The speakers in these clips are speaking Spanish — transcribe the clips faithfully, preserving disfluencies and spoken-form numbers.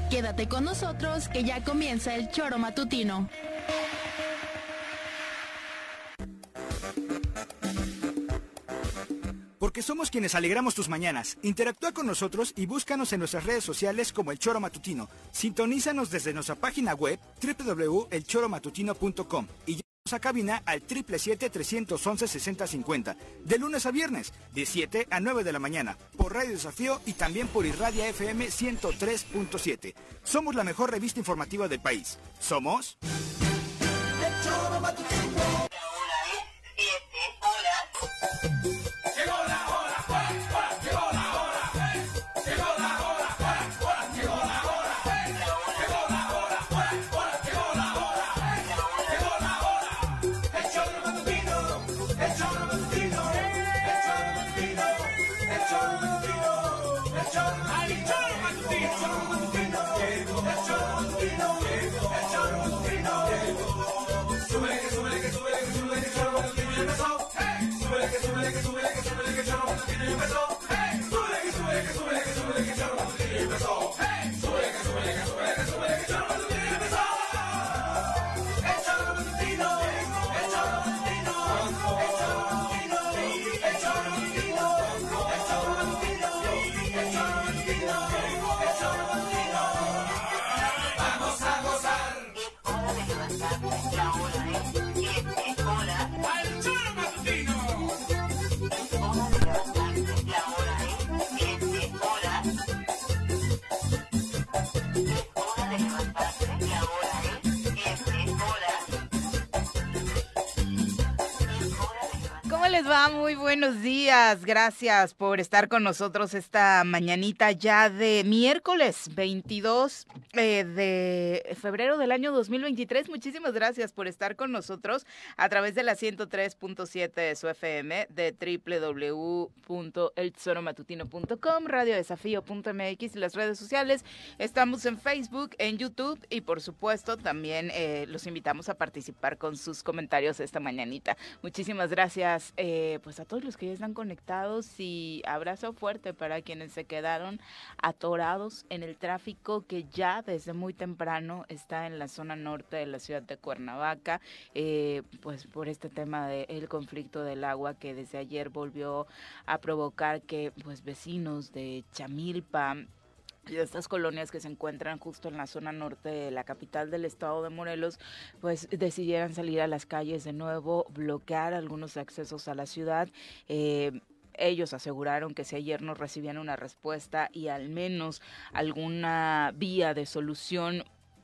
Quédate con nosotros que ya comienza el Choro Matutino. Porque somos quienes alegramos tus mañanas. Interactúa con nosotros y búscanos en nuestras redes sociales como El Choro Matutino. Sintonízanos desde nuestra página web doble u doble u doble u punto el choro matutino punto com y llámanos a cabina al siete siete siete, tres uno uno, seis cero cinco cero de lunes a viernes, de siete a nueve de la mañana, por Radio Desafío y también por Irradia F M ciento tres punto siete. Somos la mejor revista informativa del país. Somos... El Choro Matutino. Les va? Muy buenos días, gracias por estar con nosotros esta mañanita ya de miércoles veintidós eh, de febrero del año dos mil veintitrés. Muchísimas gracias por estar con nosotros a través de la ciento tres punto siete de su F M, de doble u doble u doble u punto el choro matutino punto com, radio desafío punto m x y las redes sociales. Estamos en Facebook, en YouTube y por supuesto también eh, los invitamos a participar con sus comentarios esta mañanita. Muchísimas gracias. Eh, pues a todos los que ya están conectados y abrazo fuerte para quienes se quedaron atorados en el tráfico que ya desde muy temprano está en la zona norte de la ciudad de Cuernavaca, eh, pues por este tema del conflicto del agua que desde ayer volvió a provocar que pues vecinos de Chamilpa y de estas colonias que se encuentran justo en la zona norte de la capital del estado de Morelos, pues decidieran salir a las calles de nuevo, bloquear algunos accesos a la ciudad. Eh, Ellos aseguraron que si ayer no recibían una respuesta y al menos alguna vía de solución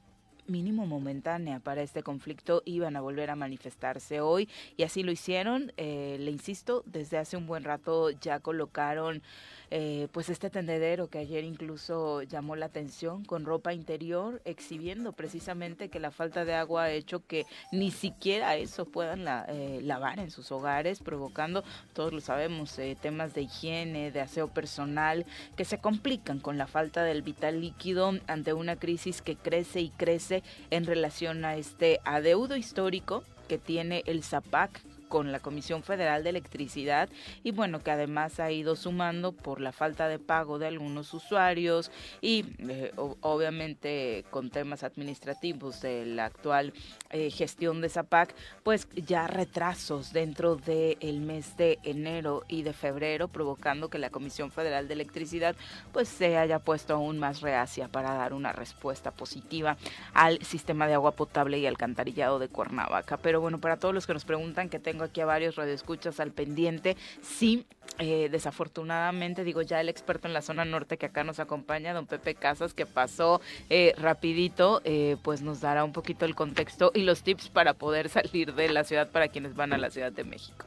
mínimo momentánea para este conflicto, iban a volver a manifestarse hoy y así lo hicieron. Eh, le insisto, desde hace un buen rato ya colocaron Eh, pues este tendedero que ayer incluso llamó la atención con ropa interior, exhibiendo precisamente que la falta de agua ha hecho que ni siquiera eso puedan la, eh, lavar en sus hogares, provocando, todos lo sabemos, eh, temas de higiene, de aseo personal, que se complican con la falta del vital líquido ante una crisis que crece y crece en relación a este adeudo histórico que tiene el ZAPAC con la Comisión Federal de Electricidad y bueno, que además ha ido sumando por la falta de pago de algunos usuarios y eh, obviamente con temas administrativos de la actual eh, gestión de ZAPAC, pues ya retrasos dentro del mes de enero y de febrero, provocando que la Comisión Federal de Electricidad pues se haya puesto aún más reacia para dar una respuesta positiva al sistema de agua potable y alcantarillado de Cuernavaca. Pero bueno, para todos los que nos preguntan, que tengo aquí a varios radioescuchas al pendiente, sí, eh, desafortunadamente, digo, ya el experto en la zona norte que acá nos acompaña, don Pepe Casas, que pasó eh, rapidito, eh, pues nos dará un poquito el contexto y los tips para poder salir de la ciudad para quienes van a la Ciudad de México.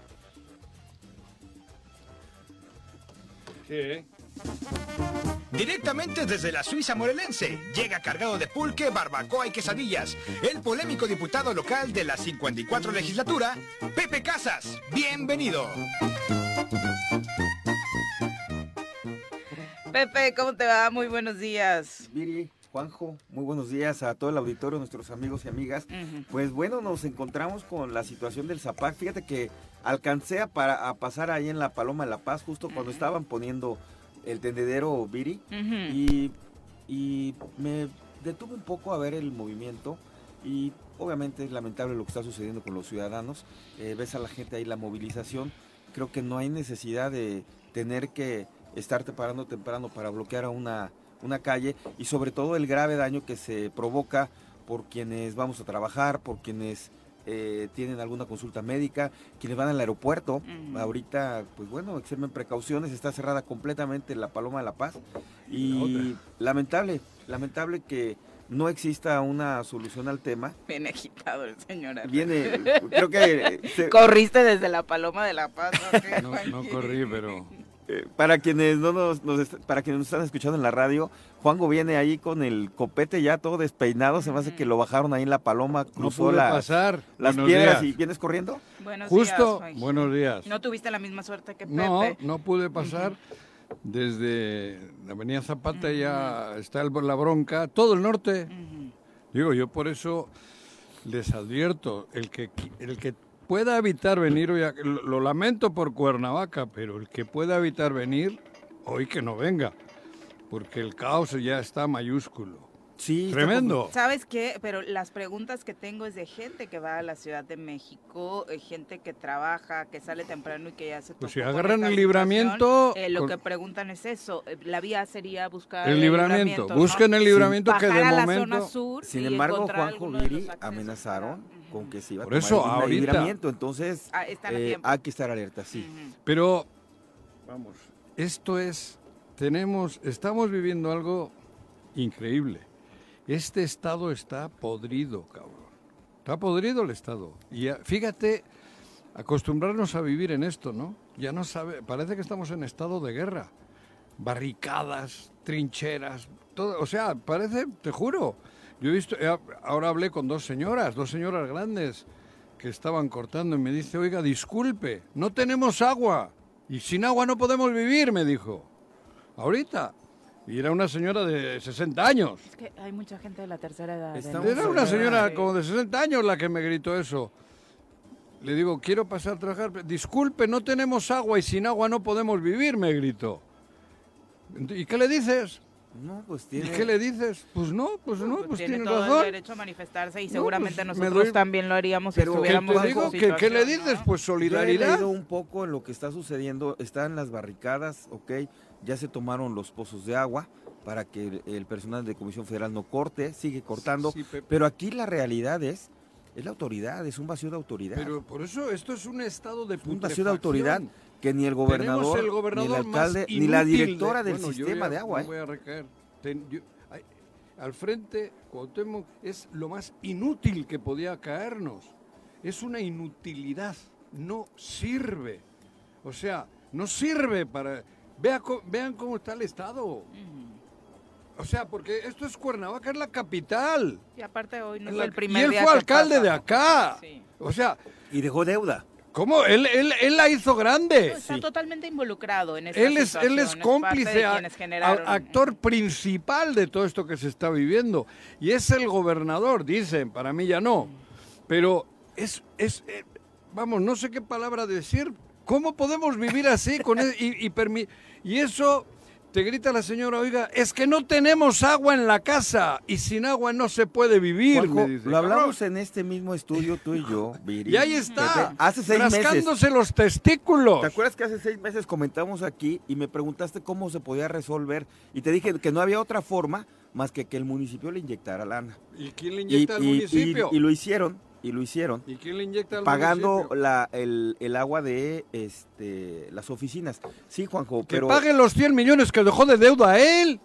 Sí. Directamente desde la Suiza morelense, llega cargado de pulque, barbacoa y quesadillas, el polémico diputado local de la cincuenta y cuatro legislatura, Pepe Casas. ¡Bienvenido! Pepe, ¿cómo te va? Muy buenos días. Viri, Juanjo, muy buenos días a todo el auditorio, nuestros amigos y amigas. Uh-huh. Pues bueno, nos encontramos con la situación del ZAPAC. Fíjate que alcancé a, para, a pasar ahí en la Paloma de la Paz justo cuando uh-huh. estaban poniendo el tendedero, Viri, uh-huh. y, y me detuve un poco a ver el movimiento y obviamente es lamentable lo que está sucediendo con los ciudadanos. Eh, ves a la gente ahí, la movilización. Creo que no hay necesidad de tener que estarte parando temprano para bloquear a una, una calle y sobre todo el grave daño que se provoca por quienes vamos a trabajar, por quienes eh, tienen alguna consulta médica, quienes van al aeropuerto. Uh-huh. Ahorita, pues bueno, extremen precauciones, está cerrada completamente la Paloma de la Paz y lamentable, lamentable que no exista una solución al tema. Viene agitado el señor. Viene, creo que... Se... ¿Corriste desde la Paloma de la Paz? ¿Okay? No, no corrí, pero... Eh, para quienes no nos, nos para quienes nos están escuchando en la radio, Juanjo viene ahí con el copete ya todo despeinado, se me hace que lo bajaron ahí en la Paloma, cruzó no la, pasar. las buenos piedras días. Y vienes corriendo. Buenos Justo, días, buenos días. ¿No tuviste la misma suerte que Pepe? No, no pude pasar. Uh-huh. Desde la Avenida Zapata uh-huh. ya está el, la bronca, todo el norte. Uh-huh. Digo, yo por eso les advierto, el que el que pueda evitar venir hoy, a, lo, lo lamento por Cuernavaca, pero el que pueda evitar venir, hoy que no venga, porque el caos ya está mayúsculo. Sí, tremendo. ¿Sabes qué? Pero las preguntas que tengo es de gente que va a la Ciudad de México, gente que trabaja, que sale temprano y que ya se tocó. Pues si agarran el libramiento... Eh, lo con... que preguntan es eso, la vía sería buscar el, el libramiento, libramiento, busquen ¿no? el libramiento Sin que de a la momento... Zona sur sin embargo, Juanjo Viri amenazaron para... con que se iba a Por eso, tomar ahorita... el libramiento, entonces ah, eh, hay que estar alerta, sí. Uh-huh. Pero, vamos, esto es, tenemos, estamos viviendo algo increíble. Este estado está podrido, cabrón. Está podrido el estado. Y fíjate, acostumbrarnos a vivir en esto, ¿no? Ya no sabe, parece que estamos en estado de guerra. Barricadas, trincheras, todo, o sea, parece, te juro. Yo he visto, ahora hablé con dos señoras, dos señoras grandes que estaban cortando y me dice, oiga, disculpe, no tenemos agua y sin agua no podemos vivir, me dijo. Ahorita. Y era una señora de sesenta años. Es que hay mucha gente de la tercera edad. Estamos era una señora de... como de sesenta años la que me gritó eso. Le digo, quiero pasar a trabajar. Disculpe, no tenemos agua y sin agua no podemos vivir, me gritó. ¿Y qué le dices? No, pues tiene... ¿Y qué le dices? Pues no, pues no, pues, pues tiene, tiene todo razón. el derecho a manifestarse y seguramente no, pues nosotros doy... también lo haríamos si Pero estuviéramos te digo, que, ¿qué le dices? ¿no? Pues solidaridad. Yo he leído un poco en lo que está sucediendo, están las barricadas, ok, ya se tomaron los pozos de agua para que el, el personal de Comisión Federal no corte, sigue cortando, sí, sí, pero aquí la realidad es, es la autoridad, es un vacío de autoridad. Pero por eso esto es un estado de putrefacción. Un vacío de autoridad que ni el gobernador, el gobernador ni el alcalde, ni la directora de, del bueno, sistema ya, de agua. No voy a recaer. Ten, yo, ay, al frente, Cuauhtémoc es lo más inútil que podía caernos. Es una inutilidad, no sirve. O sea, no sirve para... Vea, vean cómo está el estado. Mm. O sea, porque esto es Cuernavaca, es la capital. Y aparte hoy no es la, el primer Y él día fue que alcalde pasa. de acá. Sí. O sea... Y dejó deuda. ¿Cómo? Él, él, él la hizo grande. No, está sí. totalmente involucrado en esta él es, situación. Él es cómplice, a, generaron... actor principal de todo esto que se está viviendo. Y es el gobernador, dicen, para mí ya no. Pero es, es eh, vamos, no sé qué palabra decir. ¿Cómo podemos vivir así? con él, y, y, permi y eso... Te grita la señora, oiga, es que no tenemos agua en la casa y sin agua no se puede vivir. Juanjo, me dice, lo hablamos en este mismo estudio tú y yo, Viri. Y ahí está, Pepe, hace seis rascándose meses. los testículos. ¿Te acuerdas que hace seis meses comentamos aquí y me preguntaste cómo se podía resolver? Y te dije que no había otra forma más que que el municipio le inyectara lana. ¿Y quién le inyecta y, al y, municipio? Y, y lo hicieron. Y lo hicieron. ¿Y quién le inyecta al pagando municipio? la, el, el agua de este, las oficinas. Sí, Juanjo, que pero... paguen los cien millones que dejó de deuda a él.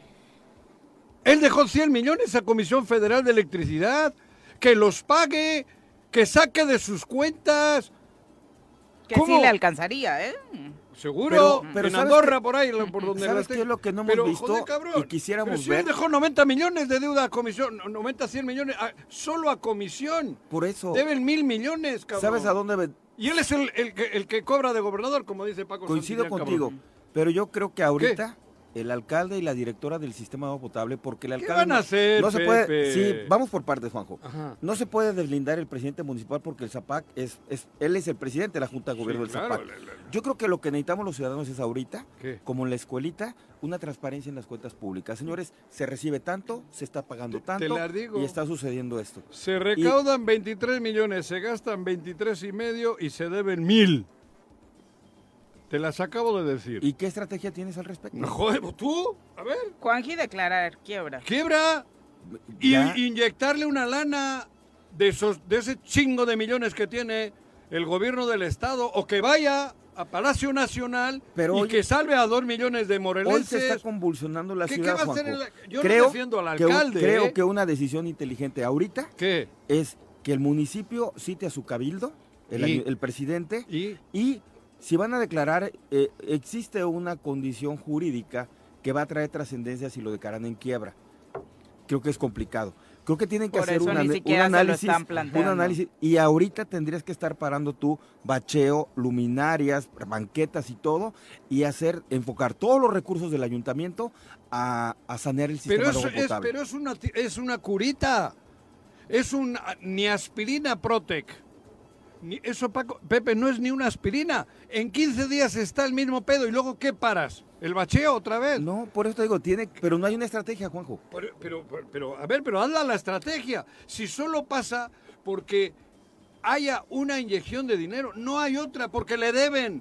Él dejó cien millones a Comisión Federal de Electricidad. Que los pague, que saque de sus cuentas. Que ¿Cómo? sí le alcanzaría, ¿eh? Pero, Seguro, pero en Andorra, por ahí, por donde ¿sabes qué es lo que no hemos pero, visto joder, cabrón, y quisiéramos pero si ver? él dejó noventa millones de deuda a comisión, noventa, cien millones, a, solo a comisión. Por eso. Deben mil millones, cabrón. ¿Sabes a dónde? Y él es el, el, que, el que cobra de gobernador, como dice Paco Coincido Santillán, contigo, cabrón. pero yo creo que ahorita, el alcalde y la directora del sistema de agua potable, porque el ¿Qué alcalde van a hacer, no se Pepe? puede, sí, vamos por partes, Juanjo. Ajá. No se puede deslindar el presidente municipal porque el ZAPAC es, es él es el presidente de la Junta de Gobierno Sí, del claro, ZAPAC. le- le- Yo creo que lo que necesitamos los ciudadanos es ahorita, ¿Qué? como en la escuelita, una transparencia en las cuentas públicas. Señores, se recibe tanto, se está pagando Te- tanto te las digo. y está sucediendo esto. Se recaudan veintitrés millones, se gastan veintitrés y medio y se deben mil. Te las acabo de decir. ¿Y qué estrategia tienes al respecto? No, joder, ¿tú? A ver. Juanji declarar quiebra. Quiebra y Ya. inyectarle una lana de, esos, de ese chingo de millones que tiene el gobierno del estado o que vaya a Palacio Nacional Pero y hoy- que salve a dos millones de Hoy morelenses. se está convulsionando la ¿Qué- ciudad, qué va a hacer Juanjo. el- yo no creo defiendo al que un- alcalde, creo ¿eh? que una decisión inteligente ahorita ¿Qué? es que el municipio cite a su cabildo, el, Y- año- el presidente, Y y si van a declarar, eh, existe una condición jurídica que va a traer trascendencia si lo declaran en quiebra. Creo que es complicado. Creo que tienen que Por hacer eso un, ni ane- un siquiera se lo análisis, están un planteando. análisis, y ahorita tendrías que estar parando tú bacheo, luminarias, banquetas y todo, y hacer, enfocar todos los recursos del ayuntamiento a, a sanear el sistema pero de es, agua es- potable. pero es una ti- es una curita. Es un ni aspirina Protec. Ni, eso, Paco, Pepe, no es ni una aspirina. En quince días está el mismo pedo y luego ¿qué paras? ¿El bacheo otra vez? No, por eso te digo, tiene, pero no hay una estrategia, Juanjo. Pero, pero, pero, pero, a ver, pero hazla la estrategia. Si solo pasa porque haya una inyección de dinero, no hay otra, porque le deben.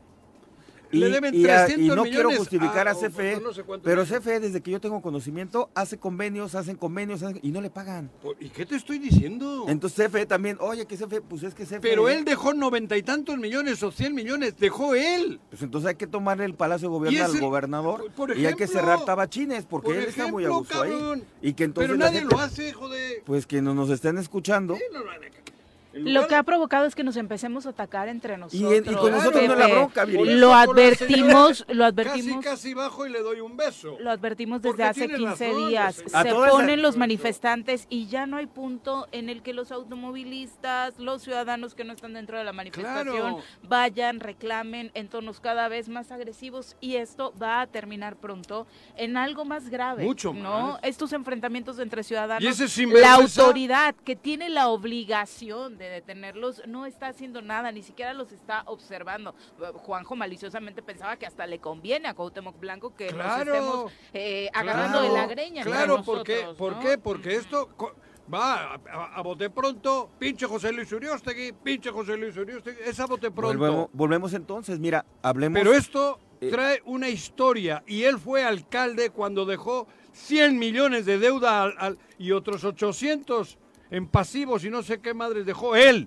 Y, le deben y a- trescientos y no millones quiero justificar a o- C F E, o no sé cuánto pero dinero. C F E, desde que yo tengo conocimiento, hace convenios, hacen convenios, hacen- y no le pagan. ¿Y qué te estoy diciendo? Entonces C F E también, oye, que C F E, pues es que C F E... Pero él dejó noventa y tantos millones o cien millones, dejó él. Pues entonces hay que tomarle el Palacio de Gobierno Y es al el- gobernador por y hay que ejemplo, cerrar Tabachines, porque por él está muy a ejemplo, gusto ahí. cabrón. Y que entonces Pero la nadie gente, lo hace, joder. pues que no nos estén escuchando. Sí, no, no, no. En Lo lugar que de- ha provocado es que nos empecemos a atacar entre nosotros. Y, en- y con nosotros no es la Pepe. bronca, Viri. Por eso Lo con la advertimos, señora lo advertimos. Casi, casi bajo y le doy un beso. Lo advertimos Porque desde hace tiene quince razón, días. la A Se todas las- ponen los manifestantes y ya no hay punto en el que los automovilistas, los ciudadanos que no están dentro de la manifestación, Claro. vayan, reclamen en tonos cada vez más agresivos y esto va a terminar pronto en algo más grave. Mucho ¿no? más. Estos enfrentamientos entre ciudadanos. Y ese La sinvergüenza- autoridad que tiene la obligación de detenerlos no está haciendo nada, ni siquiera los está observando. Juanjo maliciosamente pensaba que hasta le conviene a Cuauhtémoc Blanco que Claro, nos estemos eh, agarrando Claro, de la greña. entre Claro, ¿por qué? nosotros, ¿Por ¿no? qué? Porque esto co- va a, a- a bote pronto, pinche José Luis Uriostegui, pinche José Luis Uriostegui, es a bote pronto. Volvemos, volvemos entonces, mira, hablemos... Pero esto eh, trae una historia y él fue alcalde cuando dejó cien millones de deuda al- al- y otros ochocientos en pasivos y no sé qué madres dejó él,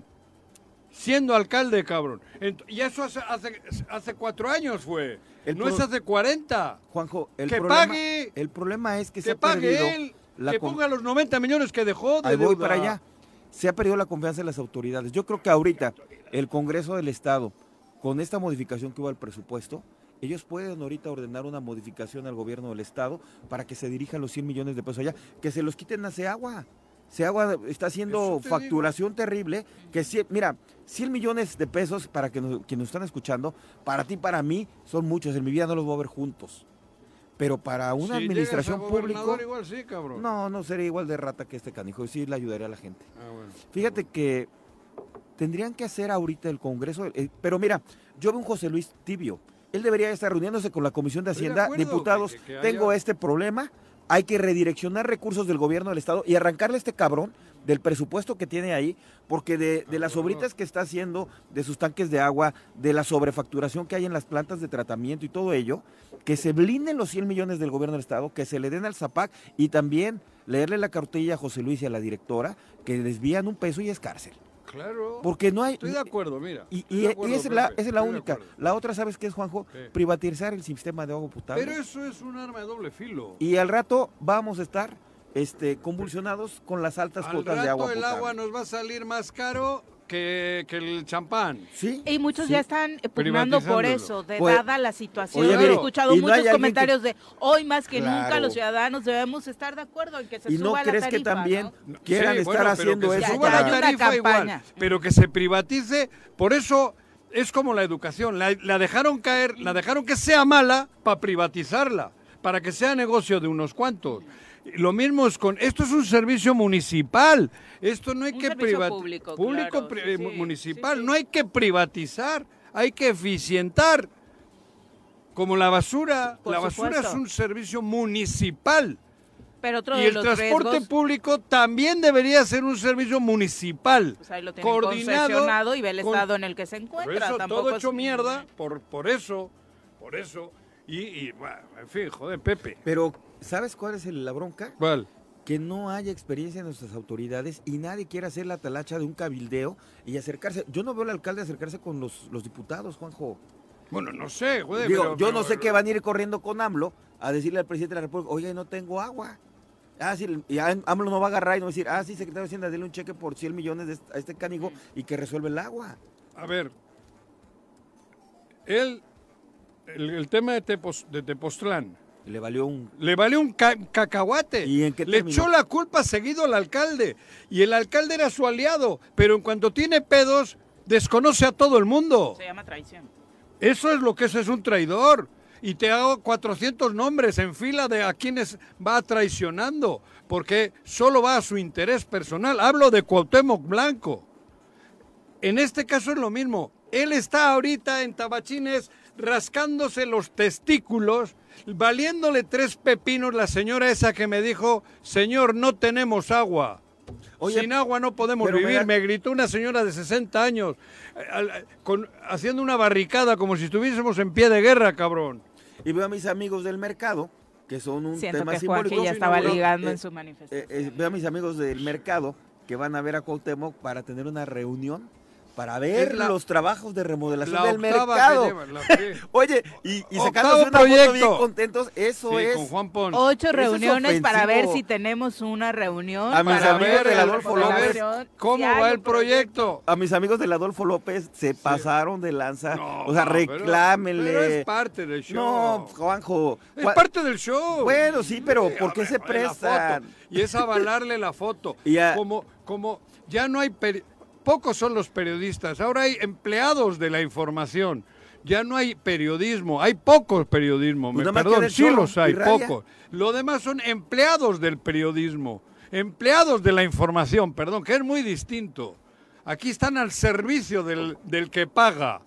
siendo alcalde, cabrón. Ent- y eso hace, hace, hace cuatro años fue, El no pro- es hace cuarenta. Juanjo, el que problema, pague, el problema es que, se que ha pague perdido él, la que con- ponga los noventa millones que dejó de Ahí voy deuda. para allá. Se ha perdido la confianza en las autoridades. Yo creo que ahorita el Congreso del Estado, con esta modificación que hubo al presupuesto, ellos pueden ahorita ordenar una modificación al gobierno del Estado para que se dirijan los cien millones de pesos allá, que se los quiten a Seagua. Seagua está haciendo Eso te facturación terrible, que si, mira, cien millones de pesos, para que nos, quienes nos están escuchando, para ti, para mí, son muchos, en mi vida no los voy a ver juntos. Pero para una Si administración llegas a gobernador, pública, igual sí, cabrón. no, no sería igual de rata que este canijo, y sí le ayudaría a la gente. Ah, bueno. Fíjate que tendrían que hacer ahorita el Congreso, eh, pero mira, yo veo un José Luis tibio. Él debería estar reuniéndose con la Comisión de Estoy de Hacienda, acuerdo, diputados, que- que haya- tengo este problema, hay que redireccionar recursos del gobierno del Estado y arrancarle a este cabrón del presupuesto que tiene ahí, porque de, de las obritas que está haciendo, de sus tanques de agua, de la sobrefacturación que hay en las plantas de tratamiento y todo ello, que se blinden los cien millones del gobierno del Estado, que se le den al ZAPAC y también leerle la cartilla a José Luis y a la directora, que desvían un peso y es cárcel. Claro. Porque no hay... Estoy de acuerdo, mira. Y, Estoy y- de y acuerdo, esa es la, Pepe, esa es la estoy de única. acuerdo. La otra, ¿sabes qué es, Juanjo? ¿Qué? Privatizar el sistema de agua potable. Pero eso es un arma de doble filo. Y al rato vamos a estar este, convulsionados con las altas Al cuotas de rato agua el potable. agua nos va a salir más caro que, que el champán. ¿Sí? Y muchos sí. ya están pugnando por Privatizándolo. eso, de Pues, dada la situación. oye, He mire, escuchado y no hay muchos alguien comentarios de hoy más que Claro. nunca los ciudadanos debemos estar de acuerdo en que se ¿Y no suba la crees tarifa, que también ¿no? quieran Sí, estar bueno, pero haciendo que se eso suba Ya, la ya hay una tarifa campaña. igual, pero que se privatice, por eso es como la educación, la, la dejaron caer, la dejaron que sea mala para privatizarla. para que sea negocio de unos cuantos. Lo mismo es con, esto es un servicio municipal, esto no hay Un que servicio privatizar, público, público claro, pri- sí, eh, sí, municipal, sí, sí. no hay que privatizar, hay que eficientar. Como la basura, Por la basura supuesto. es un servicio municipal. Pero otro Y de el los transporte riesgos, público también debería ser un servicio municipal. pues ahí lo tienen coordinado concesionado y ve el con- estado en el que se Por encuentra. eso, Tampoco todo es- hecho mierda, por, por eso, por eso. Y, y bueno, en fin, joder, Pepe. Pero, ¿sabes cuál es el- la bronca? ¿Cuál? Que no haya experiencia en nuestras autoridades y nadie quiere hacer la talacha de un cabildeo y acercarse. Yo no veo al alcalde acercarse con los, los diputados, Juanjo. Bueno, no sé, joder. Digo, pero- yo pero- no sé qué van a ir corriendo con AMLO a decirle al presidente de la República, oye, no tengo agua. Ah, sí, y AMLO no va a agarrar y no va a decir, ah, sí, secretario de Hacienda, dele un cheque por cien millones de este- a este canigo y que resuelve el agua. A ver, él, el, el tema de, Tepos- de Tepoztlán, Y le valió un... le valió un ca- cacahuate. ¿Y en qué Le terminó? echó la culpa seguido al alcalde. Y el alcalde era su aliado. Pero en cuanto tiene pedos, desconoce a todo el mundo. Se llama traición. Eso es lo que es, es un traidor. Y te hago cuatrocientos nombres en fila de a quienes va traicionando, porque solo va a su interés personal. Hablo de Cuauhtémoc Blanco. En este caso es lo mismo. Él está ahorita en Tabachines rascándose los testículos, valiéndole tres pepinos la señora esa que me dijo, señor, no tenemos agua. Oye, Sin agua no podemos pero me vivir. da- Me gritó una señora de sesenta años, eh, al- con- haciendo una barricada como si estuviésemos en pie de guerra, cabrón. Y veo a mis amigos del mercado, que son un Siento tema que simbólico. Juanji ya estaba Pero, ligando eh, en su eh, manifestación. eh, veo a mis amigos del mercado que van a ver a Cuauhtémoc para tener una reunión para ver Es la- los trabajos de remodelación La del octava mercado. que lleva, la que- Oye, y, y Octavo sacándose una proyecto. foto bien contentos, eso Sí, es. con Juan Pons. Ocho eso es reuniones para ver ofensivo. si tenemos una reunión. A mis para amigos ver del la Adolfo remodelación, López, si ¿cómo hay va un el proyecto? A mis amigos del Adolfo López se pasaron de lanza. No, o sea, no, pero- reclámenle. Pero es parte del show. No, Juanjo. Es Juan- parte del show. Bueno, sí, pero Sí, ¿por qué hombre, se la foto. prestan? Y es avalarle la foto. Y a- Como, como ya no hay... peri- Pocos son los periodistas. Ahora hay empleados de la información. Ya no hay periodismo. Hay pocos periodismo. Pues Me nada más perdón, queda el sí show los hay, y raya. pocos. Lo demás son empleados del periodismo. Empleados de la información, perdón, que es muy distinto. Aquí están al servicio del, del que paga.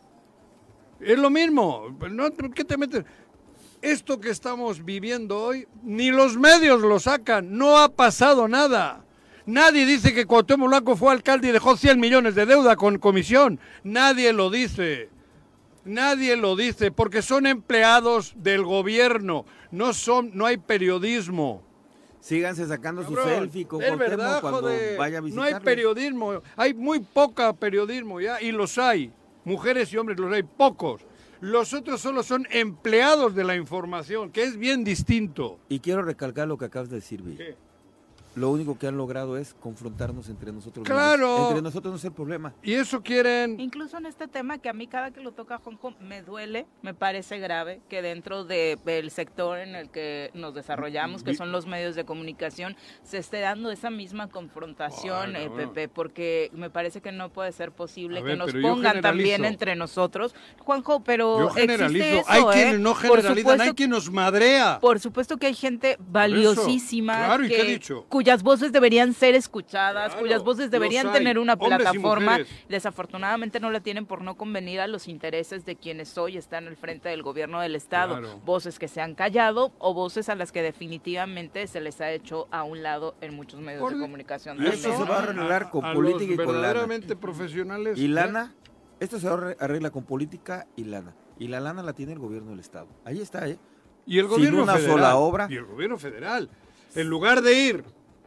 Es lo mismo. No, ¿qué te metes? Esto que estamos viviendo hoy, ni los medios lo sacan. No ha pasado nada. Nadie dice que Cuauhtémoc Blanco fue alcalde y dejó cien millones de deuda con comisión. Nadie lo dice. Nadie lo dice porque son empleados del gobierno. No son, no hay periodismo. Síganse sacando su Cabrón, selfie con es Cuauhtémoc verdad, cuando joder. vaya a No visitarlos. hay periodismo, hay muy poca periodismo ya, y los hay. Mujeres y hombres los hay, pocos. Los otros solo son empleados de la información, que es bien distinto. Y quiero recalcar lo que acabas de decir, Vic. ¿Qué? Lo único que han logrado es confrontarnos entre nosotros Claro. mismos. Entre nosotros no es el problema. Y eso quieren... Incluso en este tema que a mí cada que lo toca Juanjo me duele, me parece grave que dentro del sector en el que nos desarrollamos, que son los medios de comunicación, se esté dando esa misma confrontación, Ay, eh, no. Pepe, porque me parece que no puede ser posible A que ver, nos pero yo pongan también generalizo. entre nosotros. Juanjo, pero Yo generalizo. existe eso, hay ¿eh? quienes no Por generalizan, supuesto- hay quien nos madrea. Por supuesto que hay gente valiosísima Claro, ¿y que- qué he dicho? cuyas voces deberían ser escuchadas, Claro, cuyas voces los deberían hay, tener una hombres y plataforma. mujeres. Desafortunadamente no la tienen por no convenir a los intereses de quienes hoy están al frente del gobierno del Estado. Claro. Voces que se han callado o voces a las que definitivamente se les ha hecho a un lado en muchos medios Por- de comunicación. Y esto también, se va a ¿no? arreglar con a política los y con lana. verdaderamente profesionales. Y ¿eh? lana, esto se arre- arregla con política y lana. Y la lana la tiene el gobierno del Estado. Ahí está, ¿eh? Y el Sin gobierno una federal, sola obra. Y el gobierno federal. En lugar de ir,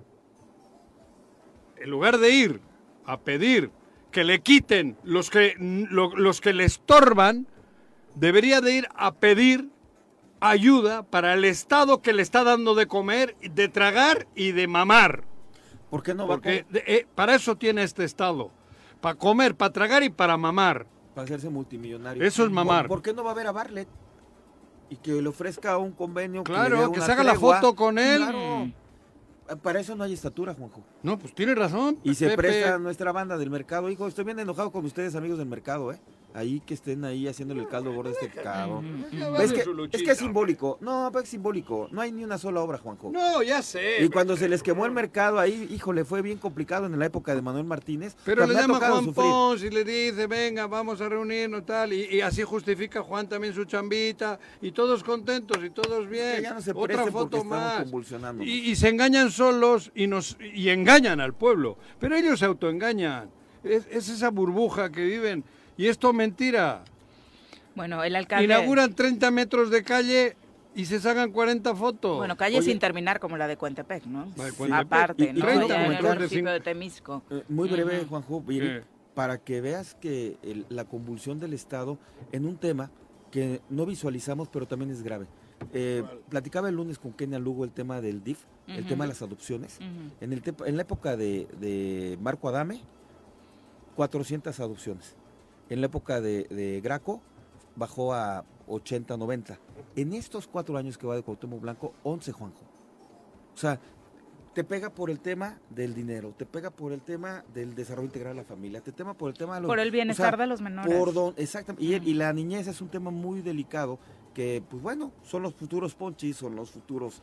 en lugar de ir a pedir que le quiten los que, lo- los que le estorban, debería de ir a pedir ayuda para el Estado que le está dando de comer, de tragar y de mamar. ¿Por qué no va Porque con- de- eh, para eso tiene este Estado. Para comer, para tragar y para mamar. para hacerse multimillonario? Eso es mamar. ¿Por, por qué no va a ver a Bartlett? Y que le ofrezca un convenio. que le dé Claro, que una se haga la tregua. foto con él. Claro. Para eso no hay estatura, Juanjo. No, pues tiene razón. Y se Pepe. presta nuestra banda del mercado. Hijo, estoy bien enojado con ustedes, amigos del mercado, ¿eh? ahí que estén ahí haciéndole el caldo gordo a este cabrón. Mm. Es que, es que es simbólico, no, es simbólico, no hay ni una sola obra, Juanjo. No, ya sé. Y cuando se les quemó el mercado ahí, híjole, fue bien complicado en la época de Manuel Martínez. Pero le me ha llama tocado Juan sufrir. Pons y le dice, venga, vamos a reunirnos tal, y, y así justifica Juan también su chambita, y todos contentos y todos bien. Que ya no se Otra presten porque foto estamos más. convulsionando. Y, y se engañan solos y nos y engañan al pueblo, pero ellos se autoengañan. Es, es esa burbuja que viven, y esto mentira. Bueno, el alcalde... Inauguran treinta metros de calle y se sacan cuarenta fotos. Bueno, calle Oye, sin terminar como la de Cuentepec, ¿no? La de Cuentepec. Aparte, Y- y ¿no? treinta Ya en el metros de municipio cin- de Temisco. Eh, muy breve, Ujú. Juanjo, Viri, ¿Qué? para que veas que el- la convulsión del Estado en un tema que no visualizamos, pero también es grave. Eh, platicaba el lunes con Kenia Lugo el tema del D I F, el Ujú. tema de las adopciones. Ujú. En, el te- en la época de, de Marco Adame, cuatrocientas adopciones. En la época de, de Graco, bajó a ochenta, noventa. En estos cuatro años que va de Cuauhtémoc Blanco, once, Juanjo. O sea, te pega por el tema del dinero, te pega por el tema del desarrollo integral de la familia, te tema por el tema de los... Por el bienestar o sea, de los menores. por don- exactamente. Y, Ujú. y la niñez es un tema muy delicado que, pues bueno, son los futuros ponchis, son los futuros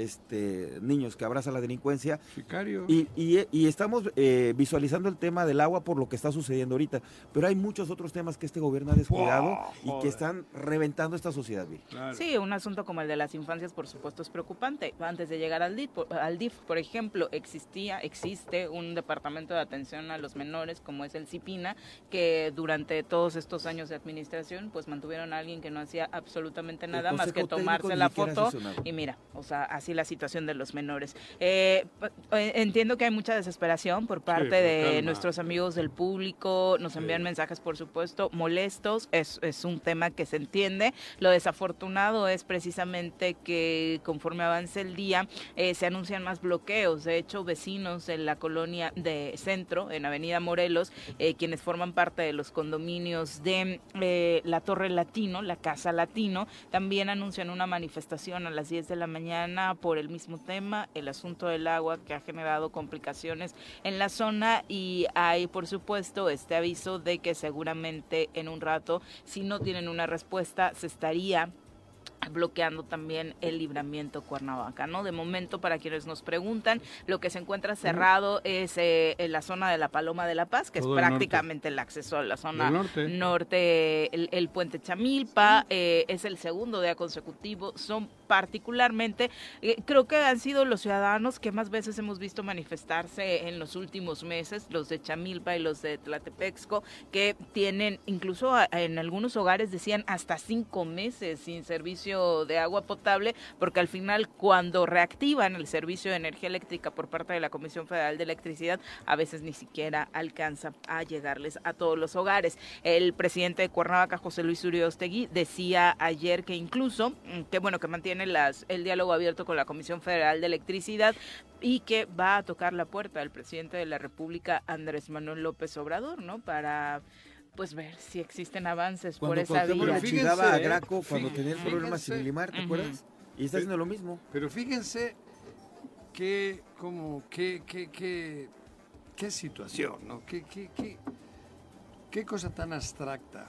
este, niños que abrazan la delincuencia. Sicario. Y, y- y estamos eh, visualizando el tema del agua por lo que está sucediendo ahorita. Pero hay muchos otros temas que este gobierno ha descuidado ¡Wow! y Joder. que están reventando esta sociedad, Bill. Claro. Sí, un asunto como el de las infancias, por supuesto, es preocupante. Antes de llegar al D I F, por- al D I F, por ejemplo, existía, existe un departamento de atención a los menores, como es el CIPINA, que durante todos estos años de administración, pues mantuvieron a alguien que no hacía absolutamente nada El más que Consejo tomarse Técnico la ni siquiera foto. sesionado. Y mira, o sea, así la situación de los menores. Eh, eh, entiendo que hay mucha desesperación por parte pero de calma. nuestros amigos del público, nos envían Sí. mensajes, por supuesto, molestos, es, es un tema que se entiende. Lo desafortunado es precisamente que conforme avance el día, eh, se anuncian más bloqueos. De hecho, vecinos en la colonia de Centro, en Avenida Morelos, eh, quienes forman parte de los condominios de eh, la Torre Latino, la Casa Latino, también anuncian una manifestación a las diez de la mañana por el mismo tema, el asunto del agua, que ha generado complicaciones en la zona, y hay, por supuesto, este aviso de que seguramente en un rato, si no tienen una respuesta, se estaría bloqueando también el libramiento Cuernavaca, ¿no? De momento, para quienes nos preguntan, lo que se encuentra cerrado es eh, en la zona de la Paloma de la Paz, que Todo es el prácticamente el acceso a la zona Del norte. norte, el, el puente Chamilpa, eh, es el segundo día consecutivo. Son particularmente, eh, creo que han sido los ciudadanos que más veces hemos visto manifestarse en los últimos meses, los de Chamilpa y los de Tlatepexco, que tienen, incluso a- en algunos hogares decían hasta cinco meses sin servicio de agua potable, porque al final, cuando reactivan el servicio de energía eléctrica por parte de la Comisión Federal de Electricidad, a veces ni siquiera alcanza a llegarles a todos los hogares. El presidente de Cuernavaca, José Luis Uriostegui, decía ayer que incluso, mm, que bueno, que mantiene las, el diálogo abierto con la Comisión Federal de Electricidad y que va a tocar la puerta del presidente de la República, Andrés Manuel López Obrador, ¿no? Para pues ver si existen avances por Cuando esa Cuauhtémoc vía. le Fíjense, chingaba a eh, Graco cuando fí- tenía el problema fíjense. Similimar, ¿te Ujú. acuerdas? Y está haciendo lo mismo. Pero fíjense qué, como, qué, qué, qué, qué situación, ¿no? Qué, qué, qué, qué cosa tan abstracta.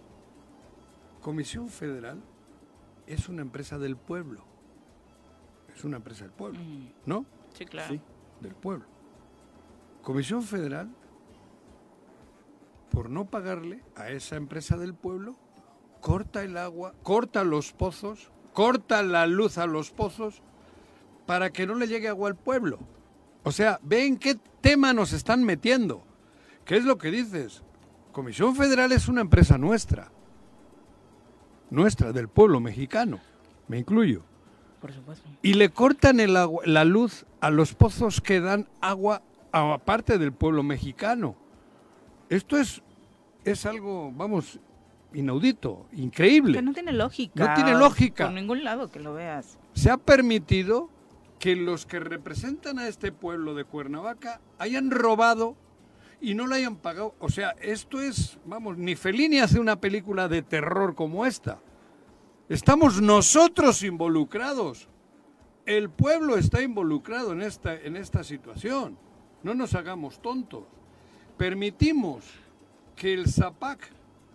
Comisión Federal es una empresa del pueblo. Es una empresa del pueblo, Ujú. ¿no? Sí, claro. Sí. Del pueblo. Comisión Federal, por no pagarle a esa empresa del pueblo, corta el agua, corta los pozos, corta la luz a los pozos para que no le llegue agua al pueblo. O sea, ven qué tema nos están metiendo. ¿Qué es lo que dices? Comisión Federal es una empresa nuestra. Nuestra, del pueblo mexicano. Me incluyo. Por supuesto. Y le cortan el agua, la luz a los pozos que dan agua a parte del pueblo mexicano. Esto es, es algo, vamos, inaudito, increíble. Que no tiene lógica. No tiene lógica. Por ningún lado que lo veas. Se ha permitido que los que representan a este pueblo de Cuernavaca hayan robado y no le hayan pagado. O sea, esto es, vamos, ni Fellini hace una película de terror como esta. Estamos nosotros involucrados. El pueblo está involucrado en esta, en esta situación. No nos hagamos tontos. Permitimos que el ZAPAC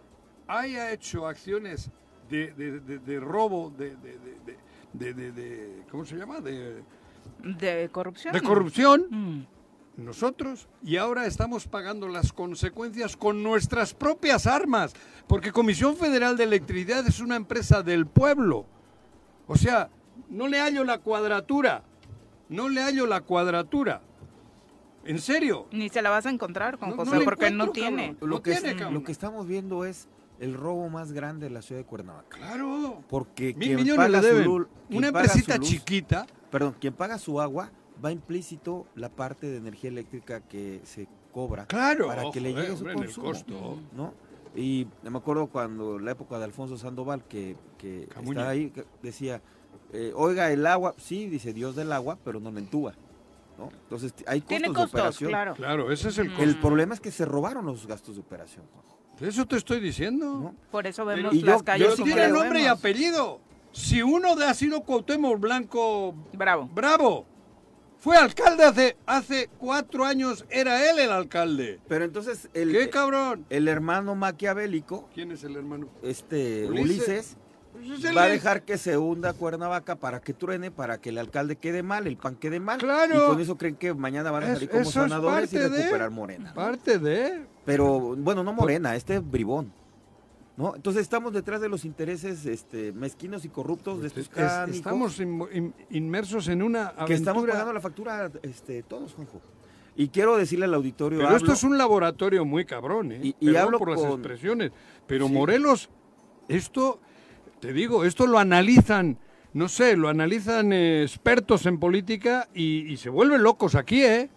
haya hecho acciones de, de, de, de robo, de, de, de, de, de, de, ¿cómo se llama? De, de corrupción. De corrupción. Mm. Nosotros, y ahora estamos pagando las consecuencias con nuestras propias armas, porque Comisión Federal de Electricidad es una empresa del pueblo. O sea, no le hallo la cuadratura, no le hallo la cuadratura. ¿En serio? Ni se la vas a encontrar con No, José no porque no encuentro, tiene. cabrón. Lo, No que tiene, es- cabrón. lo que estamos viendo es el robo más grande de la ciudad de Cuernavaca. Claro. Porque Mil quien millones paga le su deben. luz, quien Una paga empresita su luz- chiquita. Perdón, quien paga su agua va implícito la parte de energía eléctrica que se cobra Claro. para que le joder, llegue su hombre, en el consumo, costo. ¿no? Y me acuerdo cuando la época de Alfonso Sandoval que, que Camuña. está ahí que decía, eh, oiga, el agua, sí, dice Dios del agua, pero no la entuba, ¿no? Entonces hay costos Tiene de costos, operación. claro. Claro, ese es el costo. El problema es que se robaron los gastos de operación, Juanjo, Eso te estoy diciendo. ¿no? Por eso Pero- vemos y yo- las yo calles Pero sí como tiene las nombre y vemos. apellido. Si uno de ha sido Cuauhtémoc Blanco Bravo. Bravo, fue alcalde hace, hace cuatro años, era él el alcalde. Pero entonces el, ¿Qué cabrón? el hermano maquiavélico, ¿Quién es el hermano? este Ulises. Ulises, Pues es el va a de- dejar que se hunda Cuernavaca para que truene, para que el alcalde quede mal, el P A N quede mal. Claro. Y con eso creen que mañana van a Es- salir como eso es sanadores y parte de- recuperar Morena. Parte de... Pero, bueno, no Morena, este bribón. ¿No? Entonces estamos detrás de los intereses este, mezquinos y corruptos de estos Es- cánicos estamos in- in- inmersos en una aventura. que estamos pagando la factura este, todos, Juanjo. Y quiero decirle al auditorio, Pero hablo- esto es un laboratorio muy cabrón, ¿eh? Y- y Perdón hablo por las con- expresiones. Pero Sí. Morelos, esto, te digo, esto lo analizan, no sé, lo analizan eh, expertos en política y, y se vuelven locos aquí, ¿eh?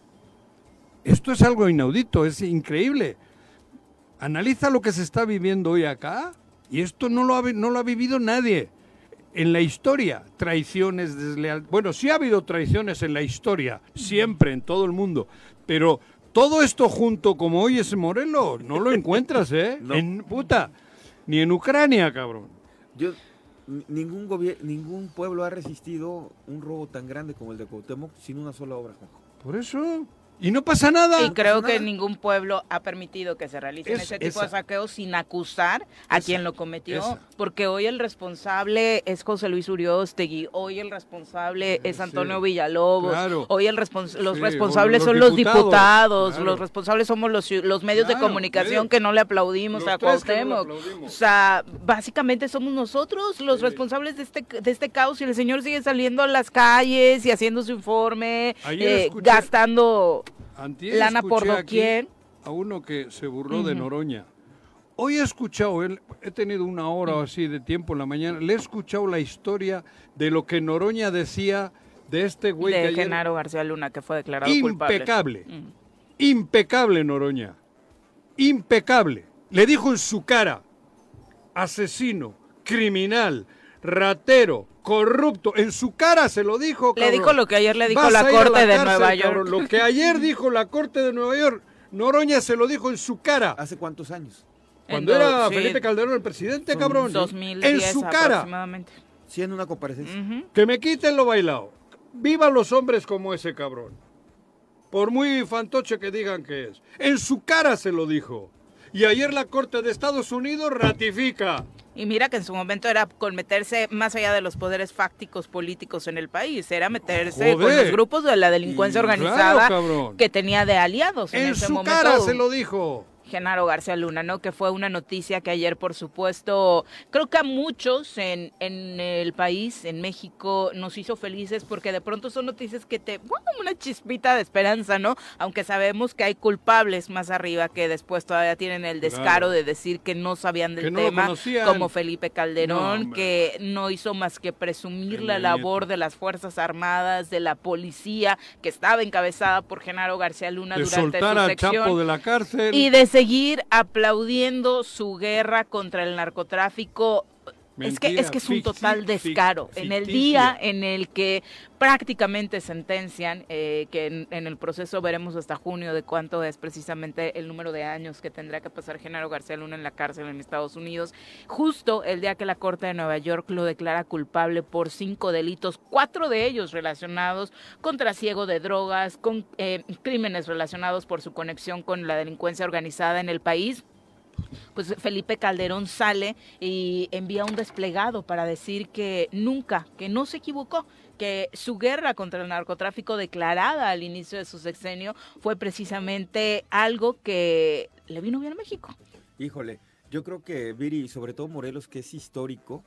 Esto es algo inaudito, es increíble. Analiza lo que se está viviendo hoy acá y esto no lo ha, vi- no lo ha vivido nadie. En la historia, traiciones, desleal. Bueno, sí ha habido traiciones en la historia, siempre, en todo el mundo. Pero todo esto junto, como hoy es en Morelos, no lo encuentras, ¿eh? No. En puta, ni en Ucrania, cabrón. yo, n- ningún, gobier- ningún pueblo ha resistido un robo tan grande como el de Cuauhtémoc sin una sola obra, Juanjo. Por eso. Y no pasa nada. Y creo pasa que nada. ningún pueblo ha permitido que se realicen Es- ese tipo esa. de saqueos sin acusar a Esa, quien lo cometió, esa. porque hoy el responsable es José Luis Uriostegui, hoy el responsable es Sí, Antonio Villalobos, claro. hoy el respons- los Sí, responsables o los son los diputados, diputados, claro. los responsables somos los, ciu- los medios de Claro, comunicación medios. que no le aplaudimos Los a tres que no le Cuauhtémoc. aplaudimos. O sea, básicamente somos nosotros los Sí. responsables de este, de este caos y el señor sigue saliendo a las calles y haciendo su informe, Ayer eh, escuché- gastando... Antier Lana por escuché aquí doquier. a uno que se burló de Ujú. Noroña. Hoy he escuchado, él- he tenido una hora o así de tiempo en la mañana, le he escuchado la historia de lo que Noroña decía de este güey que de ayer- Genaro García Luna, que fue declarado culpable. impecable, Mm. impecable Noroña, impecable. Le dijo en su cara, asesino, criminal, ratero, corrupto, en su cara se lo dijo, Le cabrón. dijo lo que ayer le dijo Vas la a ir a Corte de cárcel, Nueva York. cabrón. Lo que ayer dijo la Corte de Nueva York, Noroña se lo dijo en su cara. ¿Hace cuántos años? Cuando En do- era sí, Felipe Calderón el presidente, Son cabrón. dos mil diez en su cara. aproximadamente. Sí, en una comparecencia. Ujú. Que me quiten lo bailado. Vivan los hombres como ese cabrón. Por muy fantoche que digan que es. En su cara se lo dijo. Y ayer la Corte de Estados Unidos ratifica. Y mira que en su momento era con meterse más allá de los poderes fácticos políticos en el país, era meterse con Joder. los grupos de la delincuencia Y- organizada Claro, cabrón. que tenía de aliados en, En ese su momento. cara se lo dijo. Genaro García Luna, ¿no? Que fue una noticia que ayer, por supuesto, creo que a muchos en, en el país, en México, nos hizo felices porque de pronto son noticias que te, bueno, una chispita de esperanza, ¿no? Aunque sabemos que hay culpables más arriba que después todavía tienen el descaro Claro. de decir que no sabían del Que no lo tema, conocían. como Felipe Calderón, No, hombre. que no hizo más que presumir Peña la labor Nieto. de las Fuerzas Armadas, de la policía, que estaba encabezada por Genaro García Luna De durante soltar su al sección. Chapo de la cárcel. Y de seguir aplaudiendo su guerra contra el narcotráfico. Es que, Mentira, es que es un ficti- total fic- descaro. En el ficticia. día en el que prácticamente sentencian, eh, que en, en el proceso veremos hasta junio de cuánto es precisamente el número de años que tendrá que pasar Genaro García Luna en la cárcel en Estados Unidos, justo el día que la Corte de Nueva York lo declara culpable por cinco delitos, cuatro de ellos relacionados con trasiego de drogas, con eh, crímenes relacionados por su conexión con la delincuencia organizada en el país. pues Felipe Calderón sale y envía un desplegado para decir que nunca, que no se equivocó, que su guerra contra el narcotráfico declarada al inicio de su sexenio fue precisamente algo que le vino bien a México. Híjole, yo creo que Viri, sobre todo Morelos, que es histórico,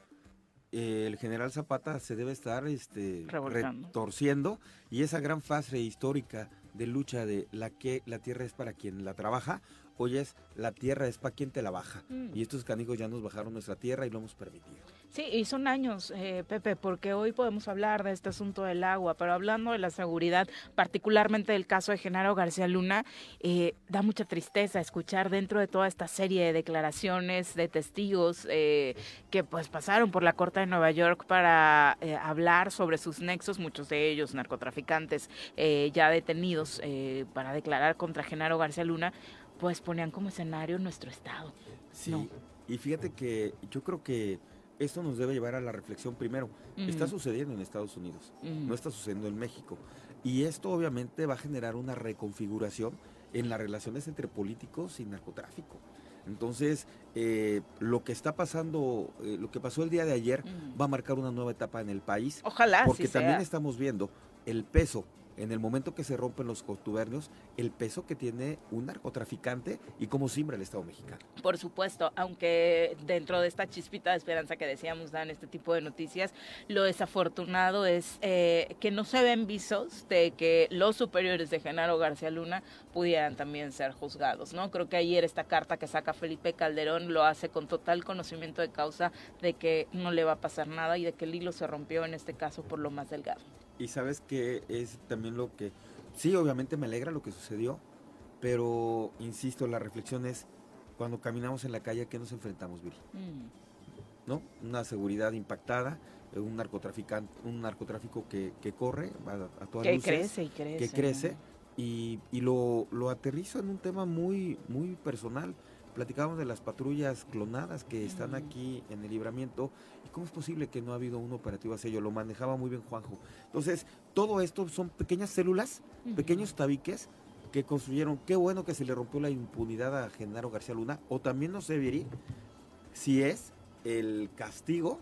eh, el general Zapata se debe estar este, retorciendo, y esa gran fase histórica de lucha de la que la tierra es para quien la trabaja, hoy es la tierra es para quien te la baja. Mm. Y estos canijos ya nos bajaron nuestra tierra y lo hemos permitido. Sí, y son años, eh, Pepe, porque hoy podemos hablar de este asunto del agua, pero hablando de la seguridad, particularmente del caso de Genaro García Luna, eh, da mucha tristeza escuchar dentro de toda esta serie de declaraciones de testigos eh, que pues pasaron por la Corte de Nueva York para eh, hablar sobre sus nexos, muchos de ellos narcotraficantes eh, ya detenidos eh, para declarar contra Genaro García Luna, pues ponían como escenario nuestro estado. Sí, ¿no? Y fíjate que yo creo que esto nos debe llevar a la reflexión primero. Mm. Está sucediendo en Estados Unidos, mm. no está sucediendo en México. Y esto obviamente va a generar una reconfiguración en las relaciones entre políticos y narcotráfico. Entonces, eh, lo que está pasando, eh, lo que pasó el día de ayer mm. va a marcar una nueva etapa en el país. Ojalá, porque sí también sea. Estamos viendo el peso. En el momento que se rompen los contubernios, el peso que tiene un narcotraficante y cómo simbra el Estado mexicano. Por supuesto, aunque dentro de esta chispita de esperanza que decíamos dan este tipo de noticias, lo desafortunado es eh, que no se ven visos de que los superiores de Genaro García Luna pudieran también ser juzgados, ¿no? Creo que ayer esta carta que saca Felipe Calderón lo hace con total conocimiento de causa de que no le va a pasar nada y de que el hilo se rompió en este caso por lo más delgado. Y sabes que es también lo que, sí, obviamente me alegra lo que sucedió, pero insisto, la reflexión es cuando caminamos en la calle, ¿a qué nos enfrentamos, Viri? Mm. ¿No? Una seguridad impactada, un narcotraficante, un narcotráfico que, que corre a, a todas que luces, crece y crece, que crece, ¿no? y, y lo, lo aterrizo en un tema muy, muy personal. Platicábamos de las patrullas clonadas que están mm. aquí en el Libramiento. ¿Y cómo es posible que no ha habido un operativo así? Yo lo manejaba muy bien Juanjo. Entonces, todo esto son pequeñas células, mm. pequeños tabiques que construyeron. Qué bueno que se le rompió la impunidad a Genaro García Luna. O también no sé, Viri, si es el castigo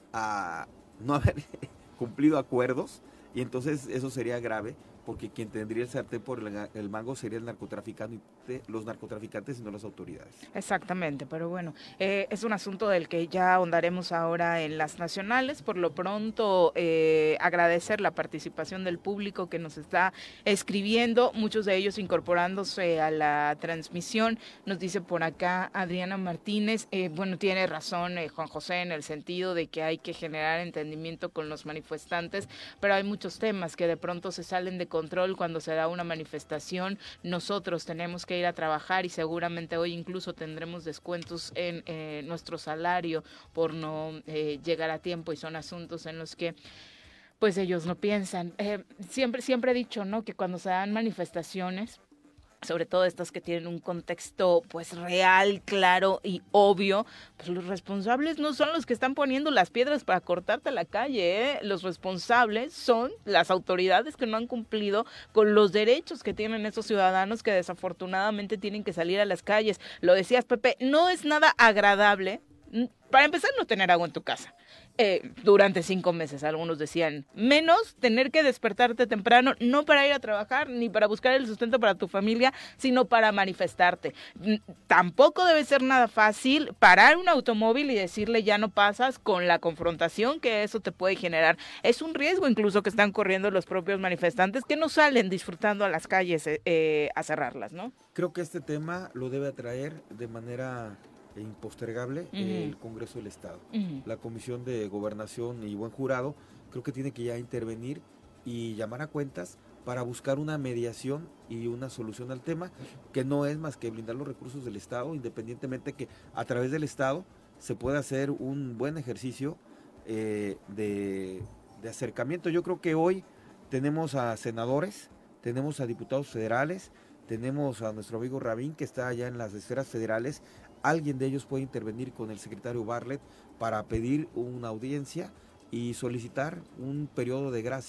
a no haber cumplido acuerdos. Y entonces eso sería grave, porque quien tendría el sartén por el, el mango sería el narcotraficante, los narcotraficantes y no las autoridades. Exactamente, pero bueno, eh, es un asunto del que ya ahondaremos ahora en las nacionales. Por lo pronto, eh, agradecer la participación del público que nos está escribiendo, muchos de ellos incorporándose a la transmisión. Nos dice por acá Adriana Martínez, eh, bueno, tiene razón eh, Juan José en el sentido de que hay que generar entendimiento con los manifestantes, pero hay muchos temas que de pronto se salen de control cuando se da una manifestación. Nosotros tenemos que ir a trabajar y seguramente hoy incluso tendremos descuentos en eh, nuestro salario por no eh, llegar a tiempo, y son asuntos en los que pues ellos no piensan. Eh, siempre, siempre he dicho, ¿no?, que cuando se dan manifestaciones, sobre todo estas que tienen un contexto pues real, claro y obvio, pues los responsables no son los que están poniendo las piedras para cortarte la calle, ¿eh? Los responsables son las autoridades que no han cumplido con los derechos que tienen esos ciudadanos que desafortunadamente tienen que salir a las calles. Lo decías, Pepe, no es nada agradable, para empezar, no tener agua en tu casa. Eh, durante cinco meses, algunos decían, menos tener que despertarte temprano, no para ir a trabajar ni para buscar el sustento para tu familia, sino para manifestarte. Tampoco debe ser nada fácil parar un automóvil y decirle ya no pasas, con la confrontación que eso te puede generar. Es un riesgo incluso que están corriendo los propios manifestantes que no salen disfrutando a las calles eh, a cerrarlas, ¿no? Creo que este tema lo debe atraer de manera impostergable uh-huh. el Congreso del Estado. Uh-huh. La Comisión de Gobernación y Buen Jurado creo que tiene que ya intervenir y llamar a cuentas para buscar una mediación y una solución al tema, que no es más que blindar los recursos del Estado, independientemente que a través del Estado se pueda hacer un buen ejercicio eh, de, de acercamiento. Yo creo que hoy tenemos a senadores, tenemos a diputados federales, tenemos a nuestro amigo Rabín, que está allá en las esferas federales. Alguien de ellos puede intervenir con el secretario Bartlett para pedir una audiencia y solicitar un periodo de gracia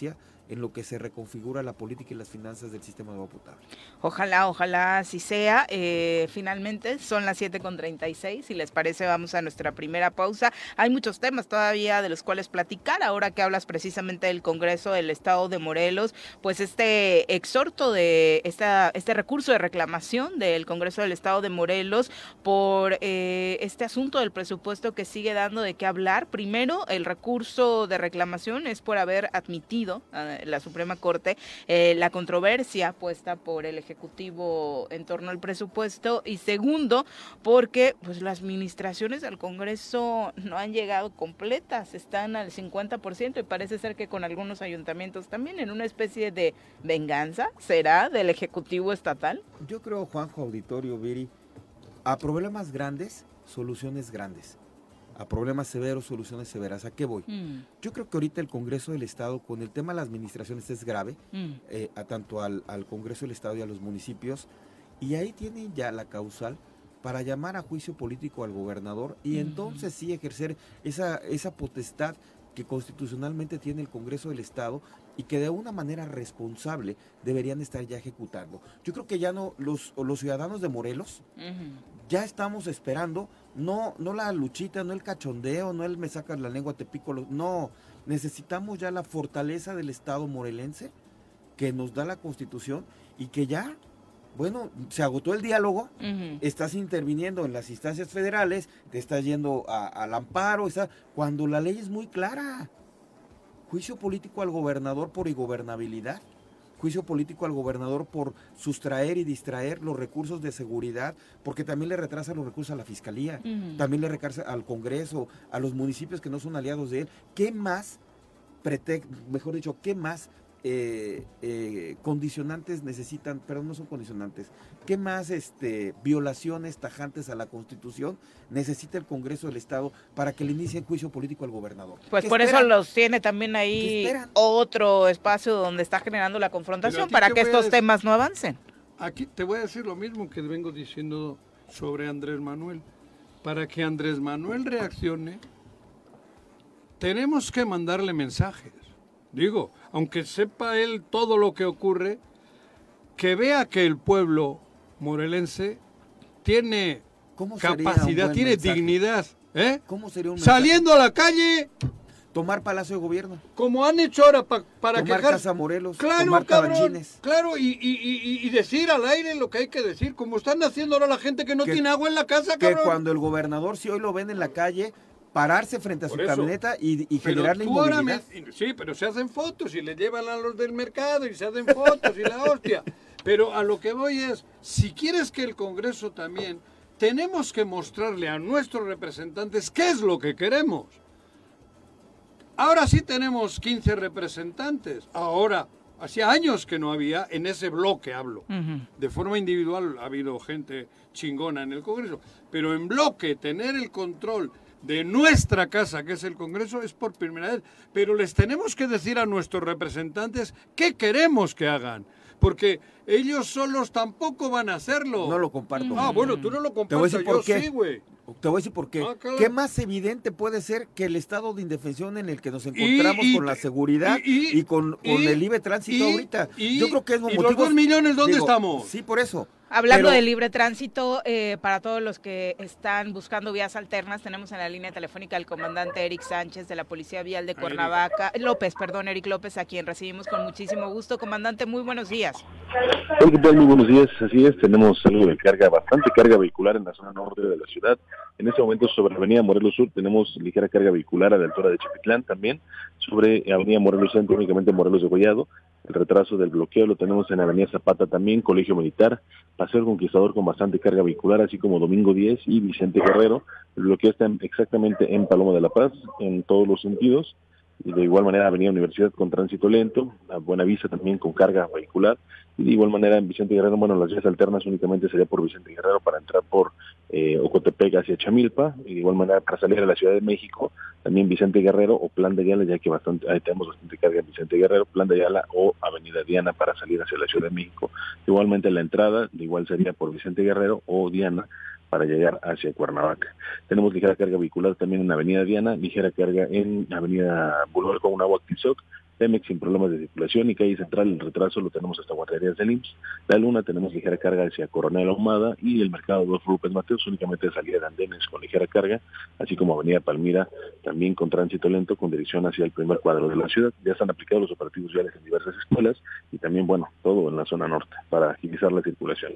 en lo que se reconfigura la política y las finanzas del sistema de agua potable. Ojalá, ojalá así sea. Eh, finalmente son las siete con treinta y seis, si les parece vamos a nuestra primera pausa. Hay muchos temas todavía de los cuales platicar, ahora que hablas precisamente del Congreso del Estado de Morelos, pues este exhorto de esta, este recurso de reclamación del Congreso del Estado de Morelos por eh, este asunto del presupuesto que sigue dando de qué hablar. Primero, el recurso de reclamación es por haber admitido eh, la Suprema Corte eh, la controversia puesta por el Ejecutivo en torno al presupuesto, y segundo, porque pues las administraciones del Congreso no han llegado completas, están al cincuenta por ciento y parece ser que con algunos ayuntamientos también en una especie de venganza, ¿será del Ejecutivo estatal? Yo creo, Juanjo, auditorio, Viri, a problemas grandes, soluciones grandes. A problemas severos, soluciones severas. ¿A qué voy? Mm. Yo creo que ahorita el Congreso del Estado, con el tema de las administraciones, es grave, mm. eh, a tanto al, al Congreso del Estado y a los municipios, y ahí tienen ya la causal para llamar a juicio político al gobernador y mm. entonces sí ejercer esa, esa potestad que constitucionalmente tiene el Congreso del Estado y que de una manera responsable deberían estar ya ejecutando. Yo creo que ya no, los, los ciudadanos de Morelos, uh-huh. ya estamos esperando, no, no la luchita, no el cachondeo, no el me sacas la lengua, te pico, los, no, necesitamos ya la fortaleza del Estado morelense que nos da la Constitución y que ya, bueno, se agotó el diálogo, uh-huh. estás interviniendo en las instancias federales, te estás yendo a, al amparo, está, cuando la ley es muy clara. Juicio político al gobernador por ingobernabilidad, juicio político al gobernador por sustraer y distraer los recursos de seguridad, porque también le retrasa los recursos a la Fiscalía, uh-huh. también le retrasa al Congreso, a los municipios que no son aliados de él. ¿Qué más, prete- mejor dicho, qué más eh, eh, condicionantes necesitan, perdón, no son condicionantes, qué más este, violaciones tajantes a la Constitución necesita el Congreso del Estado para que le inicie juicio político al gobernador? Pues por esperan? Eso los tiene también ahí otro espacio donde está generando la confrontación para que estos temas no avancen. Aquí te voy a decir lo mismo que vengo diciendo sobre Andrés Manuel. Para que Andrés Manuel reaccione, tenemos que mandarle mensajes. Digo, aunque sepa él todo lo que ocurre, que vea que el pueblo morelense tiene capacidad, tiene mensaje? dignidad. ¿eh? ¿Cómo sería un mensaje? Saliendo a la calle, tomar Palacio de Gobierno, como han hecho ahora pa, para tomar quejar. Casa Morelos, claro, tomar cabrón, Tabachines. Claro, y, y, y, y decir al aire lo que hay que decir, como están haciendo ahora la gente que no que, tiene agua en la casa, cabrón. Que cuando el gobernador, si hoy lo ven en la calle, pararse frente a su camioneta y, y generar la inmovilidad. Me, sí, pero se hacen fotos y le llevan a los del mercado y se hacen fotos y la hostia. Pero a lo que voy es, si quieres que el Congreso también, tenemos que mostrarle a nuestros representantes qué es lo que queremos. Ahora sí tenemos quince representantes. Ahora, hacía años que no había, en ese bloque hablo. Uh-huh. De forma individual ha habido gente chingona en el Congreso. Pero en bloque, tener el control de nuestra casa, que es el Congreso, es por primera vez. Pero les tenemos que decir a nuestros representantes qué queremos que hagan. Porque ellos solos tampoco van a hacerlo. No lo comparto. Ah, bueno, tú no lo compartes, yo sí, güey. Te voy a decir por qué. Ah, claro. ¿Qué más evidente puede ser que el estado de indefensión en el que nos encontramos y, y, con la seguridad y, y, y con, con y, el libre tránsito y, ahorita? Y, Yo creo que es un ¿Y motivo. los dos millones dónde digo, estamos? Sí, por eso. Hablando Pero, de libre tránsito, eh, para todos los que están buscando vías alternas, tenemos en la línea telefónica al comandante Eric Sánchez de la Policía Vial de Cuernavaca, López, perdón, Eric López, a quien recibimos con muchísimo gusto. Comandante, muy buenos días. Hola, ¿qué tal? Muy buenos días. Así es, tenemos algo de carga, bastante carga vehicular en la zona norte de la ciudad. En este momento sobre la avenida Morelos Sur tenemos ligera carga vehicular a la altura de Chipitlán también. Sobre avenida Morelos Centro, únicamente Morelos de Collado. El retraso del bloqueo lo tenemos en avenida Zapata también, Colegio Militar, Paseo El Conquistador con bastante carga vehicular, así como Domingo diez y Vicente Guerrero. El bloqueo está en, exactamente en Paloma de la Paz, en todos los sentidos. Y de igual manera Avenida Universidad con tránsito lento, a Buenavista también con carga vehicular, y de igual manera en Vicente Guerrero, bueno, las vías alternas únicamente sería por Vicente Guerrero para entrar por eh, Ocotepec hacia Chamilpa, y de igual manera para salir a la Ciudad de México, también Vicente Guerrero o Plan de Ayala, ya que bastante ahí tenemos bastante carga en Vicente Guerrero, Plan de Ayala o Avenida Diana para salir hacia la Ciudad de México. Igualmente la entrada, de igual sería por Vicente Guerrero o Diana, para llegar hacia Cuernavaca. Tenemos ligera carga vehicular también en Avenida Diana, ligera carga en Avenida Boulevard con Agua Tizoc, Pemex sin problemas de circulación y calle Central el retraso lo tenemos hasta Guarderías del I M S S. La Luna tenemos ligera carga hacia Coronel Ahumada y el Mercado Adolfo López Mateos únicamente de salida de andenes con ligera carga, así como Avenida Palmira también con tránsito lento con dirección hacia el primer cuadro de la ciudad. Ya están aplicados los operativos viales en diversas escuelas y también, bueno, todo en la zona norte para agilizar la circulación.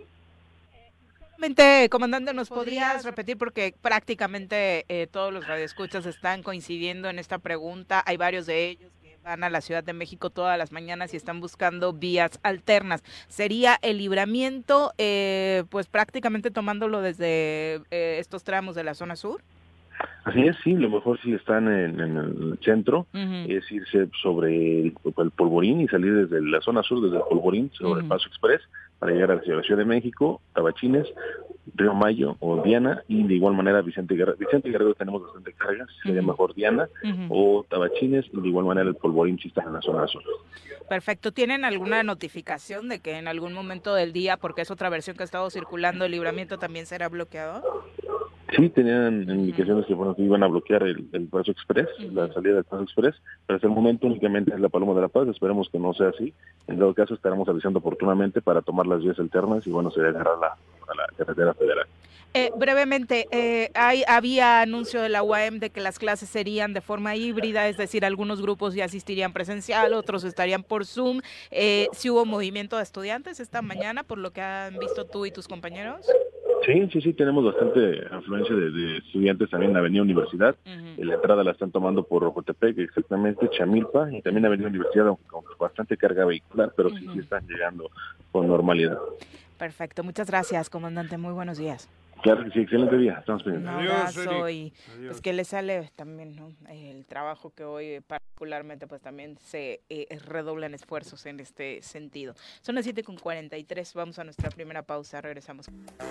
Comandante, ¿nos podrías repetir? Porque prácticamente eh, todos los radioescuchas están coincidiendo en esta pregunta. Hay varios de ellos que van a la Ciudad de México todas las mañanas y están buscando vías alternas. ¿Sería el Libramiento, eh, pues prácticamente tomándolo desde eh, estos tramos de la zona sur? Así es, sí, lo mejor si están en, en el centro, uh-huh. es irse sobre el, el Polvorín y salir desde la zona sur, desde el Polvorín, sobre uh-huh. el Paso Express, para llegar a la Ciudad de México, Tabachines, Río Mayo o Diana, y de igual manera Vicente Guerrero. Vicente Guerrero tenemos bastante cargas, sería uh-huh. mejor Diana uh-huh. o Tabachines, y de igual manera el Polvorín si están en la zona sur. Perfecto. ¿Tienen alguna notificación de que en algún momento del día, porque es otra versión que ha estado circulando, el Libramiento también será bloqueado? Sí, tenían indicaciones que, bueno, que iban a bloquear el, el Paso Express, uh-huh. la salida del Paso Express, pero hasta el momento únicamente es la Paloma de la Paz. Esperemos que no sea así. En todo caso, estaremos avisando oportunamente para tomar las vías alternas y, bueno, se agarrar la, a la carretera federal. Eh, brevemente, eh, hay, había anuncio de la U A M de que las clases serían de forma híbrida, es decir, algunos grupos ya asistirían presencial, otros estarían por Zoom. Eh, ¿sí hubo movimiento de estudiantes esta mañana, por lo que han visto tú y tus compañeros? Sí, sí, sí, tenemos bastante afluencia de, de estudiantes también en Avenida Universidad. Uh-huh. La entrada la están tomando por Rojotepec, exactamente, Chamilpa, y también Avenida Universidad, aunque con bastante carga vehicular, pero uh-huh. sí, sí están llegando con normalidad. Perfecto, muchas gracias, comandante, muy buenos días. Claro que sí, excelente día, estamos pendientes. Un abrazo y pues que le sale también, ¿no? El trabajo que hoy particularmente pues también se eh, redoblan esfuerzos en este sentido. Son las siete con cuarenta y tres, vamos a nuestra primera pausa, regresamos.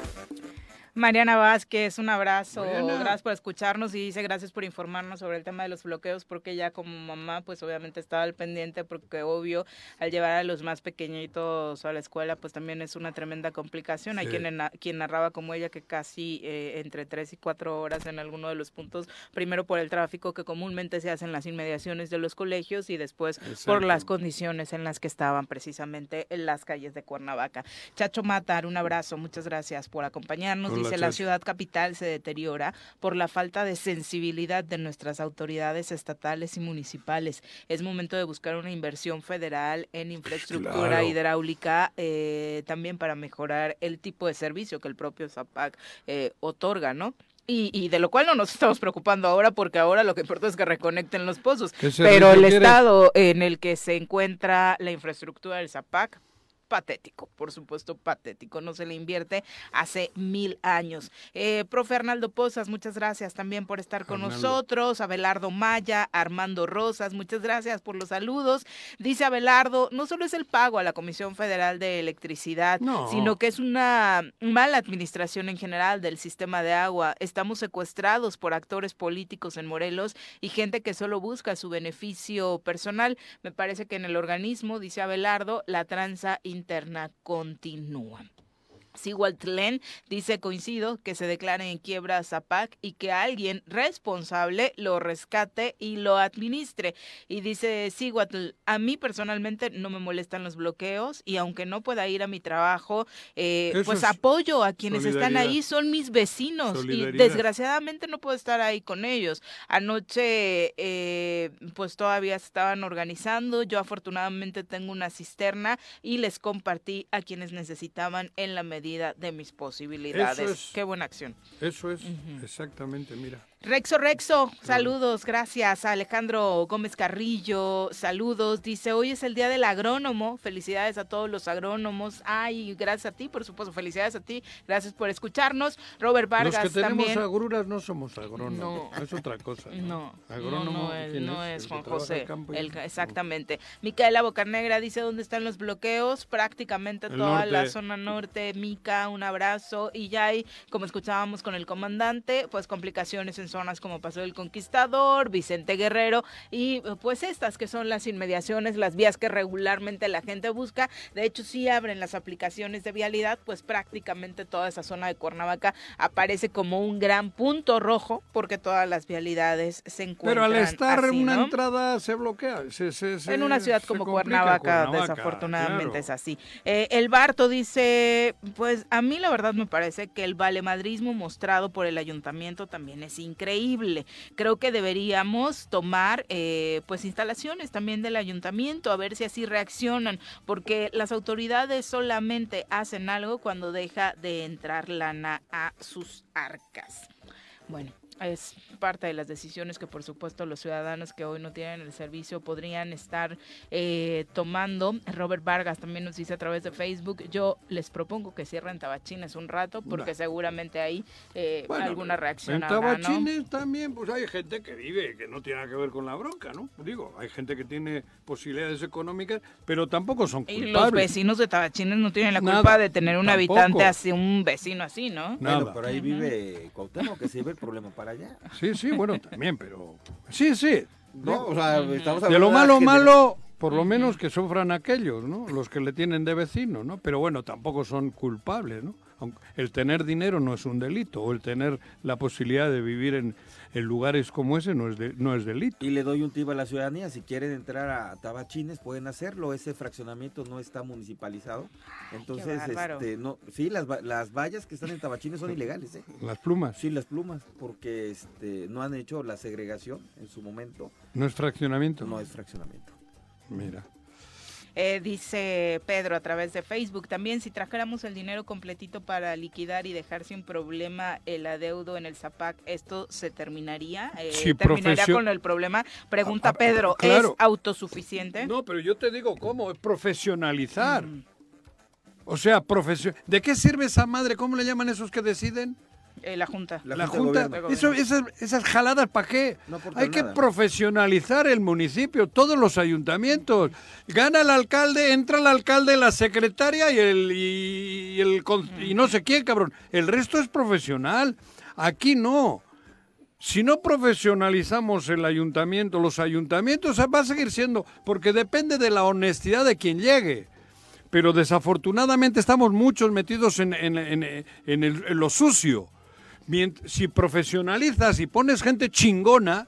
Mariana Vázquez, un abrazo, Mariana. Gracias por escucharnos y dice gracias por informarnos sobre el tema de los bloqueos, porque ella como mamá pues obviamente estaba al pendiente, porque obvio al llevar a los más pequeñitos a la escuela pues también es una tremenda complicación. Sí. Hay quien, quien narraba como ella que casi eh, entre tres y cuatro horas en alguno de los puntos, primero por el tráfico que comúnmente se hace en las inmediaciones de los colegios y después Exacto. por las condiciones en las que estaban precisamente en las calles de Cuernavaca. Chacho Matar, un abrazo, muchas gracias por acompañarnos. Hola, dice, Chacho. La ciudad capital se deteriora por la falta de sensibilidad de nuestras autoridades estatales y municipales. Es momento de buscar una inversión federal en infraestructura claro. hidráulica, eh, también para mejorar el tipo de servicio que el propio ZAPAC Eh, otorga, ¿no? Y, y de lo cual no nos estamos preocupando ahora, porque ahora lo que importa es que reconecten los pozos. Pero el estado en el que se encuentra la infraestructura del ZAPAC, patético, por supuesto patético, no se le invierte hace mil años. Eh, profe Arnaldo Pozas, muchas gracias también por estar con Arnaldo. nosotros, Abelardo Maya, Armando Rosas, muchas gracias por los saludos. Dice Abelardo, no solo es el pago a la Comisión Federal de Electricidad, no. sino que es una mala administración en general del sistema de agua. Estamos secuestrados por actores políticos en Morelos y gente que solo busca su beneficio personal. Me parece que en el organismo, dice Abelardo, la tranza interna continúa. Sigualtlén dice, coincido, que se declare en quiebra ZAPAC y que alguien responsable lo rescate y lo administre. Y dice Siguatl, a mí personalmente no me molestan los bloqueos y aunque no pueda ir a mi trabajo, eh, pues apoyo a quienes están ahí, son mis vecinos y desgraciadamente no puedo estar ahí con ellos. Anoche eh, pues todavía se estaban organizando, yo afortunadamente tengo una cisterna y les compartí a quienes necesitaban en la medida de mis posibilidades. Es, Qué buena acción. Eso es, uh-huh. exactamente, mira. Rexo Rexo, saludos, gracias. A Alejandro Gómez Carrillo, saludos. Dice, hoy es el día del agrónomo, felicidades a todos los agrónomos. Ay, gracias a ti, por supuesto, felicidades a ti, gracias por escucharnos. Robert Vargas también. Los que tenemos también. agruras no somos agrónomos, no. es otra cosa. No, no, agrónomo, no, no es, no es, es Juan José. El, exactamente. No. Micaela Bocanegra dice, ¿dónde están los bloqueos? Prácticamente el toda norte. La zona norte. Mica, un abrazo. Y ya hay, como escuchábamos con el comandante, pues complicaciones en en zonas como Paso del Conquistador, Vicente Guerrero y pues estas que son las inmediaciones, las vías que regularmente la gente busca. De hecho, si abren las aplicaciones de vialidad, pues prácticamente toda esa zona de Cuernavaca aparece como un gran punto rojo porque todas las vialidades se encuentran Pero al estar así, una ¿no? entrada se bloquea. Se, se, se, en una ciudad como Cuernavaca, Cuernavaca, desafortunadamente claro. es así. Eh, el Barto dice, pues a mí la verdad me parece que el valemadrismo mostrado por el ayuntamiento también es increíble. Creo que deberíamos tomar eh, pues instalaciones también del ayuntamiento, a ver si así reaccionan, porque las autoridades solamente hacen algo cuando deja de entrar lana a sus arcas. Bueno, es parte de las decisiones que por supuesto los ciudadanos que hoy no tienen el servicio podrían estar eh, tomando. Robert Vargas también nos dice a través de Facebook, yo les propongo que cierren Tabachines un rato porque no. seguramente hay eh, bueno, alguna reacción en habrá, Tabachines ¿no? también pues hay gente que vive, que no tiene nada que ver con la bronca, ¿no? Digo, hay gente que tiene posibilidades económicas, pero tampoco son culpables. Y los vecinos de Tabachines no tienen la culpa Nada, de tener un tampoco. habitante así, un vecino así, ¿no? Nada. Bueno, pero ahí vive Cuauhtémoc, que se ve el problema para allá. Sí, sí, bueno, también, pero... Sí, sí. No, o sea, estamos de lo malo, malo, por lo menos que sufran aquellos, ¿no? Los que le tienen de vecino, ¿no? Pero bueno, tampoco son culpables, ¿no? El tener dinero no es un delito, o el tener la posibilidad de vivir en, en lugares como ese no es, de, no es delito. Y le doy un tip a la ciudadanía, si quieren entrar a Tabachines pueden hacerlo, ese fraccionamiento no está municipalizado, entonces, este, no, sí, las, las vallas que están en Tabachines son ilegales, ¿eh? Las plumas. Sí, las plumas, porque este, no han hecho la segregación en su momento. ¿No es fraccionamiento? No es fraccionamiento. Mira. Eh, dice Pedro a través de Facebook, también si trajéramos el dinero completito para liquidar y dejar sin problema el adeudo en el Zapac, ¿esto se terminaría? Eh, sí, ¿Terminaría profesio... con el problema? Pregunta a, a, Pedro, claro. ¿es autosuficiente? No, pero yo te digo, ¿cómo? Es profesionalizar. Mm. O sea, profesio... ¿de qué sirve esa madre? ¿Cómo le llaman esos que deciden? Eh, la Junta. La, la Junta, de eso, esas, esas jaladas, ¿para qué? No Hay que nada. profesionalizar el municipio, todos los ayuntamientos. Gana el alcalde, entra el alcalde, la secretaria y el y, y el y no sé quién, cabrón. El resto es profesional. Aquí no. Si no profesionalizamos el ayuntamiento, los ayuntamientos va a seguir siendo, porque depende de la honestidad de quien llegue. Pero desafortunadamente estamos muchos metidos en, en, en, en, el, en lo sucio. Si profesionalizas y pones gente chingona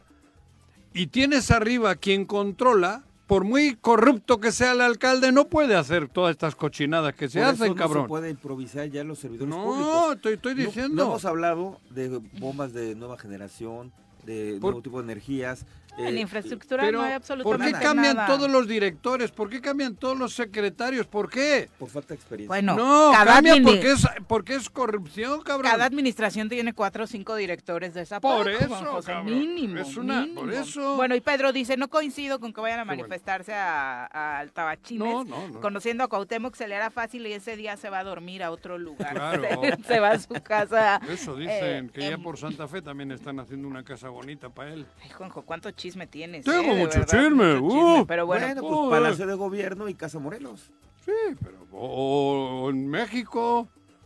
y tienes arriba quien controla, por muy corrupto que sea el alcalde, no puede hacer todas estas cochinadas que se por hacen, eso no cabrón. No se puede improvisar ya los servidores no, públicos. No, estoy, estoy diciendo. No, no hemos hablado de bombas de nueva generación, de por, nuevo tipo de energías. En eh, infraestructura pero, no hay absolutamente ¿por qué cambian nada? todos los directores? ¿Por qué cambian todos los secretarios? ¿Por qué? Por falta de experiencia. Bueno, no, cambian porque es, porque es corrupción, cabrón. Cada administración tiene cuatro o cinco directores de esa Por parte, eso, José, cabrón. mínimo, Es una, mínimo. por eso. Bueno, y Pedro dice, no coincido con que vayan a Qué manifestarse bueno. a, a Tabachines. No, no, no. Conociendo a Cuauhtémoc se le hará fácil y ese día se va a dormir a otro lugar. Claro. se, se va a su casa. Eso dicen, eh, que ya eh, por Santa Fe también están haciendo una casa bonita para él. Ay, Juanjo, ¿cuánto chisme tienes? Tengo eh, mucho verdad, chisme. mucho Uh, chisme. Pero bueno, bueno pues uh, Palacio de Gobierno y Casa Morelos. Sí, pero o, o en México.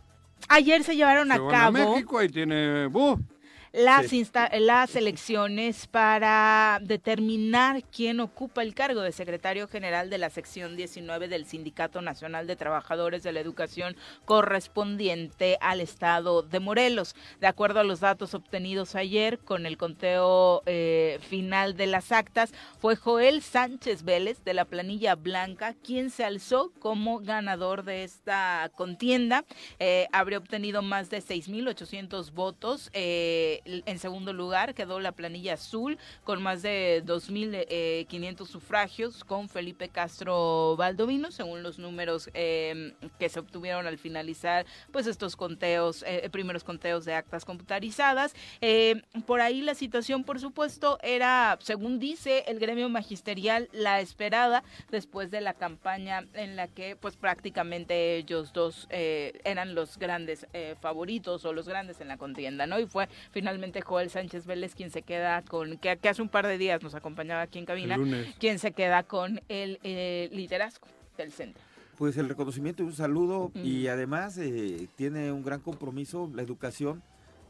Ayer se llevaron se a van cabo. A México, ahí tiene. Uh, Las, Sí. insta- las elecciones para determinar quién ocupa el cargo de secretario general de la sección diecinueve del Sindicato Nacional de Trabajadores de la Educación correspondiente al estado de Morelos. De acuerdo a los datos obtenidos ayer con el conteo eh, final de las actas, fue Joel Sánchez Vélez de la planilla blanca quien se alzó como ganador de esta contienda. Eh, habría obtenido más de seis mil ochocientos votos. Eh, En segundo lugar quedó la planilla azul con más de dos mil quinientos sufragios con Felipe Castro Baldovino, según los números eh, que se obtuvieron al finalizar pues estos conteos, eh, primeros conteos de actas computarizadas. Eh, por ahí la situación, por supuesto, era, según dice el gremio magisterial, la esperada después de la campaña en la que pues prácticamente ellos dos eh, eran los grandes eh, favoritos o los grandes en la contienda, ¿no? Y fue finalmente Joel Sánchez Vélez quien se queda con, que, que hace un par de días nos acompañaba aquí en cabina, quien se queda con el eh, liderazgo del centro. Pues el reconocimiento y un saludo, Uh-huh. y además eh, tiene un gran compromiso la educación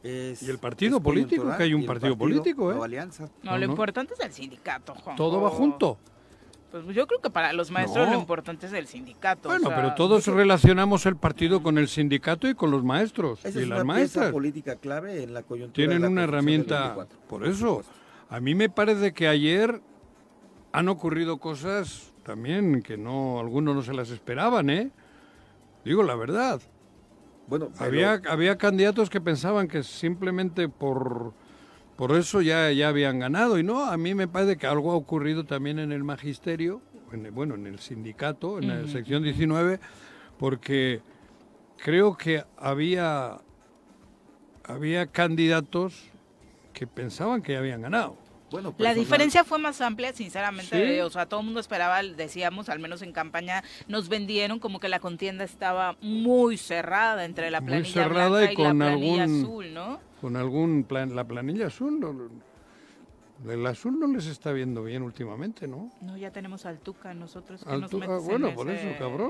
Es, y el partido es político, que hay un partido, partido, político, ¿eh? O alianza. No, No, lo no. importante es el sindicato, Juanjo. Todo va junto. Pues yo creo que para los maestros No. lo importante es el sindicato. Bueno, o sea, pero todos relacionamos el partido con el sindicato y con los maestros Esa y es las una maestras. pieza política clave en la coyuntura. Tienen de la una Constitución del herramienta. veinticuatro. Por eso, a mí me parece que ayer han ocurrido cosas también que no algunos no se las esperaban, ¿eh? Digo la verdad. Bueno, pero- Había había candidatos que pensaban que simplemente por por eso ya ya habían ganado y no, a mí me parece que algo ha ocurrido también en el magisterio, en el- bueno, en el sindicato, en la Ujú. sección diecinueve, porque creo que había había candidatos que pensaban que ya habían ganado. bueno, La personal- diferencia fue más amplia, sinceramente, Sí. eh, o sea, todo el mundo esperaba, decíamos, al menos en campaña, nos vendieron como que la contienda estaba muy cerrada entre la Muy planilla cerrada blanca y y, la con planilla algún- azul, ¿no? Con algún plan, la planilla azul, no- no- el azul no les está viendo bien últimamente, ¿no? No, ya tenemos al Tuca, nosotros que Al nos tu- metes ah, bueno, en por ese- eso, cabrón.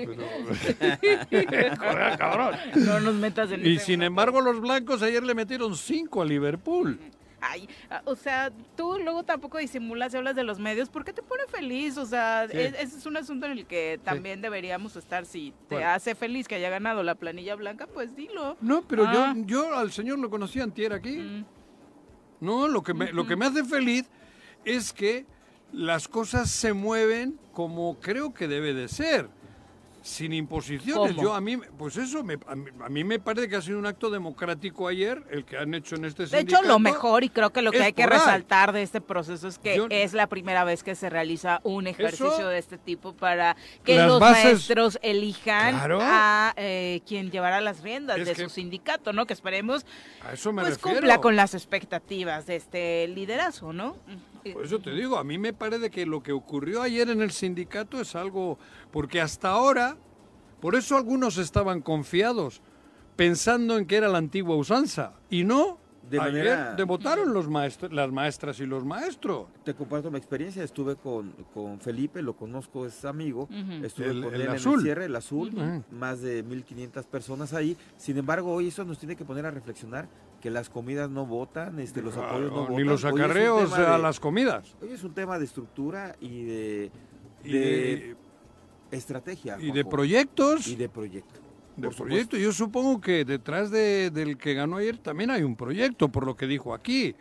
Pero- Joder, cabrón. No nos metas en Y ese sin mundo. embargo los blancos ayer le metieron cinco a Liverpool. Ay, ah, o sea, tú luego tampoco disimulas y hablas de los medios. ¿Por qué te pone feliz? O sea, Sí. es- ese es un asunto en el que también deberíamos estar. Si te ¿Cuál? hace feliz que haya ganado la planilla blanca, pues dilo. No, pero Ah. yo, yo al señor lo conocí antier aquí. Mm. No, lo que, me, lo que me hace feliz es que las cosas se mueven como creo que debe de ser, sin imposiciones. ¿Cómo? Yo a mí, pues eso, me, a, mí, a mí me parece que ha sido un acto democrático ayer, el que han hecho en este De sindicato. hecho, lo mejor y creo que lo que es hay que por ahí. resaltar de este proceso es que Yo- es la primera vez que se realiza un ejercicio Eso- de este tipo para que Las los bases- maestros elijan Claro. a eh, quien llevará las riendas Es de que- su sindicato, ¿no? Que esperemos A eso me pues refiero. cumpla con las expectativas de este liderazgo, ¿no? Por eso te digo, a mí me parece que lo que ocurrió ayer en el sindicato es algo, porque hasta ahora, por eso algunos estaban confiados, pensando en que era la antigua usanza, y no, De ayer manera- de votaron los maestros, las maestras y los maestros. Te comparto mi experiencia, estuve con, con Felipe, lo conozco, es amigo, Ujú. estuve El- con el él en azul. el cierre, el azul, Ujú. más de mil quinientas personas ahí, sin embargo hoy eso nos tiene que poner a reflexionar que las comidas no votan, este, los apoyos no Ah, votan. ni los Hoy es un acarreos tema a de- las comidas. Hoy es un tema de estructura y de, Y de de, estrategia. y de Juanjo, proyectos. y de proyecto. De por proyecto. Yo supongo que detrás de, del que ganó ayer también hay un proyecto, por lo que dijo aquí.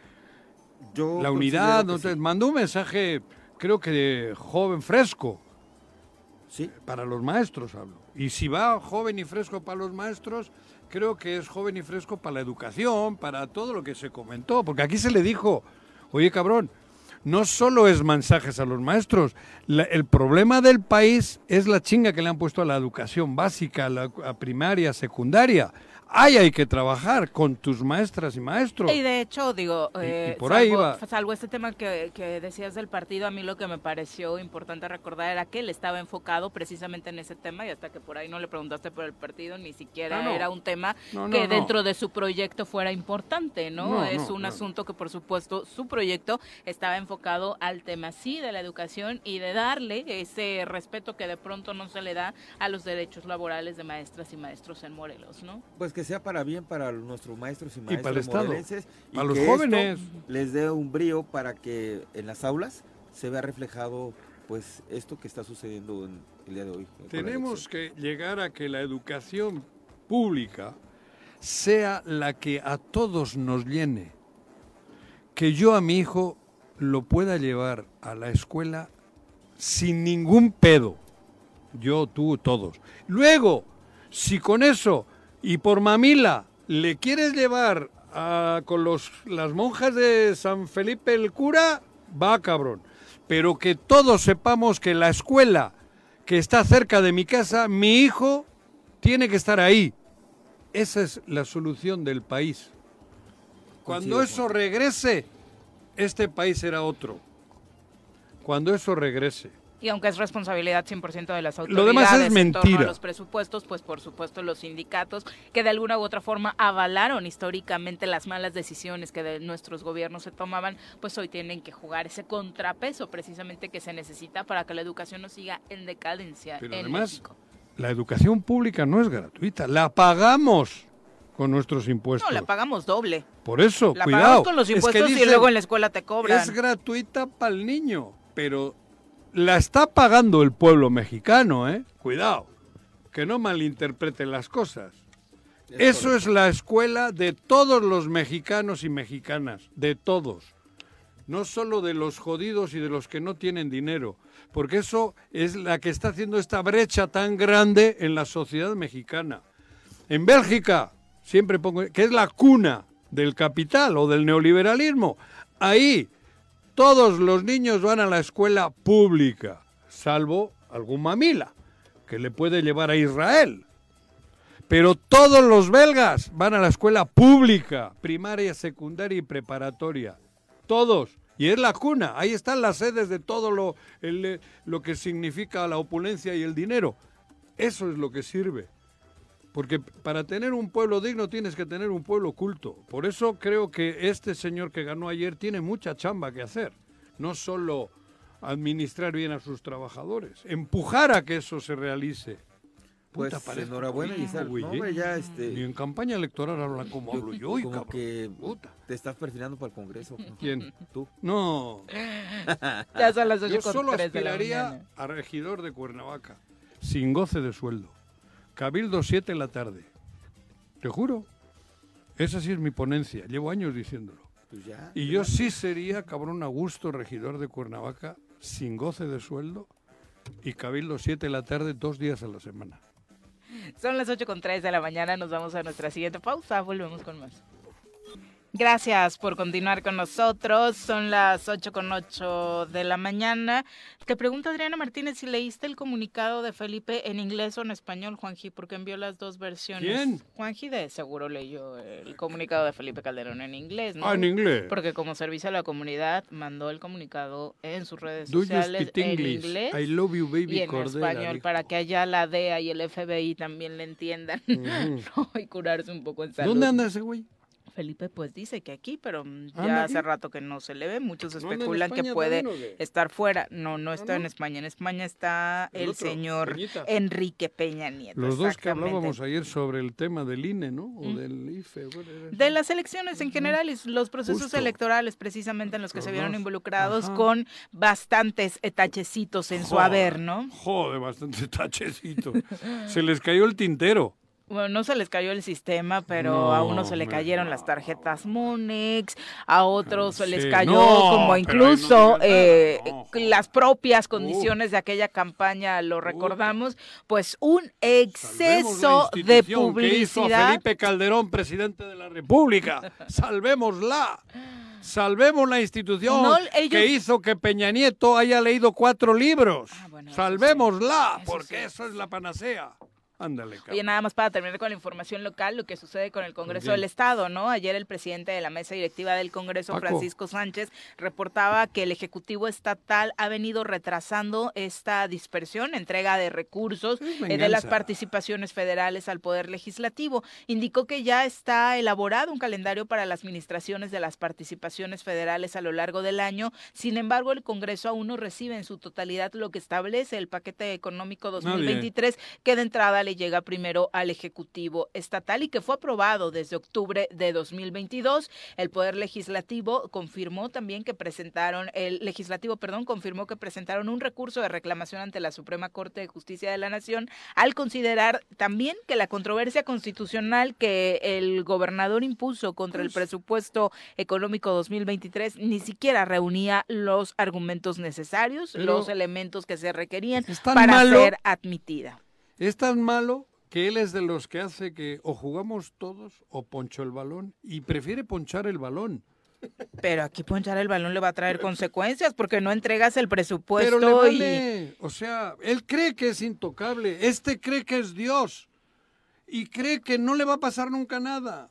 Yo La considero unidad, que no sí. te- mandó un mensaje, creo que de joven fresco. Sí, Para los maestros hablo. Y si va joven y fresco para los maestros, creo que es joven y fresco para la educación, para todo lo que se comentó. Porque aquí se le dijo, oye cabrón, no solo es mensajes a los maestros, la- el problema del país es la chinga que le han puesto a la educación básica, a la a primaria, secundaria. Ahí hay que trabajar con tus maestras y maestros. Y de hecho, digo, Y- y eh, por ahí salvo, va. salvo este tema que, que decías del partido, a mí lo que me pareció importante recordar era que él estaba enfocado precisamente en ese tema y hasta que por ahí no le preguntaste por el partido, ni siquiera Ah, no. era un tema No, no, que no. dentro de su proyecto fuera importante, ¿no? No, es no, un no. asunto que por supuesto su proyecto estaba enfocado al tema sí de la educación y de darle ese respeto que de pronto no se le da a los derechos laborales de maestras y maestros en Morelos, ¿no? pues que sea para bien para nuestros maestros y maestros para el Estado, morelenses y para los que jóvenes. esto les dé un brío para que en las aulas se vea reflejado pues esto que está sucediendo en el día de hoy. con la Tenemos elección. que llegar a que la educación pública sea la que a todos nos llene. Que yo a mi hijo lo pueda llevar a la escuela sin ningún pedo. Yo, tú, todos. Luego, si con eso y por mamila le quieres llevar a- con los, las monjas de San Felipe el cura, va cabrón. Pero que todos sepamos que la escuela que está cerca de mi casa, mi hijo tiene que estar ahí. Esa es la solución del país. Cuando Coincido eso contigo. regrese, este país será otro. Cuando eso regrese. Y aunque es responsabilidad cien por ciento de las Lo autoridades demás es en torno mentira. a los presupuestos, pues por supuesto los sindicatos que de alguna u otra forma avalaron históricamente las malas decisiones que de nuestros gobiernos se tomaban, pues hoy tienen que jugar ese contrapeso precisamente que se necesita para que la educación no siga en decadencia Pero en además, México. la educación pública no es gratuita, la pagamos. con nuestros impuestos. No, la pagamos doble. Por eso, la cuidado. La pagamos con los impuestos es que dicen, y luego en la escuela te cobran. Es gratuita para el niño, pero la está pagando el pueblo mexicano, ¿eh? Cuidado, que no malinterpreten las cosas. Es Eso correcto. Es la escuela de todos los mexicanos y mexicanas, de todos. No solo de los jodidos y de los que no tienen dinero, porque eso es la que está haciendo esta brecha tan grande en la sociedad mexicana. En Bélgica, siempre pongo, que es la cuna del capital o del neoliberalismo, ahí todos los niños van a la escuela pública, salvo algún mamila, que le puede llevar a Israel. Pero todos los belgas van a la escuela pública, primaria, secundaria y preparatoria. Todos. Y es la cuna. Ahí están las sedes de todo lo, el, lo que significa la opulencia y el dinero. Eso es lo que sirve. Porque para tener un pueblo digno tienes que tener un pueblo culto. Por eso creo que este señor que ganó ayer tiene mucha chamba que hacer. No solo administrar bien a sus trabajadores, empujar a que eso se realice. Pues Puta, enhorabuena, Giselle. No, hombre, ya este... Y en campaña electoral hablan como hablo yo, y como cabrón. Que Puta. Te estás perfilando para el Congreso. ¿Quién? Tú. No. Ya son las ocho yo solo aspiraría de a regidor de Cuernavaca, sin goce de sueldo. Cabildo siete en la tarde. Te juro. Esa sí es mi ponencia. Llevo años diciéndolo. Pues ya, y yo sí sería, cabrón, a gusto regidor de Cuernavaca, sin goce de sueldo, y Cabildo siete en la tarde, dos días a la semana. Son las ocho con tres de la mañana, nos vamos a nuestra siguiente pausa, volvemos con más. Gracias por continuar con nosotros, son las ocho con ocho de la mañana. Te pregunta Adriana Martínez si leíste el comunicado de Felipe en inglés o en español, Juanji, porque envió las dos versiones. ¿Quién? Juanji de seguro leyó el comunicado de Felipe Calderón en inglés, ¿no? Ah, en inglés. Porque como servicio a la comunidad mandó el comunicado en sus redes Do sociales you speak en English? inglés I love you, baby, y en Cordera, español dijo. para que allá la D E A y el F B I también le entiendan, uh-huh. ¿no? Y curarse un poco en salud. ¿Dónde anda ese güey? Felipe pues dice que aquí, pero ya ¿Anda hace aquí? rato que no se le ve, muchos ¿No especulan anda en que puede también, estar fuera. No, no está ¿Ah, no? en España, en España está el, El otro, señor Peñita. Enrique Peña Nieto. Los dos que exactamente. hablábamos ayer sobre el tema del I N E, ¿no? O Mm. del I F E. bueno, era eso. De las elecciones en general y los procesos Justo. electorales precisamente en los que Los se vieron dos. involucrados Ajá. con bastantes eh, tachecitos en su Joder, haber, ¿no? Joder, bastante tachecito. Se les cayó el tintero. Bueno, no se les cayó el sistema, pero No, a unos se le hombre, cayeron no. las tarjetas Monex, a otros se les Sí, cayó no, como pero ahí incluso no digas eh, nada, no, joder. las propias condiciones de aquella campaña, lo recordamos, pues un exceso Salvemos la de institución que hizo a publicidad. Felipe Calderón, presidente de la República. Salvémosla. Salvemos la institución No, ellos- que hizo que Peña Nieto haya leído cuatro libros. Ah, bueno, eso Salvémosla, sí, eso porque sí. eso es la panacea. Ándale, cabrón. Oye, nada más para terminar con la información local, lo que sucede con el Congreso quién? del Estado, ¿no? Ayer el presidente de la mesa directiva del Congreso, Paco. Francisco Sánchez, reportaba que el Ejecutivo Estatal ha venido retrasando esta dispersión, entrega de recursos Es eh, de las venganza. participaciones federales al Poder Legislativo. Indicó que ya está elaborado un calendario para las administraciones de las participaciones federales a lo largo del año. Sin embargo, el Congreso aún no recibe en su totalidad lo que establece el paquete económico dos mil veintitrés, que de entrada le llega primero al Ejecutivo Estatal y que fue aprobado desde octubre de dos mil veintidós. El Poder Legislativo confirmó también que presentaron, el Legislativo, perdón, confirmó que presentaron un recurso de reclamación ante la Suprema Corte de Justicia de la Nación al considerar también que la controversia constitucional que el gobernador impuso contra el presupuesto económico dos mil veintitrés ni siquiera reunía los argumentos necesarios, Pero los elementos que se requerían es tan para malo- ser admitida. Es tan malo que él es de los que hace que o jugamos todos o poncho el balón y prefiere ponchar el balón. Pero aquí ponchar el balón le va a traer consecuencias porque no entregas el presupuesto. Pero le y vale, o sea, él cree que es intocable, este cree que es Dios y cree que no le va a pasar nunca nada.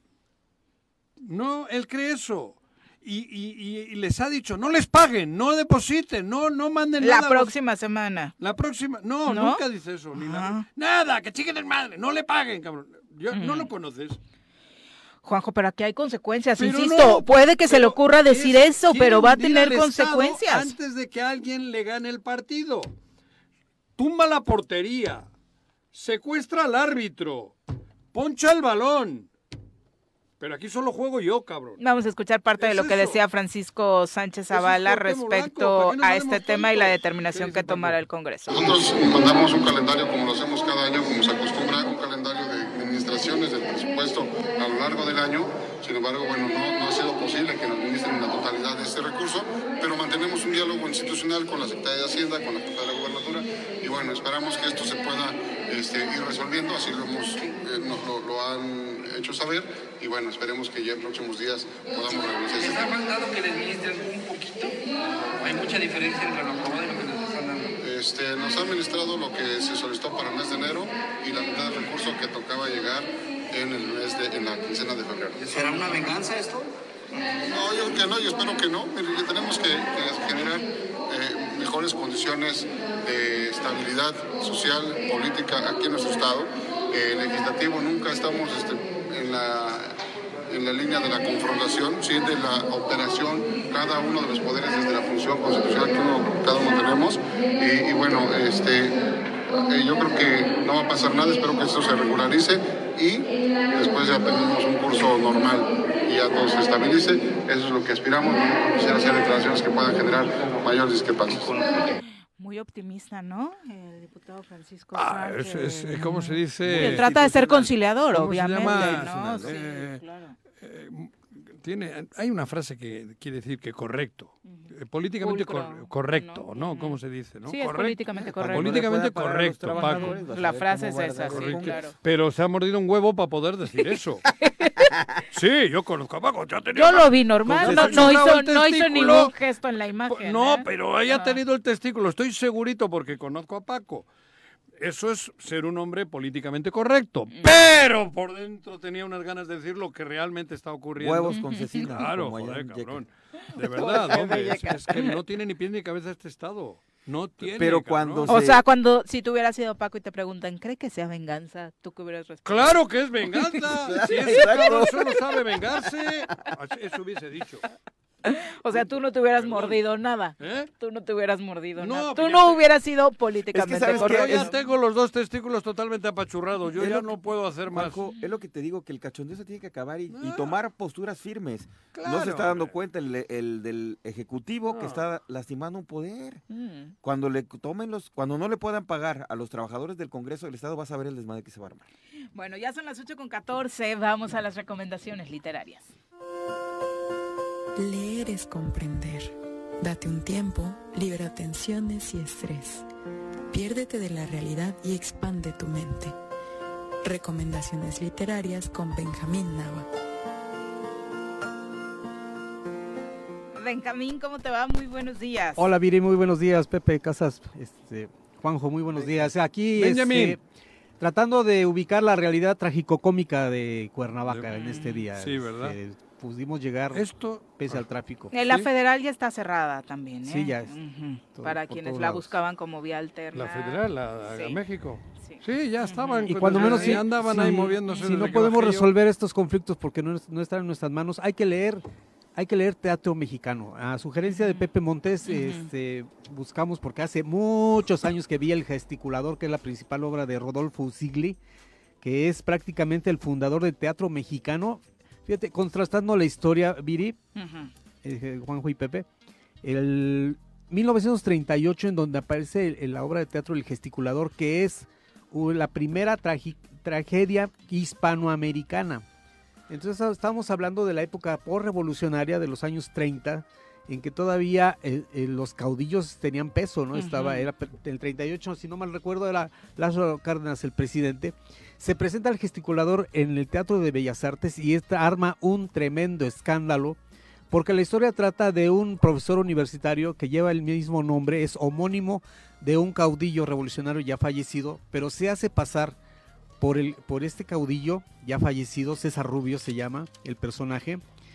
No, él cree eso. Y, y, y, y les ha dicho, no les paguen, no depositen, no, no manden la nada. a los- próxima semana. La próxima, no, ¿No? nunca dice eso. Ni la- Ajá. nada, que chiquen el madre, no le paguen, cabrón. Yo, Ujú. ¿No lo conoces? Juanjo, pero aquí hay consecuencias, Pero insisto, no, puede que se le pero ocurra decir es- eso, quiere pero va a hundir tener al Estado consecuencias. Antes de que alguien le gane el partido. Tumba la portería, secuestra al árbitro, poncha el balón, Pero aquí solo juego yo, cabrón. Vamos a escuchar parte de lo que decía Francisco Sánchez Zavala respecto a este tema y la determinación que tomará el Congreso. Nosotros mandamos un calendario, como lo hacemos cada año, como se acostumbra, un calendario de administraciones del presupuesto a lo largo del año. Sin embargo, bueno, no, no ha sido posible que nos ministren la totalidad de este recurso, pero mantenemos un diálogo institucional con la Secretaría de Hacienda, con la Junta de la Gobernatura, y bueno, esperamos que esto se pueda este, ir resolviendo, así lo, hemos, eh, nos lo, lo han hecho saber, y bueno, esperemos que ya en próximos días podamos regresar. ¿Les ha mandado que les ministren un poquito? ¿Hay mucha diferencia entre lo aprobado y lo que les están dando? Este, nos ha administrado lo que se solicitó para el mes de enero y la mitad del recurso que tocaba llegar en el mes de, en la quincena de febrero. ¿Será una venganza esto? No, yo creo que no, yo espero que no. Mire, tenemos que, que generar eh, mejores condiciones de estabilidad social, política aquí en nuestro estado. Eh, legislativo nunca estamos este, en la en la línea de la confrontación, sí, de la operación, cada uno de los poderes desde la función constitucional que uno, cada uno tenemos. Y, y bueno, este, eh, yo creo que no va a pasar nada, espero que esto se regularice y después ya tenemos un curso normal y ya todo se estabilice. Eso es lo que aspiramos. No quisiera hacer declaraciones que puedan generar mayores discrepancias. Muy optimista, ¿no? El diputado Francisco Ah, Sánchez. es, es, ¿cómo se dice? Sí, trata de ser conciliador, ¿Cómo obviamente, se llama? ¿no? Sí, Eh, claro. eh, tiene, hay una frase que quiere decir que correcto, uh-huh. políticamente cor, correcto, ¿no? ¿no? ¿Cómo se dice? ¿no? Sí, es correcto. políticamente correcto. Políticamente correcto, Paco. La frase es esa, sí, claro. Pero se ha mordido un huevo para poder decir eso. Sí, yo conozco a Paco. Ya yo lo vi normal, no, no, hizo, no hizo ningún gesto en la imagen. No, ¿eh? pero haya ah. tenido el testículo, estoy segurito porque conozco a Paco. Eso es ser un hombre políticamente correcto, pero por dentro tenía unas ganas de decir lo que realmente está ocurriendo. Huevos con cecina. Claro, joder, cabrón. De verdad, hombre, es, es que no tiene ni pies ni cabeza este estado. No tiene, pero cuando se... O sea, cuando, si tú hubieras sido Paco y te preguntan, ¿cree que sea venganza? ¿Tú qué hubieras respondido? ¡Claro que es venganza! Si ese cabrón solo sabe vengarse, eso hubiese dicho. O sea, tú no te hubieras Perdón. mordido nada. ¿Eh? Tú no te hubieras mordido no, nada. Tú no te... hubieras sido políticamente es que correcto. Yo ya tengo los dos testículos totalmente apachurrados. Yo ya no que, puedo hacer más. Marco, es lo que te digo, que el cachondeo se tiene que acabar y, ah. y tomar posturas firmes. Claro, no se está dando hombre. cuenta el, el del ejecutivo no. que está lastimando un poder. Mm. Cuando le tomen los, cuando no le puedan pagar a los trabajadores del Congreso del Estado, vas a ver el desmadre que se va a armar. Bueno, ya son las ocho con catorce. Vamos a las recomendaciones literarias. Leer es comprender. Date un tiempo, libera tensiones y estrés. Piérdete de la realidad y expande tu mente. Recomendaciones literarias con Benjamín Nava. Benjamín, ¿cómo te va? Muy buenos días. Hola, Viri, muy buenos días. Pepe Casas, este, Juanjo, muy buenos días. Aquí, Benjamín. Este, tratando de ubicar la realidad tragicocómica de Cuernavaca de... en este día. Sí, ¿verdad? Este, pudimos llegar esto pese al tráfico. La ¿Sí? federal ya está cerrada también, ¿eh? Sí, ya es. Uh-huh. Todo, Para quienes la lados. buscaban como vía alterna. La federal, la, sí. a México. Sí, sí ya estaban. Y cuando menos sí, sí, andaban sí, ahí moviéndose. Si no podemos resolver estos conflictos porque no, no están en nuestras manos, hay que leer, hay que leer teatro mexicano. A sugerencia de Pepe Montes, uh-huh. este, buscamos, porque hace muchos años que vi El Gesticulador, que es la principal obra de Rodolfo Usigli, que es prácticamente el fundador del teatro mexicano. Fíjate, contrastando la historia, Viri, uh-huh. eh, Juanjo y Pepe, el mil novecientos treinta y ocho, en donde aparece en la obra de teatro El Gesticulador, que es uh, la primera tragi- tragedia hispanoamericana. Entonces estamos hablando de la época postrevolucionaria de los años treinta, en que todavía eh, eh, los caudillos tenían peso, ¿no? Uh-huh. Estaba, era el treinta y ocho, si no mal recuerdo, era Lázaro Cárdenas el presidente. Se presenta El Gesticulador en el Teatro de Bellas Artes y esta arma un tremendo escándalo, porque la historia trata de un profesor universitario que lleva el mismo nombre, es homónimo de un caudillo revolucionario ya fallecido, pero se hace pasar por, el, por este caudillo ya fallecido, César Rubio se llama el personaje.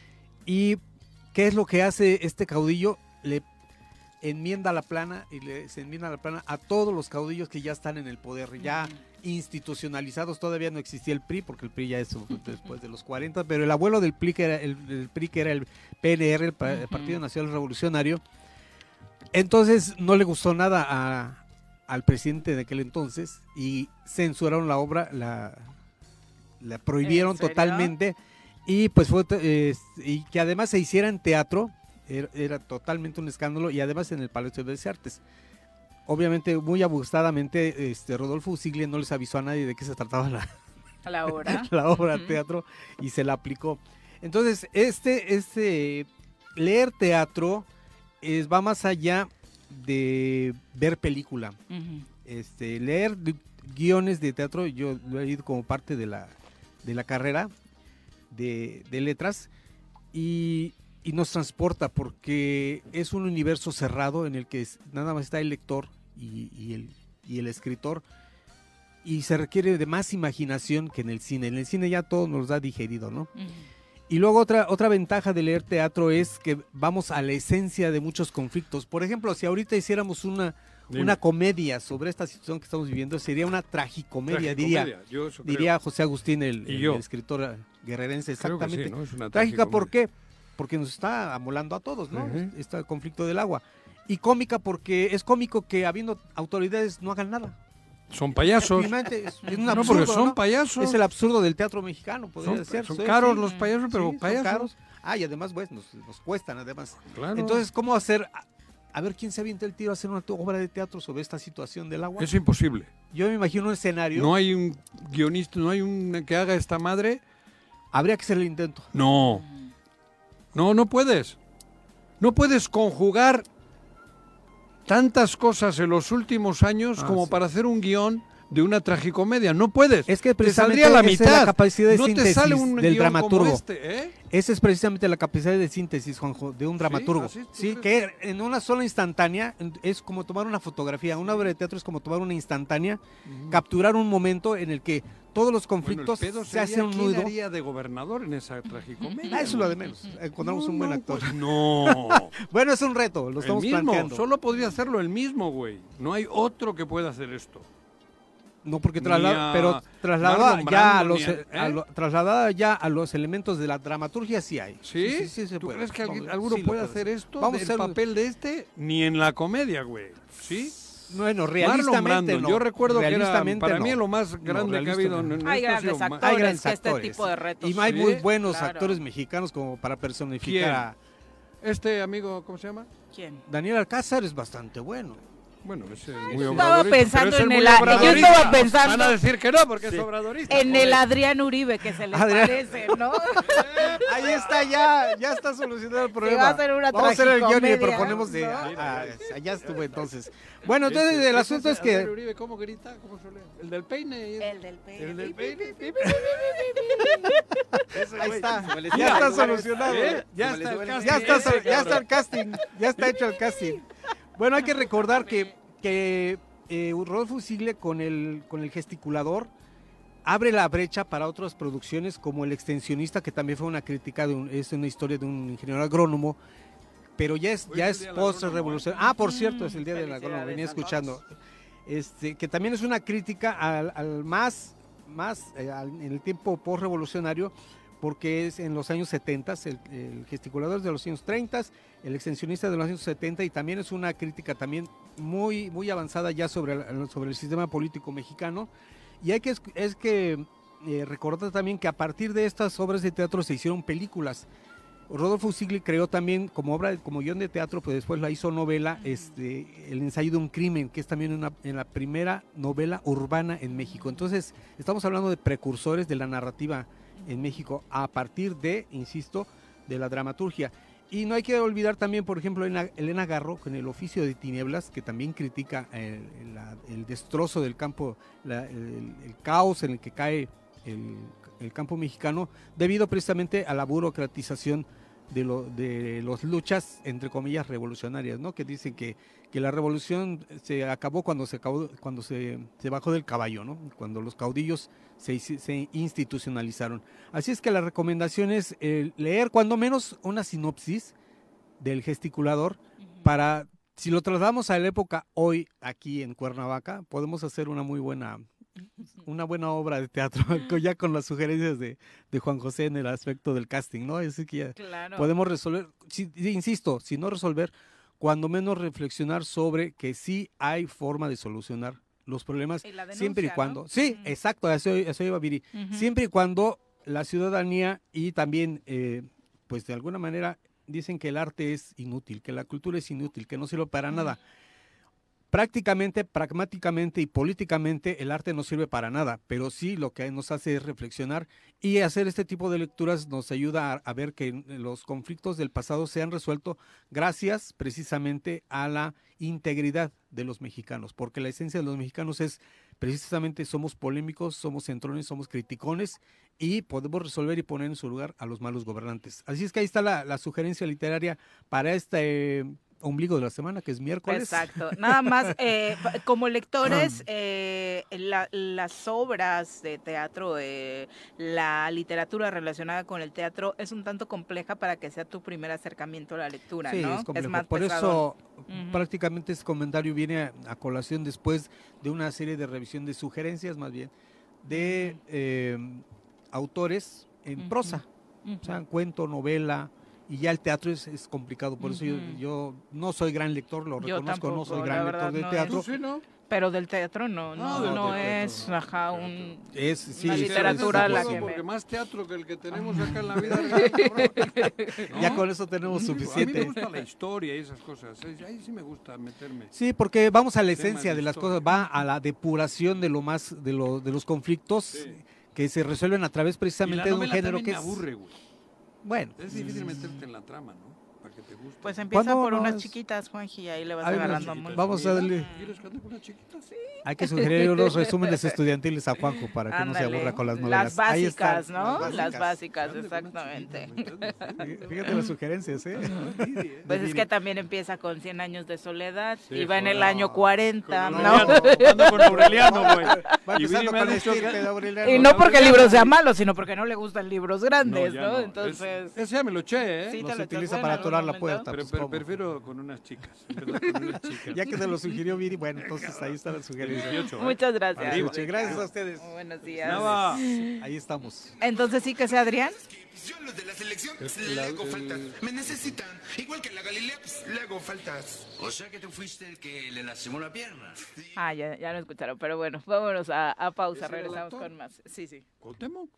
¿Y qué es lo que hace este caudillo? Le enmienda la plana y le, se enmienda la plana a todos los caudillos que ya están en el poder, ya uh-huh. institucionalizados. Todavía no existía el P R I, porque el P R I ya es después de los cuarenta, pero el abuelo del P R I, que era el, el P R I, que era el P N R, el, el Partido Nacional Revolucionario, entonces no le gustó nada a, al presidente de aquel entonces y censuraron la obra, la, la prohibieron totalmente. y pues fue eh, y que además se hiciera en teatro era, era totalmente un escándalo, y además en el Palacio de Bellas Artes. Obviamente muy abusadamente este Rodolfo Usigli no les avisó a nadie de qué se trataba la, la obra la obra uh-huh. teatro, y se la aplicó. Entonces este este leer teatro es, va más allá de ver película. Uh-huh. Este leer guiones de teatro, yo lo he leído como parte de la de la carrera de, de letras, y, y nos transporta porque es un universo cerrado en el que es, nada más está el lector y, y, el, y el escritor, y se requiere de más imaginación que en el cine. En el cine ya todo nos da digerido, ¿no? Uh-huh. Y luego otra, otra ventaja de leer teatro es que vamos a la esencia de muchos conflictos. Por ejemplo, si ahorita hiciéramos una Dime. una comedia sobre esta situación que estamos viviendo, sería una tragicomedia, tragicomedia. diría Yo diría José Agustín, el, el, el escritor guerrerense, exactamente. Sí, ¿no? Es una trágica, ¿por qué? Porque nos está amolando a todos, ¿no? Uh-huh. Este conflicto del agua. Y cómica porque es cómico que habiendo autoridades no hagan nada. Son payasos. Es, es un absurdo, no, porque son ¿no? payasos. Es el absurdo del teatro mexicano, podría son, ser. Son caros sí, los payasos, pero sí, payasos. Caros. Ah, y además, pues, nos, nos cuestan, además. Claro. Entonces, ¿cómo hacer? A ver quién se avienta el tiro a hacer una obra de teatro sobre esta situación del agua. Es imposible. Yo me imagino un escenario. No hay un guionista, no hay un que haga esta madre. Habría que hacer el intento. No. No, no puedes. No puedes conjugar tantas cosas en los últimos años ah, como sí. para hacer un guión de una tragicomedia. No puedes. Es que precisamente te saldría la esa mitad. es la capacidad de no síntesis te sale un del dramaturgo. Este, ¿eh? Esa es precisamente la capacidad de síntesis, Juanjo, de un dramaturgo. Sí, sí, sí que en una sola instantánea es como tomar una fotografía. Una obra de teatro es como tomar una instantánea, uh-huh. capturar un momento en el que todos los conflictos bueno, se hacen un nudo. ¿Quién haría de gobernador en esa tragicomedia? Ah, eso es lo de menos. Encontramos no, un buen no, actor. Pues no. Bueno, es un reto, lo estamos el mismo, planteando. Solo podría hacerlo el mismo, güey. No hay otro que pueda hacer esto. No, porque traslada, pero trasladada ya a los ¿eh? a lo, trasladada ya a los elementos de la dramaturgia sí hay. ¿Sí? sí, sí, sí se ¿Tú puede. crees que Vamos, alguno sí puede hacer esto? Vamos del a hacer... papel de este, ni en la comedia, güey. ¿Sí? Bueno, realistamente no. Yo recuerdo que era, para no. mí lo más grande no, que ha habido. No. En hay grandes actores, hay grandes que actores. Este tipo de retos. Y hay ¿sí? muy buenos claro. actores mexicanos como para personificar ¿Quién? a... Este amigo, ¿cómo se llama? ¿Quién? Daniel Alcázar es bastante bueno. Bueno, ese es Ay, muy yo estaba pensando en el yo estaba pensando van a decir que no porque sí. es obradorista. En joder. El Adrián Uribe que se le Adrián. Parece, ¿no? Ahí está ya, ya está solucionado el problema. Va a hacer una Vamos a hacer el guión y le comedia, proponemos de ¿no? ah, ah, allá estuvo entonces. Bueno, entonces el, el asunto es que Adrián Uribe, ¿cómo grita? ¿Cómo suele? El del peine. El del peine. El del peine. Ahí está. Ya está solucionado. Ya está el casting. Ya está ya está el casting. Ya está hecho el casting. Bueno, hay que recordar que, que eh, Rodolfo Usigli con el, con el gesticulador abre la brecha para otras producciones como El extensionista, que también fue una crítica, de un, es una historia de un ingeniero agrónomo, pero ya es, ya es post-revolución. Ah, por cierto, es el día del agrónomo, venía escuchando. Este, que también es una crítica al, al más, más eh, al, en el tiempo post-revolucionario, porque es en los años setenta, el, el gesticulador de los años treinta, el extensionista de los años setenta, y también es una crítica también muy, muy avanzada ya sobre el, sobre el sistema político mexicano. Y hay que, es que eh, recordar también que a partir de estas obras de teatro se hicieron películas. Rodolfo Usigli creó también como obra, como guión de teatro, pues después la hizo novela, este, El ensayo de un crimen, que es también una, en la primera novela urbana en México. Entonces, estamos hablando de precursores de la narrativa en México a partir de, insisto, de la dramaturgia. Y no hay que olvidar también, por ejemplo, Elena, Elena Garro con El oficio de tinieblas, que también critica el, el, el destrozo del campo, la, el, el caos en el que cae el, el campo mexicano, debido precisamente a la burocratización de, lo, de las luchas, entre comillas, revolucionarias, ¿no? Que dicen que, que la revolución se acabó cuando se acabó, cuando se, se bajó del caballo, ¿no? Cuando los caudillos se, se institucionalizaron. Así es que la recomendación es eh, leer cuando menos una sinopsis del gesticulador, uh-huh. para, si lo trasladamos a la época hoy aquí en Cuernavaca, podemos hacer una muy buena... una buena obra de teatro, ya con las sugerencias de, de Juan José en el aspecto del casting, ¿no? Es que ya claro. podemos resolver, si, insisto, si no resolver, cuando menos reflexionar sobre que sí hay forma de solucionar los problemas, y denuncia, siempre y cuando, ¿no? sí, uh-huh. exacto, eso, eso iba Viri, uh-huh. siempre y cuando la ciudadanía y también, eh, pues de alguna manera, dicen que el arte es inútil, que la cultura es inútil, que no sirve para nada. Prácticamente, pragmáticamente y políticamente el arte no sirve para nada, pero sí lo que nos hace es reflexionar y hacer este tipo de lecturas nos ayuda a, a ver que los conflictos del pasado se han resuelto gracias precisamente a la integridad de los mexicanos, porque la esencia de los mexicanos es precisamente somos polémicos, somos centrones, somos criticones y podemos resolver y poner en su lugar a los malos gobernantes. Así es que ahí está la, la sugerencia literaria para este... Eh, ombligo de la semana, que es miércoles. Exacto. Nada más, eh, como lectores, eh, la, las obras de teatro, eh, la literatura relacionada con el teatro es un tanto compleja para que sea tu primer acercamiento a la lectura, sí, ¿no? Es complejo. Es más Por pesado. eso uh-huh. prácticamente este comentario viene a, a colación después de una serie de revisión de sugerencias, más bien, de eh, autores en uh-huh. prosa, uh-huh. o sea, cuento, novela. Y ya el teatro es, es complicado, por uh-huh. eso yo, yo no soy gran lector, lo yo reconozco, tampoco, no soy gran lector de no teatro. Es, sí, ¿no? Pero del teatro no, no, no, no es, no. ajá, un, es, sí, una literatura sí, la sí, que porque me... más teatro que el que tenemos acá en la vida real, ¿no? Ya con eso tenemos suficiente. A mí me gusta la historia y esas cosas, ahí sí me gusta meterme. Sí, porque vamos a la esencia de, de las cosas, va a la depuración de lo más, de, lo, de los conflictos sí. que se resuelven a través precisamente de un género que me es... aburre, güey. Bueno. Es difícil meterte en la trama, ¿no? Para que te guste. Pues empieza por no unas es... chiquitas, Juanji, y ahí le vas Hay agarrando unas, muy. Vamos a darle. ¿Quieres cantar con una chiquita? Sí. Hay que sugerir unos resúmenes estudiantiles a Juanjo para que Ándale, no se aburra con las novelas. Las básicas, están, ¿no? las básicas, las básicas exactamente. Fíjate las sugerencias, ¿eh? Pues es que también empieza con cien años de soledad sí, y va en el no, año cuarenta, ¿no? Ando con Aureliano, güey. Va empezando con el estirpe de Aureliano. Y no porque el libro sea malo, sino porque no le gustan libros grandes, ¿no? no. Entonces... Es, ese ya me lo eché, ¿eh? Sí, los utiliza para atorar la puerta. Pero, pues, pero prefiero con unas chicas. Con unas chicas. Ya que te lo sugirió Viri, bueno, entonces ahí está la sugerencia. dieciocho, ¿eh? Muchas gracias. Arriba. Gracias a ustedes. Buenos días. Nava. Ahí estamos. Entonces sí que sea Adrián. Yo los de la selección le hago faltas. Me necesitan. Igual que en la Galilea, pues, le hago faltas. O sea que tú fuiste el que le lastimó la pierna. Ah, ya, ya lo escucharon, pero bueno, vámonos a, a pausa, regresamos con más. Sí, sí. ¿Cuauhtémoc?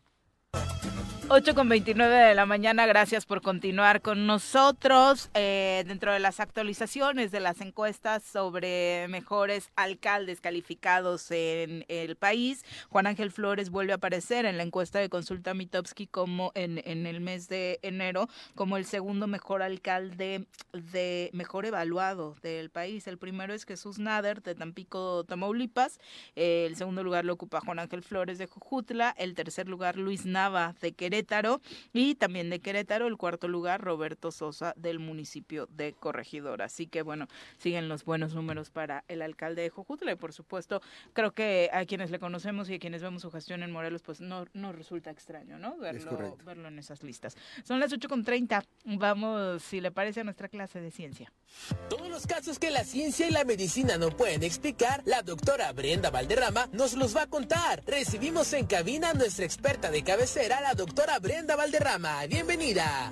ocho con veintinueve de la mañana, gracias por continuar con nosotros. Eh, dentro de las actualizaciones de las encuestas sobre mejores alcaldes calificados en el país, Juan Ángel Flores vuelve a aparecer en la encuesta de Consulta Mitofsky como en, en el mes de enero como el segundo mejor alcalde de mejor evaluado del país. El primero es Jesús Nader de Tampico, Tamaulipas. Eh, el segundo lugar lo ocupa Juan Ángel Flores de Jojutla. El tercer lugar Luis Nava de Querétaro. Y también de Querétaro, el cuarto lugar, Roberto Sosa del municipio de Corregidora. Así que bueno, siguen los buenos números para el alcalde de Jojutla y por supuesto, creo que a quienes le conocemos y a quienes vemos su gestión en Morelos, pues no nos resulta extraño, ¿no? Verlo, verlo en esas listas. Son las ocho con treinta, vamos, si le parece, a nuestra clase de ciencia. Todos los casos que la ciencia y la medicina no pueden explicar, la doctora Brenda Valderrama nos los va a contar. Recibimos en cabina a nuestra experta de cabecera, la doctora Brenda Valderrama. Bienvenida.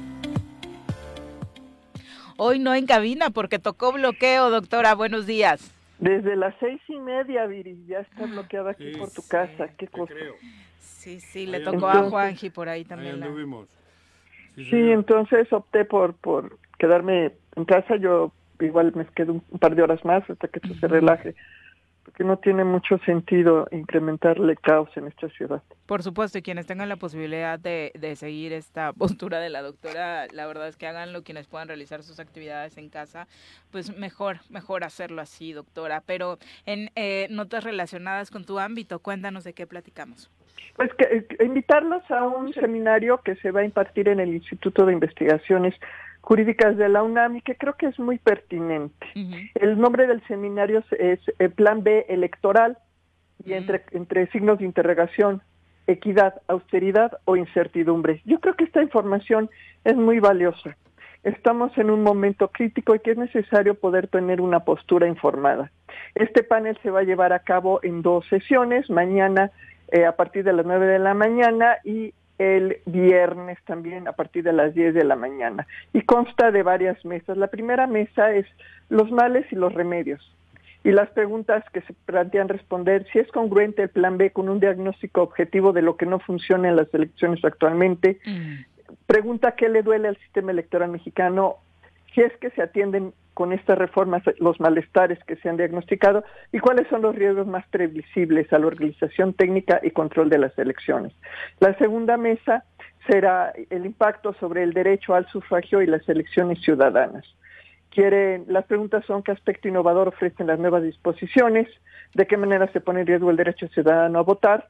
Hoy no en cabina porque tocó bloqueo, doctora. Buenos días. Desde las seis y media, Viri, ya está bloqueada aquí sí, por tu casa. ¿Qué cosa? Creo. Sí, sí, le ahí tocó entonces, a Juanji por ahí también. Ahí anduvimos. Sí, sí, entonces opté por, por quedarme en casa. Yo igual me quedo un, un par de horas más hasta que esto se relaje. Porque no tiene mucho sentido incrementarle caos en esta ciudad. Por supuesto, y quienes tengan la posibilidad de, de seguir esta postura de la doctora, la verdad es que háganlo, quienes puedan realizar sus actividades en casa, pues mejor, mejor hacerlo así, doctora. Pero en eh, notas relacionadas con tu ámbito, cuéntanos de qué platicamos. Pues que, eh, invitarlos a un seminario que se va a impartir en el Instituto de Investigaciones Jurídicas de la UNAM y que creo que es muy pertinente. Uh-huh. El nombre del seminario es, es el Plan B electoral y uh-huh. entre, entre signos de interrogación, equidad, austeridad o incertidumbre. Yo creo que esta información es muy valiosa. Estamos en un momento crítico y que es necesario poder tener una postura informada. Este panel se va a llevar a cabo en dos sesiones, mañana eh, a partir de las nueve de la mañana y el viernes también a partir de las diez de la mañana. Y consta de varias mesas. La primera mesa es los males y los remedios. Y las preguntas que se plantean responder, si es congruente el plan B con un diagnóstico objetivo de lo que no funciona en las elecciones actualmente. Mm. Pregunta qué le duele al sistema electoral mexicano, si es que se atienden con estas reformas los malestares que se han diagnosticado y cuáles son los riesgos más previsibles a la organización técnica y control de las elecciones. La segunda mesa será el impacto sobre el derecho al sufragio y las elecciones ciudadanas. Quieren, las preguntas son qué aspecto innovador ofrecen las nuevas disposiciones, de qué manera se pone en riesgo el derecho ciudadano a votar,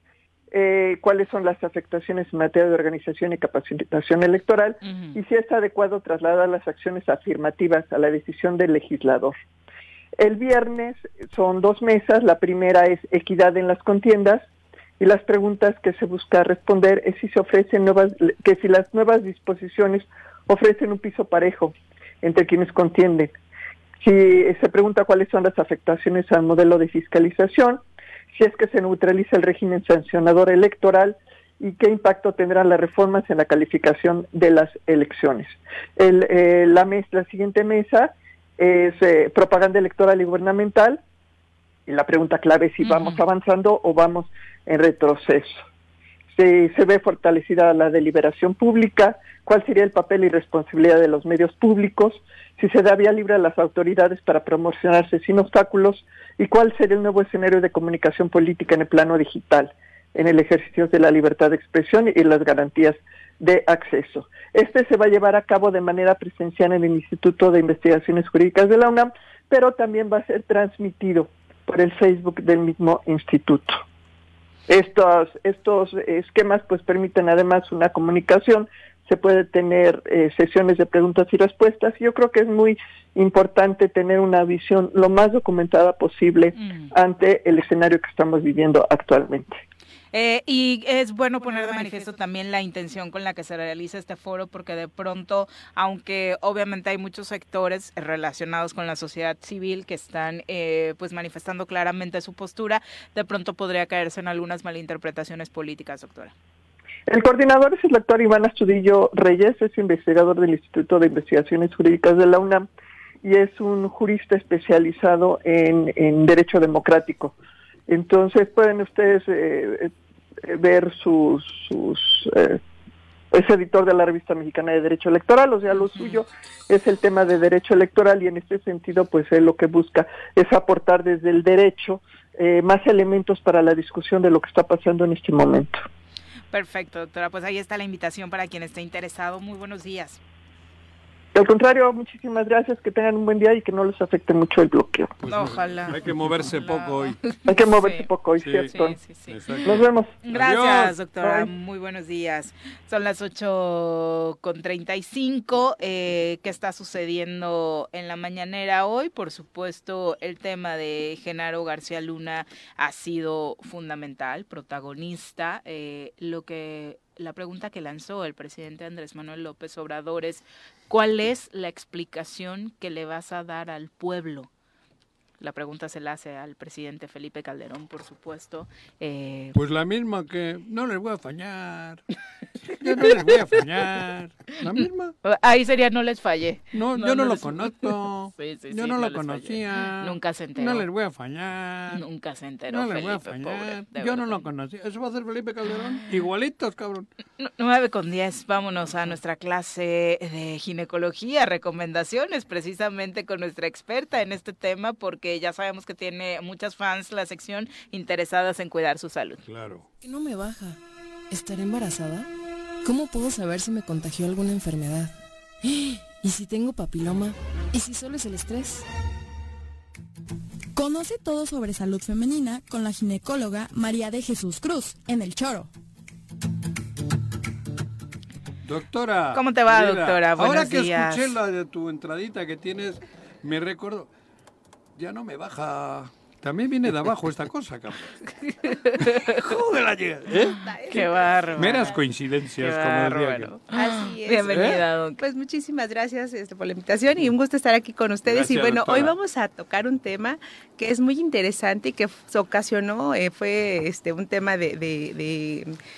eh, cuáles son las afectaciones en materia de organización y capacitación electoral, uh-huh. y si es adecuado trasladar las acciones afirmativas a la decisión del legislador. El viernes son dos mesas, la primera es equidad en las contiendas, y las preguntas que se busca responder es si se ofrecen nuevas, que si las nuevas disposiciones ofrecen un piso parejo entre quienes contienden. Si se pregunta cuáles son las afectaciones al modelo de fiscalización, si es que se neutraliza el régimen sancionador electoral y qué impacto tendrán las reformas en la calificación de las elecciones. El, eh, la, mes, la siguiente mesa es eh, propaganda electoral y gubernamental, y la pregunta clave es si uh-huh. vamos avanzando o vamos en retroceso. Si se ve fortalecida la deliberación pública, cuál sería el papel y responsabilidad de los medios públicos, si se da vía libre a las autoridades para promocionarse sin obstáculos y cuál sería el nuevo escenario de comunicación política en el plano digital, en el ejercicio de la libertad de expresión y las garantías de acceso. Este se va a llevar a cabo de manera presencial en el Instituto de Investigaciones Jurídicas de la UNAM, pero también va a ser transmitido por el Facebook del mismo instituto. Estos, estos esquemas pues permiten además una comunicación, se puede tener eh, sesiones de preguntas y respuestas, y yo creo que es muy importante tener una visión lo más documentada posible mm. ante el escenario que estamos viviendo actualmente. Eh, y es bueno poner de manifiesto también la intención con la que se realiza este foro, porque de pronto, aunque obviamente hay muchos sectores relacionados con la sociedad civil que están eh, pues manifestando claramente su postura, de pronto podría caerse en algunas malinterpretaciones políticas, doctora. El coordinador es el doctor Iván Astudillo Reyes, es investigador del Instituto de Investigaciones Jurídicas de la UNAM y es un jurista especializado en, en Derecho Democrático. Entonces pueden ustedes eh, ver sus, sus eh, es editor de la Revista Mexicana de Derecho Electoral, o sea, lo suyo es el tema de derecho electoral, y en este sentido pues él lo que busca es aportar desde el derecho eh, más elementos para la discusión de lo que está pasando en este momento. Perfecto, doctora, pues ahí está la invitación para quien esté interesado. Muy buenos días. Al contrario, muchísimas gracias, que tengan un buen día y que no les afecte mucho el bloqueo. Pues ojalá. Hay que moverse ojalá. poco hoy. Hay que moverse sí. poco hoy, sí, ¿cierto? Sí, sí, sí. Nos vemos. Gracias, Adiós. doctora. Bye. Muy buenos días. Son las ocho con treinta y cinco. Eh, ¿Qué está sucediendo en la mañanera hoy? Por supuesto, el tema de Genaro García Luna ha sido fundamental, protagonista. Eh, lo que... La pregunta que lanzó el presidente Andrés Manuel López Obrador es: ¿cuál es la explicación que le vas a dar al pueblo? La pregunta se la hace al presidente Felipe Calderón, por supuesto. Eh, pues la misma que no les voy a fañar. Yo no les voy a fañar. La misma. Ahí sería no les fallé. No, no yo no, no lo les... conozco. Sí, sí, yo sí, no, no lo conocía. Fallé. Nunca se enteró. No les voy a fañar. Nunca se enteró. No les Felipe, voy a fañar. pobre, yo no lo conocía. Eso va a ser Felipe Calderón. Igualitos, cabrón. nueve con diez. Vámonos a nuestra clase de ginecología. Recomendaciones precisamente con nuestra experta en este tema, porque ya sabemos que tiene muchas fans la sección interesadas en cuidar su salud. Claro. No me baja. ¿Estaré embarazada? ¿Cómo puedo saber si me contagió alguna enfermedad? ¿Y si tengo papiloma? ¿Y si solo es el estrés? Conoce todo sobre salud femenina con la ginecóloga María de Jesús Cruz en El Choro. Doctora. ¿Cómo te va, querida, doctora? Buenos ahora que días. escuché la de tu entradita que tienes, me recuerdo, ya no me baja. También viene de abajo esta cosa, cabrón. Joder, la llega. ¿Eh? Qué bárbaro. Meras coincidencias, Qué como decía que... Así es. Bienvenida, doctora. Pues muchísimas gracias este, por la invitación y un gusto estar aquí con ustedes. Gracias, y bueno, doctora. hoy vamos a tocar un tema que es muy interesante y que se ocasionó, eh, fue este un tema de... de, de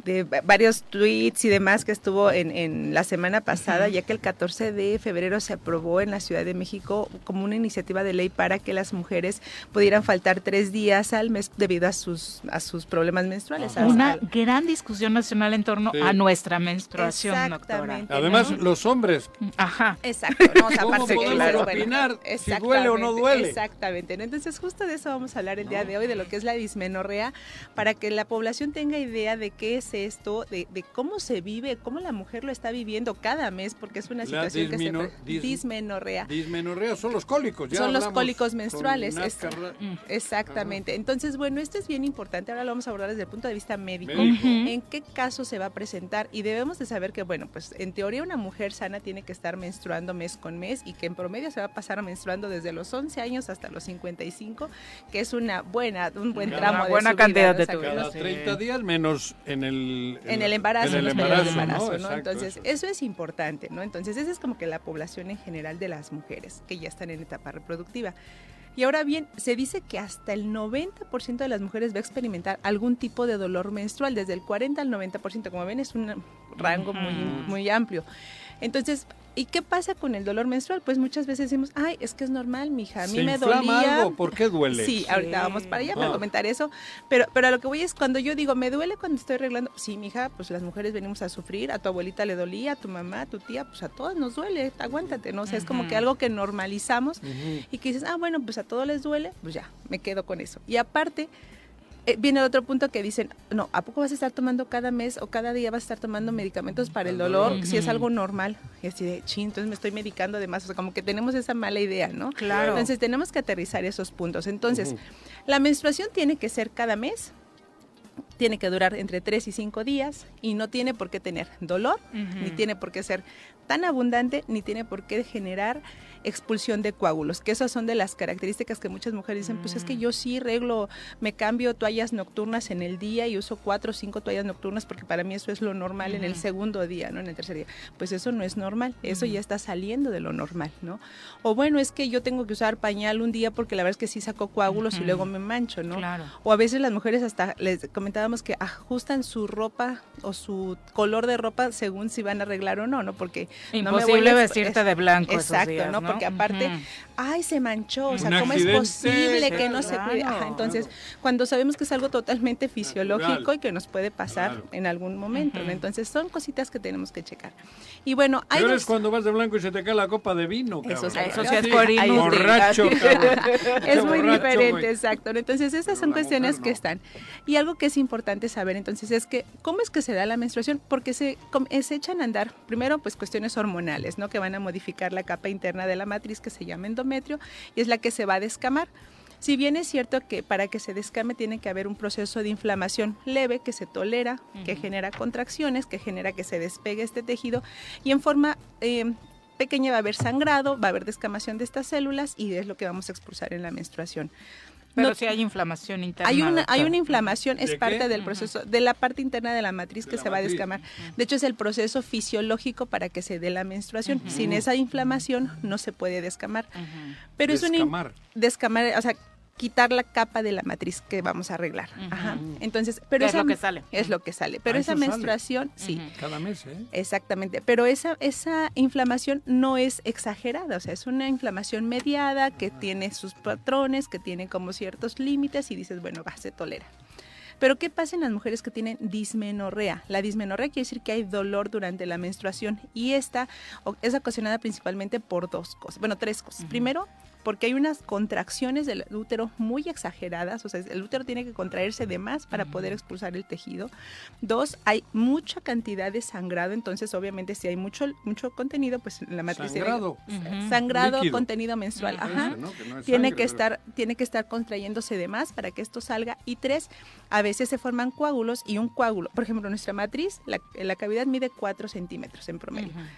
de varios tweets y demás que estuvo en, en la semana pasada, uh-huh. ya que el catorce de febrero se aprobó en la Ciudad de México como una iniciativa de ley para que las mujeres pudieran faltar tres días al mes debido a sus a sus problemas menstruales. Uh-huh. Una al... gran discusión nacional en torno sí. a nuestra menstruación, doctora. Además, ¿no? Los hombres. Ajá. Exacto. No, o sea, ¿Cómo podemos claro, opinar bueno, si duele o no duele? Exactamente. Entonces, justo de eso vamos a hablar el día de hoy, de lo que es la dismenorrea, para que la población tenga idea de qué es esto, de, de cómo se vive, cómo la mujer lo está viviendo cada mes, porque es una situación dismino, que se... Dis, dismenorrea. Dismenorrea son los cólicos. Ya son los cólicos menstruales. Es, exactamente. Ajá. Entonces, bueno, esto es bien importante. Ahora lo vamos a abordar desde el punto de vista médico. médico. Uh-huh. En qué caso se va a presentar. Y debemos de saber que, bueno, pues en teoría una mujer sana tiene que estar menstruando mes con mes y que en promedio se va a pasar menstruando desde los once años hasta los cincuenta y cinco, que es una buena, un buen tramo una de buena su cantidad vida, de tu vida. Cada treinta días menos en el en, en el embarazo, en el embarazo, embarazo, embarazo, ¿no? ¿no? Exacto, Entonces, eso. eso es importante, ¿no? Entonces, esa es como que la población en general de las mujeres que ya están en etapa reproductiva. Y ahora bien, se dice que hasta el noventa por ciento de las mujeres va a experimentar algún tipo de dolor menstrual, desde el cuarenta al noventa por ciento, como ven es un rango muy, muy amplio. Entonces, ¿y qué pasa con el dolor menstrual? Pues muchas veces decimos, ay, es que es normal, mija, a mí ¿Se me inflama dolía. algo? ¿Por qué duele? Sí, sí. ahorita vamos para allá, para ah. comentar eso, pero, pero a lo que voy es cuando yo digo, me duele cuando estoy arreglando, sí, mija, pues las mujeres venimos a sufrir, a tu abuelita le dolía, a tu mamá, a tu tía, pues a todas nos duele, aguántate, ¿no? O sea, uh-huh. es como que algo que normalizamos uh-huh. y que dices, ah, bueno, pues a todos les duele, pues ya, me quedo con eso. Y aparte, Eh, viene el otro punto que dicen, no, ¿a poco vas a estar tomando cada mes o cada día vas a estar tomando medicamentos para el dolor? Uh-huh. Si es algo normal. Y así de, chin, entonces me estoy medicando además. O sea, como que tenemos esa mala idea, ¿no? Claro. Entonces tenemos que aterrizar esos puntos. Entonces, uh-huh. la menstruación tiene que ser cada mes, tiene que durar entre tres y cinco días y no tiene por qué tener dolor, uh-huh. ni tiene por qué ser tan abundante, ni tiene por qué generar expulsión de coágulos, que esas son de las características que muchas mujeres dicen, mm. pues es que yo sí reglo, me cambio toallas nocturnas en el día y uso cuatro o cinco toallas nocturnas porque para mí eso es lo normal mm. en el segundo día, ¿no? En el tercer día. Pues eso no es normal, eso mm. ya está saliendo de lo normal, ¿no? O bueno, es que yo tengo que usar pañal un día porque la verdad es que sí saco coágulos mm. y luego me mancho, ¿no? Claro. O a veces las mujeres hasta les comentábamos que ajustan su ropa o su color de ropa según si van a arreglar o no, ¿no? Porque imposible no me vestirte es, de blanco exacto, esos días, ¿no? ¿no? Porque aparte, uh-huh. ay, se manchó, o sea, ¿cómo accidente, es posible sí, que no claro, se cuide? Ajá, entonces, claro. cuando sabemos que es algo totalmente fisiológico Natural. y que nos puede pasar claro. en algún momento, uh-huh. ¿no? Entonces, son cositas que tenemos que checar. Y bueno, hay Pero dos... es cuando vas de blanco y se te cae la copa de vino, cabrón. Eso, sí, eso sí sí es por inútil. Borracho, cabrón. Es muy borracho, diferente, güey. exacto. Entonces, esas Pero son cuestiones mujer, que no. están. Y algo que es importante saber, entonces, es que, ¿cómo es que se da la menstruación? Porque se, se echan a andar, primero, pues, cuestiones hormonales, ¿no? Que van a modificar la capa interna de la matriz, que se llama endometrio, y es la que se va a descamar. Si bien es cierto que para que se descame tiene que haber un proceso de inflamación leve que se tolera, uh-huh. que genera contracciones, que genera que se despegue este tejido, y en forma eh, pequeña va a haber sangrado, va a haber descamación de estas células y es lo que vamos a expulsar en la menstruación. Pero no, si hay inflamación interna. Hay una, doctor. hay una inflamación, es ¿De parte qué? del proceso, uh-huh. de la parte interna de la matriz de que la se matriz. va a descamar. Uh-huh. De hecho, es el proceso fisiológico para que se dé la menstruación. Uh-huh. Sin esa inflamación no se puede descamar. Uh-huh. Pero descamar. es un descamar, o sea, quitar la capa de la matriz que vamos a arreglar. Uh-huh. Ajá. Entonces, pero es esa, lo que sale. Es lo que sale. Pero ah, esa eso menstruación, sale. sí. Uh-huh. Cada mes, ¿eh? Exactamente. Pero esa, esa inflamación no es exagerada. O sea, es una inflamación mediada que uh-huh. tiene sus patrones, que tiene como ciertos límites y dices, bueno, va, se tolera. Pero ¿qué pasa en las mujeres que tienen dismenorrea? La dismenorrea quiere decir que hay dolor durante la menstruación y esta es ocasionada principalmente por dos cosas, bueno, tres cosas. Uh-huh. Primero, porque hay unas contracciones del útero muy exageradas, o sea, el útero tiene que contraerse de más para uh-huh. poder expulsar el tejido. Dos, hay mucha cantidad de sangrado, entonces obviamente si hay mucho mucho contenido, pues la matriz sangrado, tiene, uh-huh. sangrado, líquido. Contenido menstrual, uh-huh. ajá, ¿no? Que no es tiene sangre, que pero... estar tiene que estar contrayéndose de más para que esto salga. Y tres, a veces se forman coágulos y un coágulo, por ejemplo, nuestra matriz, la, la cavidad mide cuatro centímetros en promedio. Uh-huh.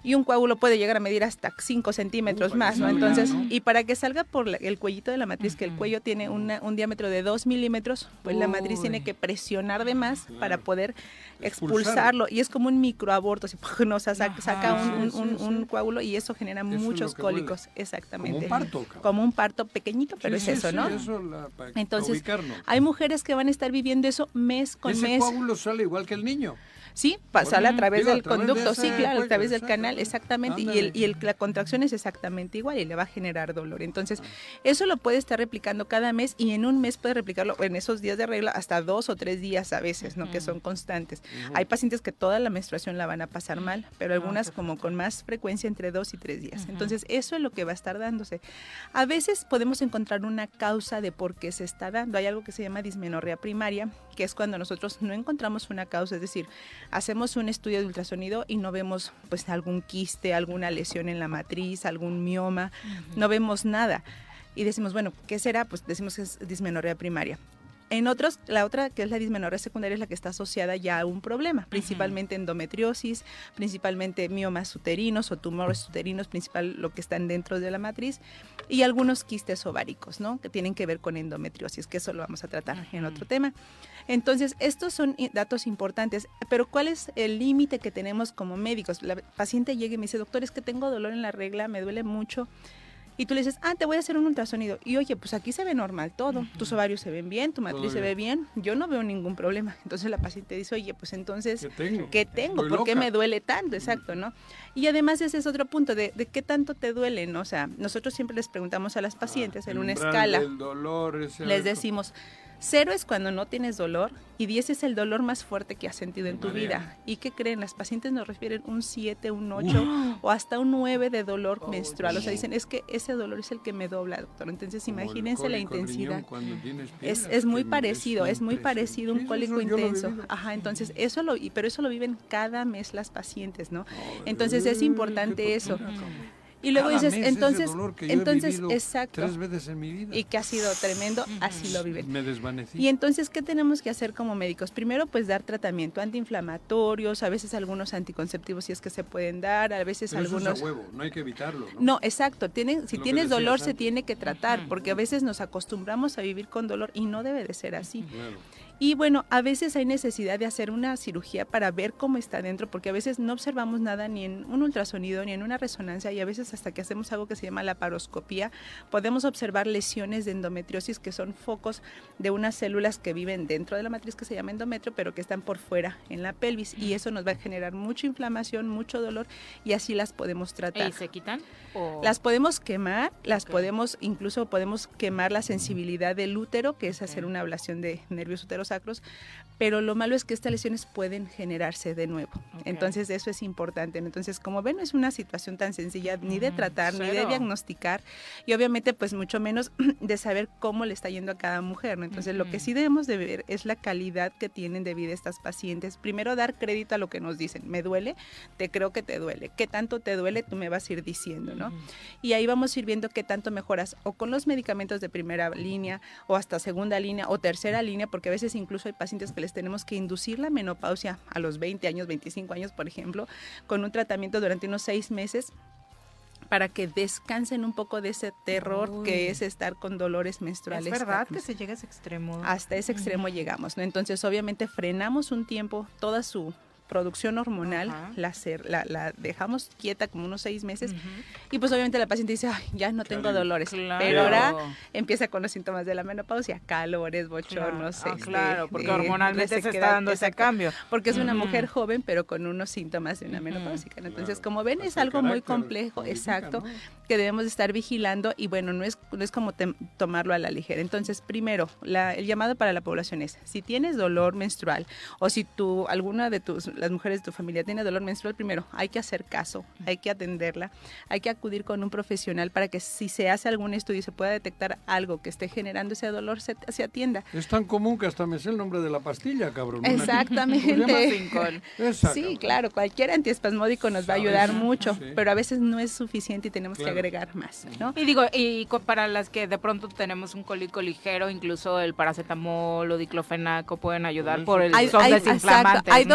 y un coágulo puede llegar a medir hasta cinco centímetros uh, más, ¿no? Entonces, ¿no? Y para que salga por la, el cuellito de la matriz, uh-huh. que el cuello tiene una, un diámetro de dos milímetros, pues Uy. la matriz tiene que presionar de más claro. para poder expulsarlo, y es como un microaborto, así, ¿no? O sea, saca, saca un, un, un, un coágulo y eso genera eso muchos cólicos, duele. Exactamente. Como un parto. Cabrón. Como un parto pequeñito, pero sí, es sí, eso, ¿no? Sí, eso la, para Entonces, ubicarnos. Hay mujeres que van a estar viviendo eso mes con Ese mes. Ese coágulo sale igual que el niño. Sí, sale a través Digo, del a través conducto, de sí, claro, cuello, a través del exacto. canal, exactamente, Ándale. y, el, y el, la contracción es exactamente igual y le va a generar dolor. Entonces, eso lo puede estar replicando cada mes y en un mes puede replicarlo en esos días de regla hasta dos o tres días a veces, ¿no? Uh-huh. Que son constantes. Uh-huh. Hay pacientes que toda la menstruación la van a pasar mal, pero algunas uh-huh. como con más frecuencia entre dos y tres días. Uh-huh. Entonces, eso es lo que va a estar dándose. A veces podemos encontrar una causa de por qué se está dando. Hay algo que se llama dismenorrea primaria, que es cuando nosotros no encontramos una causa, es decir, hacemos un estudio de ultrasonido y no vemos pues algún quiste, alguna lesión en la matriz, algún mioma, uh-huh. no vemos nada. Y decimos, bueno, ¿qué será? Pues decimos que es dismenorrea primaria. En otros, la otra, que es la dismenorrea secundaria, es la que está asociada ya a un problema, principalmente uh-huh. endometriosis, principalmente miomas uterinos o tumores uterinos, principal lo que están dentro de la matriz, y algunos quistes ováricos, ¿no? Que tienen que ver con endometriosis, que eso lo vamos a tratar uh-huh. en otro tema. Entonces, estos son datos importantes, pero ¿cuál es el límite que tenemos como médicos? La paciente llega y me dice, doctor, es que tengo dolor en la regla, me duele mucho. Y tú le dices, ah, te voy a hacer un ultrasonido. Y oye, pues aquí se ve normal todo. Uh-huh. Tus ovarios se ven bien, tu matriz se ve bien. Yo no veo ningún problema. Entonces la paciente dice, oye, pues entonces, ¿qué tengo? ¿Qué tengo? ¿Por loca. qué me duele tanto? Exacto, ¿no? Y además ese es otro punto, de, de qué tanto te duele, ¿no? O sea, nosotros siempre les preguntamos a las pacientes ah, en una escala. El dolor, ese les decimos, cero es cuando no tienes dolor y diez es el dolor más fuerte que has sentido en tu María. vida. ¿Y qué creen? Las pacientes nos refieren un siete, un ocho uh. o hasta un nueve de dolor oh, menstrual. O sea, dicen, es que ese dolor es el que me dobla, doctor. Entonces, Como imagínense la intensidad. Piedras, es es muy parecido, es muy parecido un sí, cólico intenso. Ajá, entonces, eso lo, pero eso lo viven cada mes las pacientes, ¿no? Oh, entonces, es importante eso. Y luego Cada dices, mes entonces, ese dolor que yo entonces, he exacto. Tres veces en mi vida. Y que ha sido tremendo, así lo viven. Me desvanecí. Y entonces, ¿qué tenemos que hacer como médicos? Primero, pues dar tratamiento antiinflamatorios, a veces algunos anticonceptivos si es que se pueden dar, a veces Pero algunos. Eso es a huevo, no hay que evitarlo, ¿no? No, exacto. Tienen, si Lo tienes decías dolor, antes. se tiene que tratar, uh-huh. porque a veces nos acostumbramos a vivir con dolor y no debe de ser así. Claro. Y bueno, a veces hay necesidad de hacer una cirugía para ver cómo está dentro, porque a veces no observamos nada ni en un ultrasonido ni en una resonancia, y a veces hasta que hacemos algo que se llama laparoscopía, podemos observar lesiones de endometriosis, que son focos de unas células que viven dentro de la matriz, que se llama endometrio, pero que están por fuera en la pelvis, y eso nos va a generar mucha inflamación, mucho dolor, y así las podemos tratar. ¿Y se quitan? ¿O? Las podemos quemar, las okay. podemos, incluso podemos quemar la sensibilidad del útero, que es hacer okay. una ablación de nervios uterosacros, pero lo malo es que estas lesiones pueden generarse de nuevo. Okay. Entonces, eso es importante. Entonces, como ven, no es una situación tan sencilla ni de tratar, mm, ni de diagnosticar, y obviamente, pues, mucho menos de saber cómo le está yendo a cada mujer, ¿no? Entonces, mm-hmm. lo que sí debemos de ver es la calidad que tienen de vida estas pacientes. Primero, dar crédito a lo que nos dicen. ¿Me duele? Te creo que te duele. ¿Qué tanto te duele? Tú me vas a ir diciendo, ¿no? Mm-hmm. Y ahí vamos a ir viendo qué tanto mejoras, o con los medicamentos de primera línea, o hasta segunda línea, o tercera línea, porque a veces incluso hay pacientes que les tenemos que inducir la menopausia a los veinte años, veinticinco años, por ejemplo, con un tratamiento durante unos seis meses para que descansen un poco de ese terror Uy. que es estar con dolores menstruales. Es verdad que se llega a ese extremo. Hasta ese extremo mm. llegamos, ¿no? Entonces, obviamente, frenamos un tiempo toda su producción hormonal, la, la, la dejamos quieta como unos seis meses uh-huh. y pues obviamente la paciente dice, ay, ya no tengo claro. dolores, claro. pero ahora empieza con los síntomas de la menopausia, calores, bochornos. Claro, ah, este, claro porque de, hormonalmente de se está dando ese cambio. Porque es una uh-huh. mujer joven, pero con unos síntomas de una uh-huh. menopáusica. Entonces, claro. como ven, es algo muy complejo, exacto, ¿no? que debemos estar vigilando y bueno, no es, no es como te, tomarlo a la ligera. Entonces, primero, la, el llamado para la población es, si tienes dolor menstrual o si tú, alguna de tus las mujeres de tu familia tiene dolor menstrual, primero hay que hacer caso, hay que atenderla, hay que acudir con un profesional para que si se hace algún estudio y se pueda detectar algo que esté generando ese dolor, se, se atienda. Es tan común que hasta me sé el nombre de la pastilla, cabrón. Exactamente. Sí, claro, cualquier antiespasmódico nos va a ayudar mucho, sí. pero a veces no es suficiente y tenemos claro. que agregar más, ¿no? Y digo, y para las que de pronto tenemos un cólico ligero, incluso el paracetamol o diclofenaco pueden ayudar por el hay, son hay, desinflamantes, exacto. Hay ¿no? dos cosas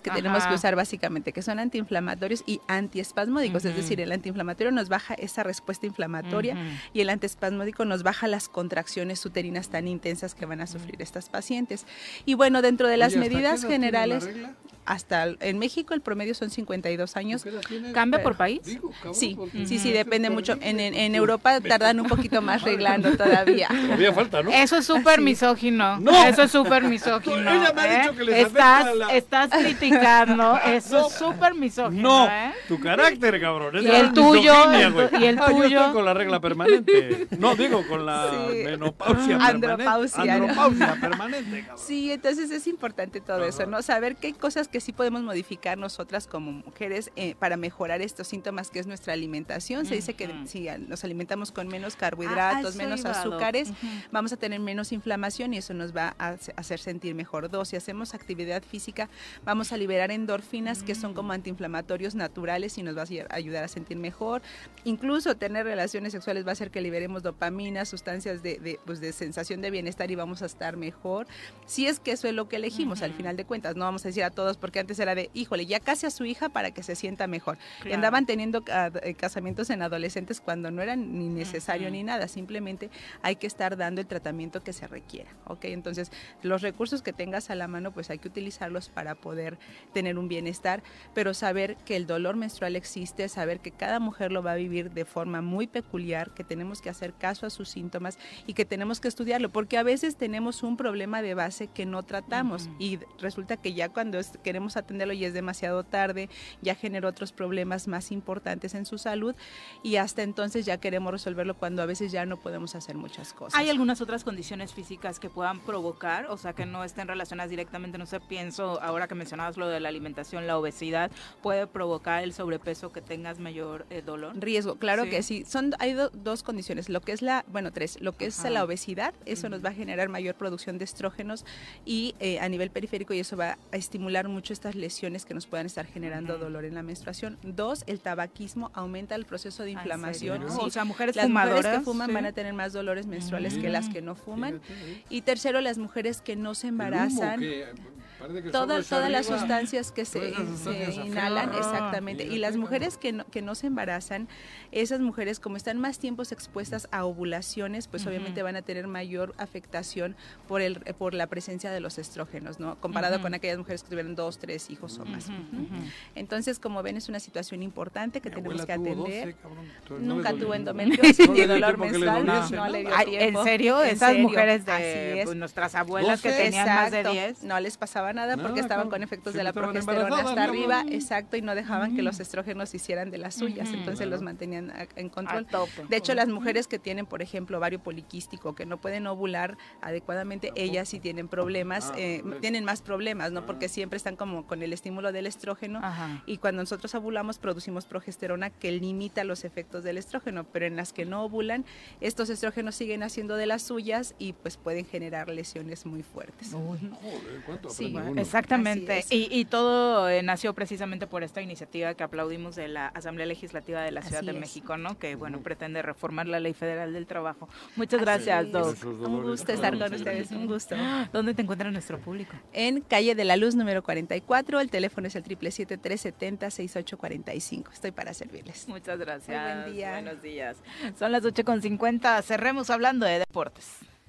que Ajá. tenemos que usar básicamente, que son antiinflamatorios y antiespasmódicos, uh-huh. es decir, el antiinflamatorio nos baja esa respuesta inflamatoria uh-huh. y el antiespasmódico nos baja las contracciones uterinas tan intensas que van a sufrir uh-huh. estas pacientes. Y bueno, dentro de las Oye, medidas generales, hasta en México el promedio son cincuenta y dos años. ¿Cambia pero, por país? Digo, cabrón, sí, uh-huh. sí, sí, depende mucho. En, en, en Europa tardan un poquito más arreglando todavía. Todavía falta, ¿no? Eso es súper misógino. No. Eso es súper misógino. Ella me ha ¿eh? dicho que les estás, afecta la... estás criticando. Eso no. es súper misógino. No, ¿eh? tu carácter, cabrón. Y el tuyo. El, y el ah, tuyo. Yo estoy con la regla permanente. No, digo, con la sí. menopausia Andropausia, permanente. Andropausia permanente, cabrón. Sí, entonces es importante todo Ajá. eso, ¿no? Saber qué cosas que sí podemos modificar nosotras como mujeres eh, para mejorar estos síntomas, que es nuestra alimentación. Uh-huh. Se dice que si nos alimentamos con menos carbohidratos, ah, menos azúcares, uh-huh. vamos a tener menos inflamación y eso nos va a hacer sentir mejor. Dos, si hacemos actividad física, vamos a liberar endorfinas, uh-huh. que son como antiinflamatorios naturales y nos va a ayudar a sentir mejor. Incluso tener relaciones sexuales va a hacer que liberemos dopamina, sustancias de, de, pues de sensación de bienestar y vamos a estar mejor. Si es que eso es lo que elegimos, uh-huh. al final de cuentas, no vamos a decir a todos, porque antes era de, híjole, ya casi a su hija para que se sienta mejor. Claro. Y andaban teniendo uh, casamientos en adolescentes cuando no era ni necesario uh-huh. ni nada, simplemente hay que estar dando el tratamiento que se requiera, ¿ok? Entonces, los recursos que tengas a la mano, pues hay que utilizarlos para poder tener un bienestar, pero saber que el dolor menstrual existe, saber que cada mujer lo va a vivir de forma muy peculiar, que tenemos que hacer caso a sus síntomas y que tenemos que estudiarlo, porque a veces tenemos un problema de base que no tratamos uh-huh. y resulta que ya cuando es, queremos atenderlo ya es demasiado tarde, ya generó otros problemas más importantes en su salud y hasta entonces ya queremos resolverlo cuando a veces ya no podemos hacer muchas cosas. ¿Hay algunas otras condiciones físicas que puedan provocar, o sea, que no estén relacionadas directamente? No sé, pienso, ahora que mencionabas lo de la alimentación, la obesidad, ¿puede provocar el sobrepeso que tengas mayor eh, dolor? Riesgo, claro sí. que sí. Son, hay do, dos condiciones, lo que es la, bueno, tres, lo que Ajá. es la obesidad, eso uh-huh. nos va a generar mayor producción de estrógenos y eh, a nivel periférico y eso va a estimular mucho estas lesiones que nos puedan estar generando uh-huh. dolor en la menstruación. Dos, el tabaquismo aumenta el proceso de inflamación. Sí. O sea, mujeres las fumadoras. mujeres que fuman sí. van a tener más dolores menstruales uh-huh. que las que no fuman. Y tercero, las mujeres que no se embarazan. Todas, todas las sustancias que se, se inhalan, ah, exactamente. Y las mujeres que no, que no se embarazan, esas mujeres como están más tiempos expuestas a ovulaciones, pues uh-huh. obviamente van a tener mayor afectación por el por la presencia de los estrógenos, ¿no? Comparado uh-huh. con aquellas mujeres que tuvieron dos, tres hijos o más. Uh-huh. Uh-huh. Entonces, como ven, es una situación importante que Mi tenemos que atender. doce, cabrón, Nunca no tuvo endometriosis ni dolor menstrual, no, no le dio tiempo. ¿En serio? ¿En Esas serio? mujeres de pues, nuestras abuelas doce, que tenían exacto, más de diez. No les pasaba nada porque no, estaban con efectos de la progesterona hasta arriba, no. exacto, y no dejaban mm. que los estrógenos hicieran de las suyas, mm. entonces claro. los mantenían a, en control. De hecho, las mujeres que tienen, por ejemplo, ovario poliquístico, que no pueden ovular adecuadamente, ¿Tampoco? ellas sí tienen problemas, ah, eh, tienen más problemas, ¿no? Porque siempre están como con el estímulo del estrógeno Ajá. y cuando nosotros ovulamos producimos progesterona que limita los efectos del estrógeno, pero en las que no ovulan, estos estrógenos siguen haciendo de las suyas y pues pueden generar lesiones muy fuertes. Uy, joder, ¿cuánto sí, exactamente. Y, y todo eh, nació precisamente por esta iniciativa que aplaudimos de la Asamblea Legislativa de la Ciudad Así de es. México, ¿no? Que, bueno, uh-huh. pretende reformar la Ley Federal del Trabajo. Muchas gracias, Doc. Un gusto estar con ustedes, un gusto. ¿Dónde te encuentra nuestro público? En Calle de la Luz, número cuarenta y cuatro. El teléfono es el siete siete siete, tres siete cero, seis ocho cuatro cinco. Estoy para servirles. Muchas gracias. Muy buen día. Buenos días. Son las ocho con cincuenta. Cerremos hablando de deportes.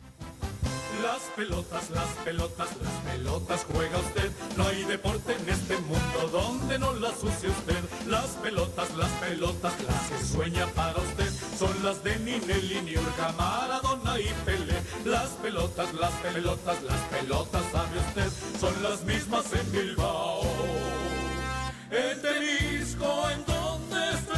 Las pelotas, las pelotas, las pelotas juega usted. No hay deporte en este mundo donde no las use usted. Las pelotas, las pelotas, las que sueña para usted son las de Ninelli, Niurka, Maradona y Pelé. Las pelotas, las pelotas, las pelotas, sabe usted, son las mismas en Bilbao. En Tenisco, en donde esté.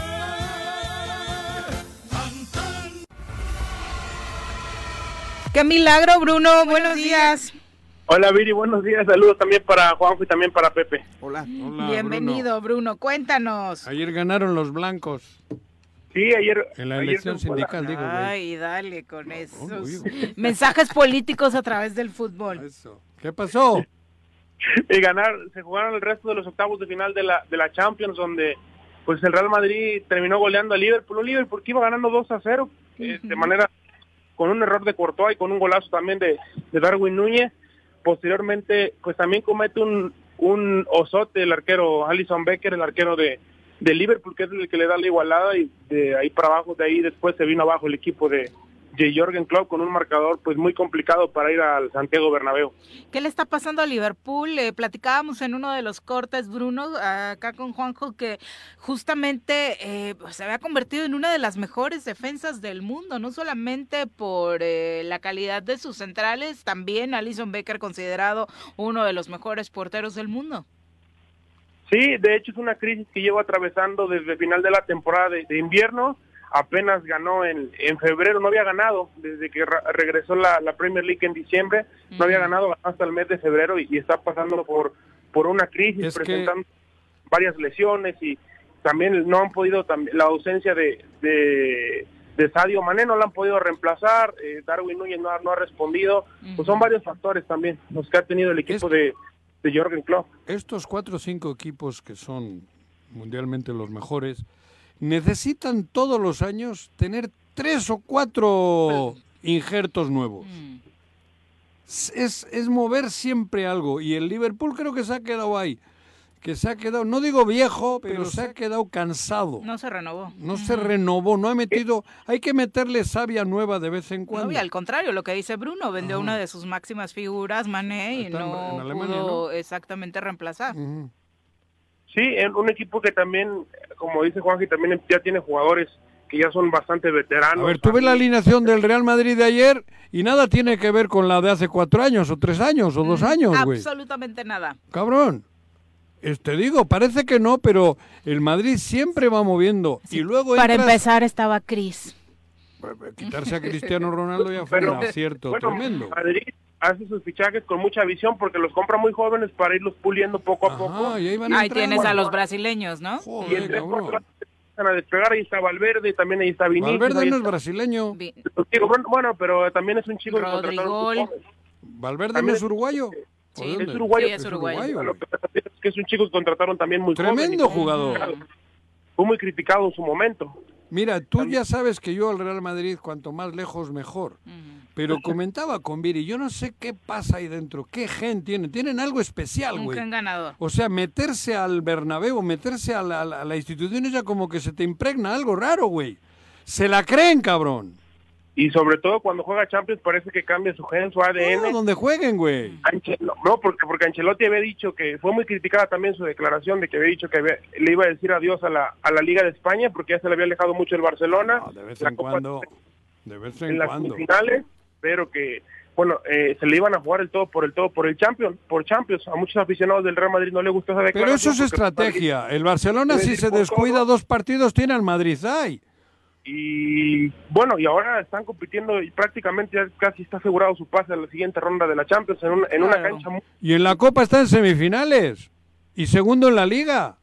¡Qué milagro, Bruno! Buenos, Buenos días. días. Hola, Viri, buenos días. Saludos también para Juanjo y también para Pepe. Hola. Hola Bienvenido, Bruno. Bruno. Cuéntanos. Ayer ganaron los blancos. Sí, ayer. En la elección sindical, digo. Ay, dale con esos mensajes políticos a través del fútbol. Eso. ¿Qué pasó? Y ganar, se jugaron el resto de los octavos de final de la de la Champions, donde pues el Real Madrid terminó goleando al Liverpool. Un Liverpool que iba ganando dos a cero, uh-huh. eh, de manera... con un error de Courtois y con un golazo también de, de Darwin Núñez. Posteriormente, pues también comete un un osote, el arquero Alisson Becker, el arquero de, de Liverpool, que es el que le da la igualada, y de ahí para abajo, de ahí después se vino abajo el equipo de J. Jürgen Klopp con un marcador pues muy complicado para ir al Santiago Bernabéu. ¿Qué le está pasando a Liverpool? Eh, platicábamos en uno de los cortes, Bruno, acá con Juanjo, que justamente eh, pues, se había convertido en una de las mejores defensas del mundo, no solamente por eh, la calidad de sus centrales, también Alisson Becker considerado uno de los mejores porteros del mundo. Sí, de hecho es una crisis que llevo atravesando desde el final de la temporada de, de invierno. Apenas ganó en, en febrero, no había ganado desde que re- regresó la, la Premier League en diciembre, no había ganado hasta el mes de febrero y, y está pasando por por una crisis, es presentando que... varias lesiones y también no han podido, también, la ausencia de, de, de Sadio Mané no la han podido reemplazar, eh, Darwin Núñez no ha, no ha respondido, uh-huh. pues son varios factores también los que ha tenido el equipo es... de, de Jürgen Klopp. Estos cuatro o cinco equipos que son mundialmente los mejores, necesitan todos los años tener tres o cuatro injertos nuevos. Mm. Es, es mover siempre algo. Y el Liverpool creo que se ha quedado ahí. Que se ha quedado, no digo viejo, pero, pero se ha quedado cansado. No se renovó. No uh-huh. se renovó, no ha metido... Hay que meterle savia nueva de vez en cuando. No, y al contrario, lo que dice Bruno, vendió uh-huh. una de sus máximas figuras, Mané, y no Alemania, pudo ¿no? exactamente reemplazar. Uh-huh. Sí, en un equipo que también, como dice Juanji, también ya tiene jugadores que ya son bastante veteranos. A ver, tú ves la alineación del Real Madrid de ayer y nada tiene que ver con la de hace cuatro años, o tres años, o dos años, güey. Absolutamente nada. Cabrón. Te digo, parece que no, pero el Madrid siempre va moviendo. Sí, y luego para entras... empezar estaba Cris. Quitarse a Cristiano Ronaldo ya fue un acierto bueno, tremendo. Madrid hace sus fichajes con mucha visión porque los compra muy jóvenes para irlos puliendo poco a Ajá, poco. Y ahí van ahí tienes bueno, a los brasileños, ¿no? Joder, y entre cuatro van a despegar, ahí está Valverde, también ahí está Vinicius. Valverde no es está... brasileño. Bueno, pero también es un chico que Rodrigo. ¿Valverde no es uruguayo? Sí, es uruguayo. Sí, es uruguayo. Es uruguayo. Es que es un chico que contrataron también muy tremendo joven, jugador. Fue muy criticado en su momento. Mira, tú también. Ya sabes que yo al Real Madrid, cuanto más lejos, mejor. Uh-huh. Pero comentaba con Viri, yo no sé qué pasa ahí dentro, qué gen tienen. Tienen algo especial, güey. Un gen ganador. O sea, meterse al Bernabéu, meterse a la, a la, a la institución, ya como que se te impregna algo raro, güey. Se la creen, cabrón. Y sobre todo cuando juega Champions parece que cambia su gen, su A D N. No, donde jueguen, güey. No, porque, porque Ancelotti había dicho que, fue muy criticada también su declaración de que había dicho que había, le iba a decir adiós a la, a la Liga de España porque ya se le había alejado mucho el Barcelona. No, de vez en Copa, cuando, de vez en, en cuando. las finales, pero que, bueno, eh, se le iban a jugar el todo por el todo por el Champions, por Champions. A muchos aficionados del Real Madrid no les gustó esa declaración. Pero eso es estrategia. Madrid, el Barcelona si se descuida todo. dos partidos tiene al Madrid ahí. Y bueno, y ahora están compitiendo y prácticamente ya casi está asegurado su pase a la siguiente ronda de la Champions en una, en claro. una cancha muy... Y en la Copa está en semifinales y segundo en la Liga.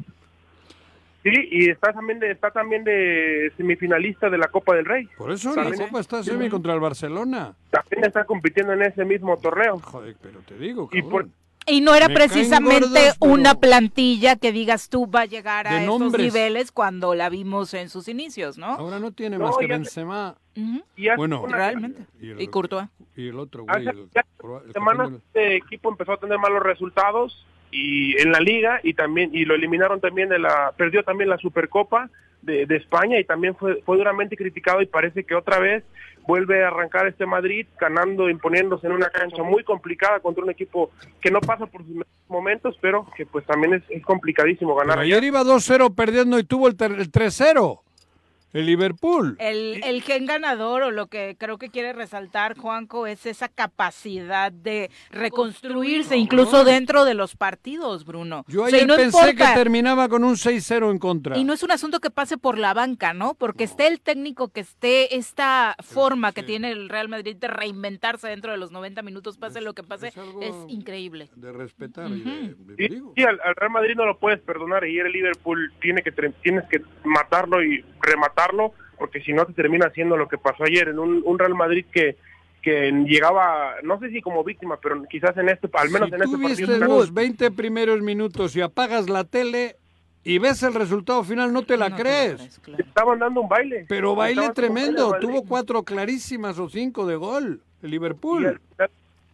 Sí, y está también de, está también de semifinalista de la Copa del Rey. Por eso también la Copa está semi contra el Barcelona. También está compitiendo en ese mismo torneo. Joder, pero te digo, cabrón. Y por, Y no era Me precisamente gordas, pero... una plantilla que digas tú va a llegar a de estos nombres. niveles cuando la vimos en sus inicios, ¿no? Ahora no tiene No, más que ya- Benzema. Ujú. y hace Bueno, una- Realmente. Y, el, Y Courtois. y el otro, güey. hace El, ya el que semanas tengo- este equipo empezó a tener malos resultados y en la liga y también y lo eliminaron también de la perdió también la Supercopa de, de España y también fue fue duramente criticado y parece que otra vez vuelve a arrancar este Madrid ganando, imponiéndose en una cancha muy complicada contra un equipo que no pasa por sus mejores momentos, pero que pues también es, es complicadísimo ganar. Pero ayer iba dos cero perdiendo y tuvo el, ter- el tres cero. El Liverpool. El, el gen ganador, o lo que creo que quiere resaltar Juanco, es esa capacidad de reconstruirse, incluso dentro de los partidos, Bruno. Yo O sea, ayer y no pensé importa- que terminaba con un seis cero en contra. Y no es un asunto que pase por la banca, ¿no? Porque esté el técnico, que esté esta forma sí. que tiene el Real Madrid de reinventarse dentro de los noventa minutos, pase Es- lo que pase, es algo es increíble. De respetar. y Ujú. de- de- Sí, digo. sí, al, al Real Madrid no lo puedes perdonar y el Liverpool tiene que tre- tienes que matarlo y rematarlo porque si no te termina haciendo lo que pasó ayer en un, un Real Madrid que que llegaba, no sé si como víctima, pero quizás en este, al menos si en este tú viste partido. los veinte primeros minutos y apagas la tele y ves el resultado final, no te la No te crees. lo crees, claro. Estaban dando un baile. Pero baile Estaban dando un tremendo. baile al Tuvo Madrid. cuatro clarísimas o cinco de gol. El Y Liverpool. al final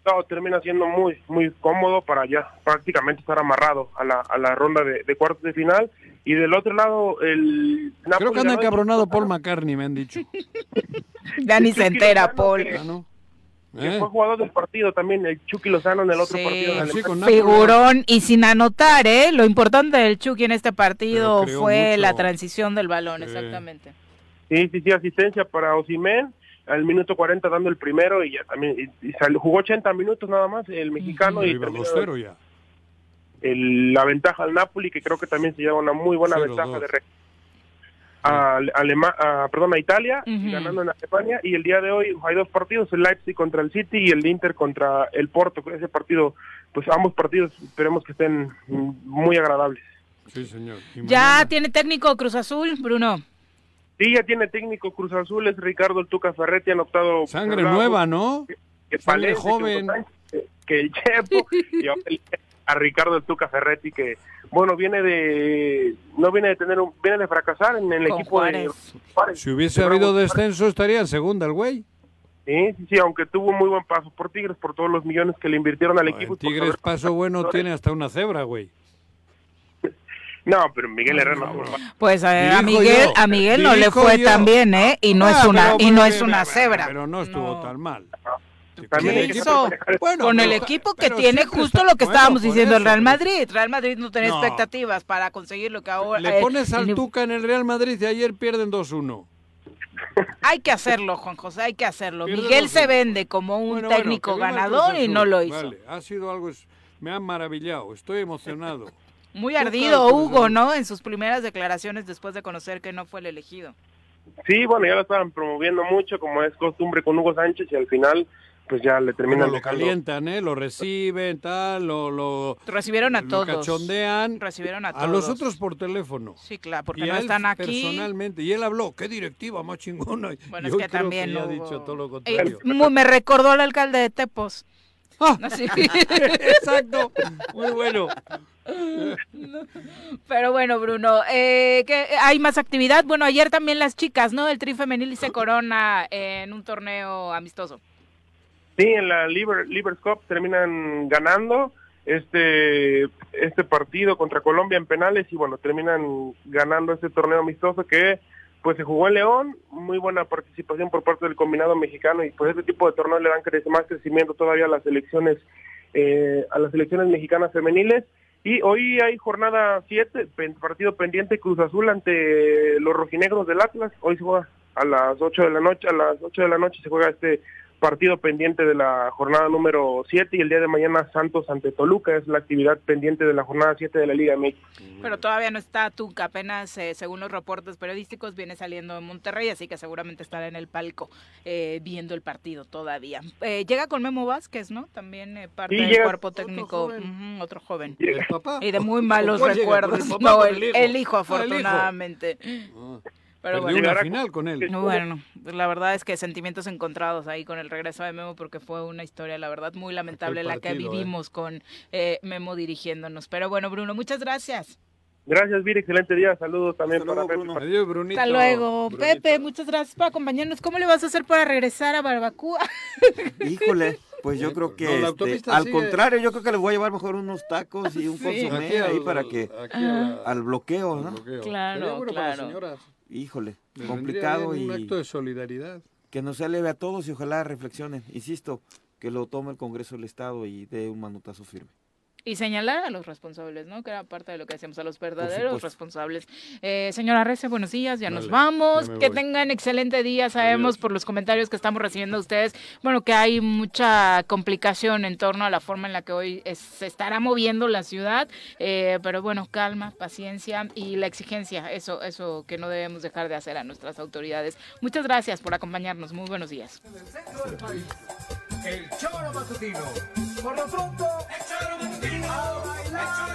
resultado termina siendo muy muy cómodo para ya prácticamente estar amarrado a la, a la ronda de, de cuartos de final. Y del otro lado, el Creo Napoli que anda ganó- encabronado Paul McCartney, me han dicho. Ya ni se entera, Paul. Que, Ah, ¿no? que ¿Eh? fue jugador del partido también, el Chucky Lozano en el otro Sí, partido. en Así el- con Napoli. Figurón y sin anotar, ¿eh? Lo importante del Chucky en este partido Pero creó fue mucho. la transición del balón, Sí. exactamente. Sí, sí, sí, asistencia para Osimhen al minuto cuarenta dando el primero y ya también y, y salió- jugó ochenta minutos nada más el mexicano y Iba terminó dos cero ya. el- la ventaja al Napoli, que creo que también se lleva una muy buena cero ventaja dos. de re- a, Alema- a- perdón, a Italia, Ujú. ganando en Alemania, y el día de hoy hay dos partidos, el Leipzig contra el City y el Inter contra el Porto. Ese partido, pues ambos partidos esperemos que estén mm, muy agradables. Sí, señor. Y ¿Ya mañana- tiene técnico Cruz Azul, Bruno? Sí, ya tiene técnico Cruz Azul, es Ricardo el Tuca Ferretti, han optado... Sangre hablaba nueva, ¿no? que Sangre Palencia, joven. que Hugo Sánchez, que el Chepo y ahora el- a Ricardo el Tuca Ferretti, que bueno, viene de no viene de tener un, viene de fracasar en el Con equipo de Juárez. Juárez. Si hubiese De habido Bravos. descenso, estaría en segunda el güey. Sí, sí, sí, aunque tuvo muy buen paso por Tigres, por todos los millones que le invirtieron al equipo. En y por Tigres saber- paso bueno tiene hasta una cebra, güey. No, pero Miguel Herrera no. Pues a, a Dirijo Miguel, yo, a Miguel no le dirijo fue yo. tan bien, ¿eh? Y no Ah, es una pero- y no pero- es una pero- cebra. Pero no estuvo No. tan mal. También ¿Qué hay que hizo? manejar- Bueno, Con el pero- equipo que pero tiene, siempre justo está- lo que bueno, estábamos por diciendo el eso, Real pero- Madrid. Real Madrid no tiene No. expectativas para conseguir lo que ahora... Le eh, pones al ni- Tuca en el Real Madrid y ayer pierden dos uno. Hay que hacerlo, Juan José, hay que hacerlo. Pierde Miguel dos se uno. vende como un Bueno, bueno, técnico que viva el ganador Cruz y no Azul. lo hizo. Vale, ha sido algo, es- me ha maravillado, estoy emocionado. Muy Tuca, ardido el Cruz Hugo, Azul. ¿no? En sus primeras declaraciones después de conocer que no fue el elegido. Sí, bueno, ya lo estaban promoviendo mucho, como es costumbre con Hugo Sánchez, y al final, pues ya le terminan Bueno, lo dejando. calientan, ¿eh? Lo reciben, tal, lo, lo, Recibieron a lo todos. cachondean. Recibieron a A todos. los otros por teléfono. Sí, claro, porque Y no a él están aquí. personalmente. Y él habló, qué directiva más chingona. Bueno, Yo es que creo también que ya ha hubo- dicho todo lo Eh, contrario. mu- me recordó al alcalde de Tepos. Ah, Así. exacto, muy bueno. Pero bueno, Bruno, eh, ¿qué- ¿hay más actividad? Bueno, ayer también las chicas, ¿no? El Tri Femenil se corona en un torneo amistoso. Sí, en la Liber, Livers Cup terminan ganando este este partido contra Colombia en penales y bueno, terminan ganando este torneo amistoso que pues se jugó en León, muy buena participación por parte del combinado mexicano y pues este tipo de torneos le dan cre- más crecimiento todavía a las selecciones eh, a las selecciones mexicanas femeniles. Y hoy hay jornada siete, partido pendiente Cruz Azul ante los rojinegros del Atlas. Hoy se juega a las ocho de la noche, a las ocho de la noche se juega este partido pendiente de la jornada número siete y el día de mañana Santos ante Toluca es la actividad pendiente de la jornada siete de la Liga M X. Pero todavía no está Tuca, apenas eh, según los reportes periodísticos viene saliendo de Monterrey, así que seguramente estará en el palco eh, viendo el partido todavía. Eh, llega con Memo Vázquez, ¿no? También eh, parte Sí, del llega cuerpo otro técnico, joven. ujú, otro joven. ¿El papá? Y de muy malos ¿Cuál llega? ¿Con recuerdos. el papá No, o con el, el hijo? el hijo, Ah, el hijo. afortunadamente. Ah, Pero perdió bueno. una final con él. No, bueno, la verdad es que sentimientos encontrados ahí con el regreso de Memo porque fue una historia, la verdad, muy lamentable Aquel la que partido, vivimos con eh, Memo dirigiéndonos. Pero bueno, Bruno, muchas gracias. Gracias, Viri, excelente día, saludos también Hasta para luego, Pepe. Bruno. Adiós, Brunito. Hasta luego. Brunito. Pepe, muchas gracias por acompañarnos. ¿Cómo le vas a hacer para regresar a Barbacoa? Híjole, pues yo creo que No, la este, autopista al sigue. contrario, yo creo que les voy a llevar mejor unos tacos y un Sí. consomé Aquí ahí al- para que aquí a la- al bloqueo, al ¿no? bloqueo. Claro, Sería bueno para las claro. señoras. Híjole, Les complicado vendría bien y un acto de solidaridad. que nos sea leve a todos y ojalá reflexionen, insisto, que lo tome el Congreso del Estado y dé un manutazo firme. Y señalar a los responsables, ¿no? Que era parte de lo que decíamos, a los verdaderos supuesto. responsables. Eh, señora Rece, buenos días, ya nos Vale, vamos. ya me Que voy. tengan excelente día. Sabemos Adiós. por los comentarios que estamos recibiendo de ustedes, bueno, que hay mucha complicación en torno a la forma en la que hoy es- se estará moviendo la ciudad. Eh, pero bueno, calma, paciencia y la exigencia, eso, eso que no debemos dejar de hacer a nuestras autoridades. Muchas gracias por acompañarnos. Muy buenos días. En el centro del país, el Choro Matutino. Por lo pronto, el Choro Matutino. A bailar.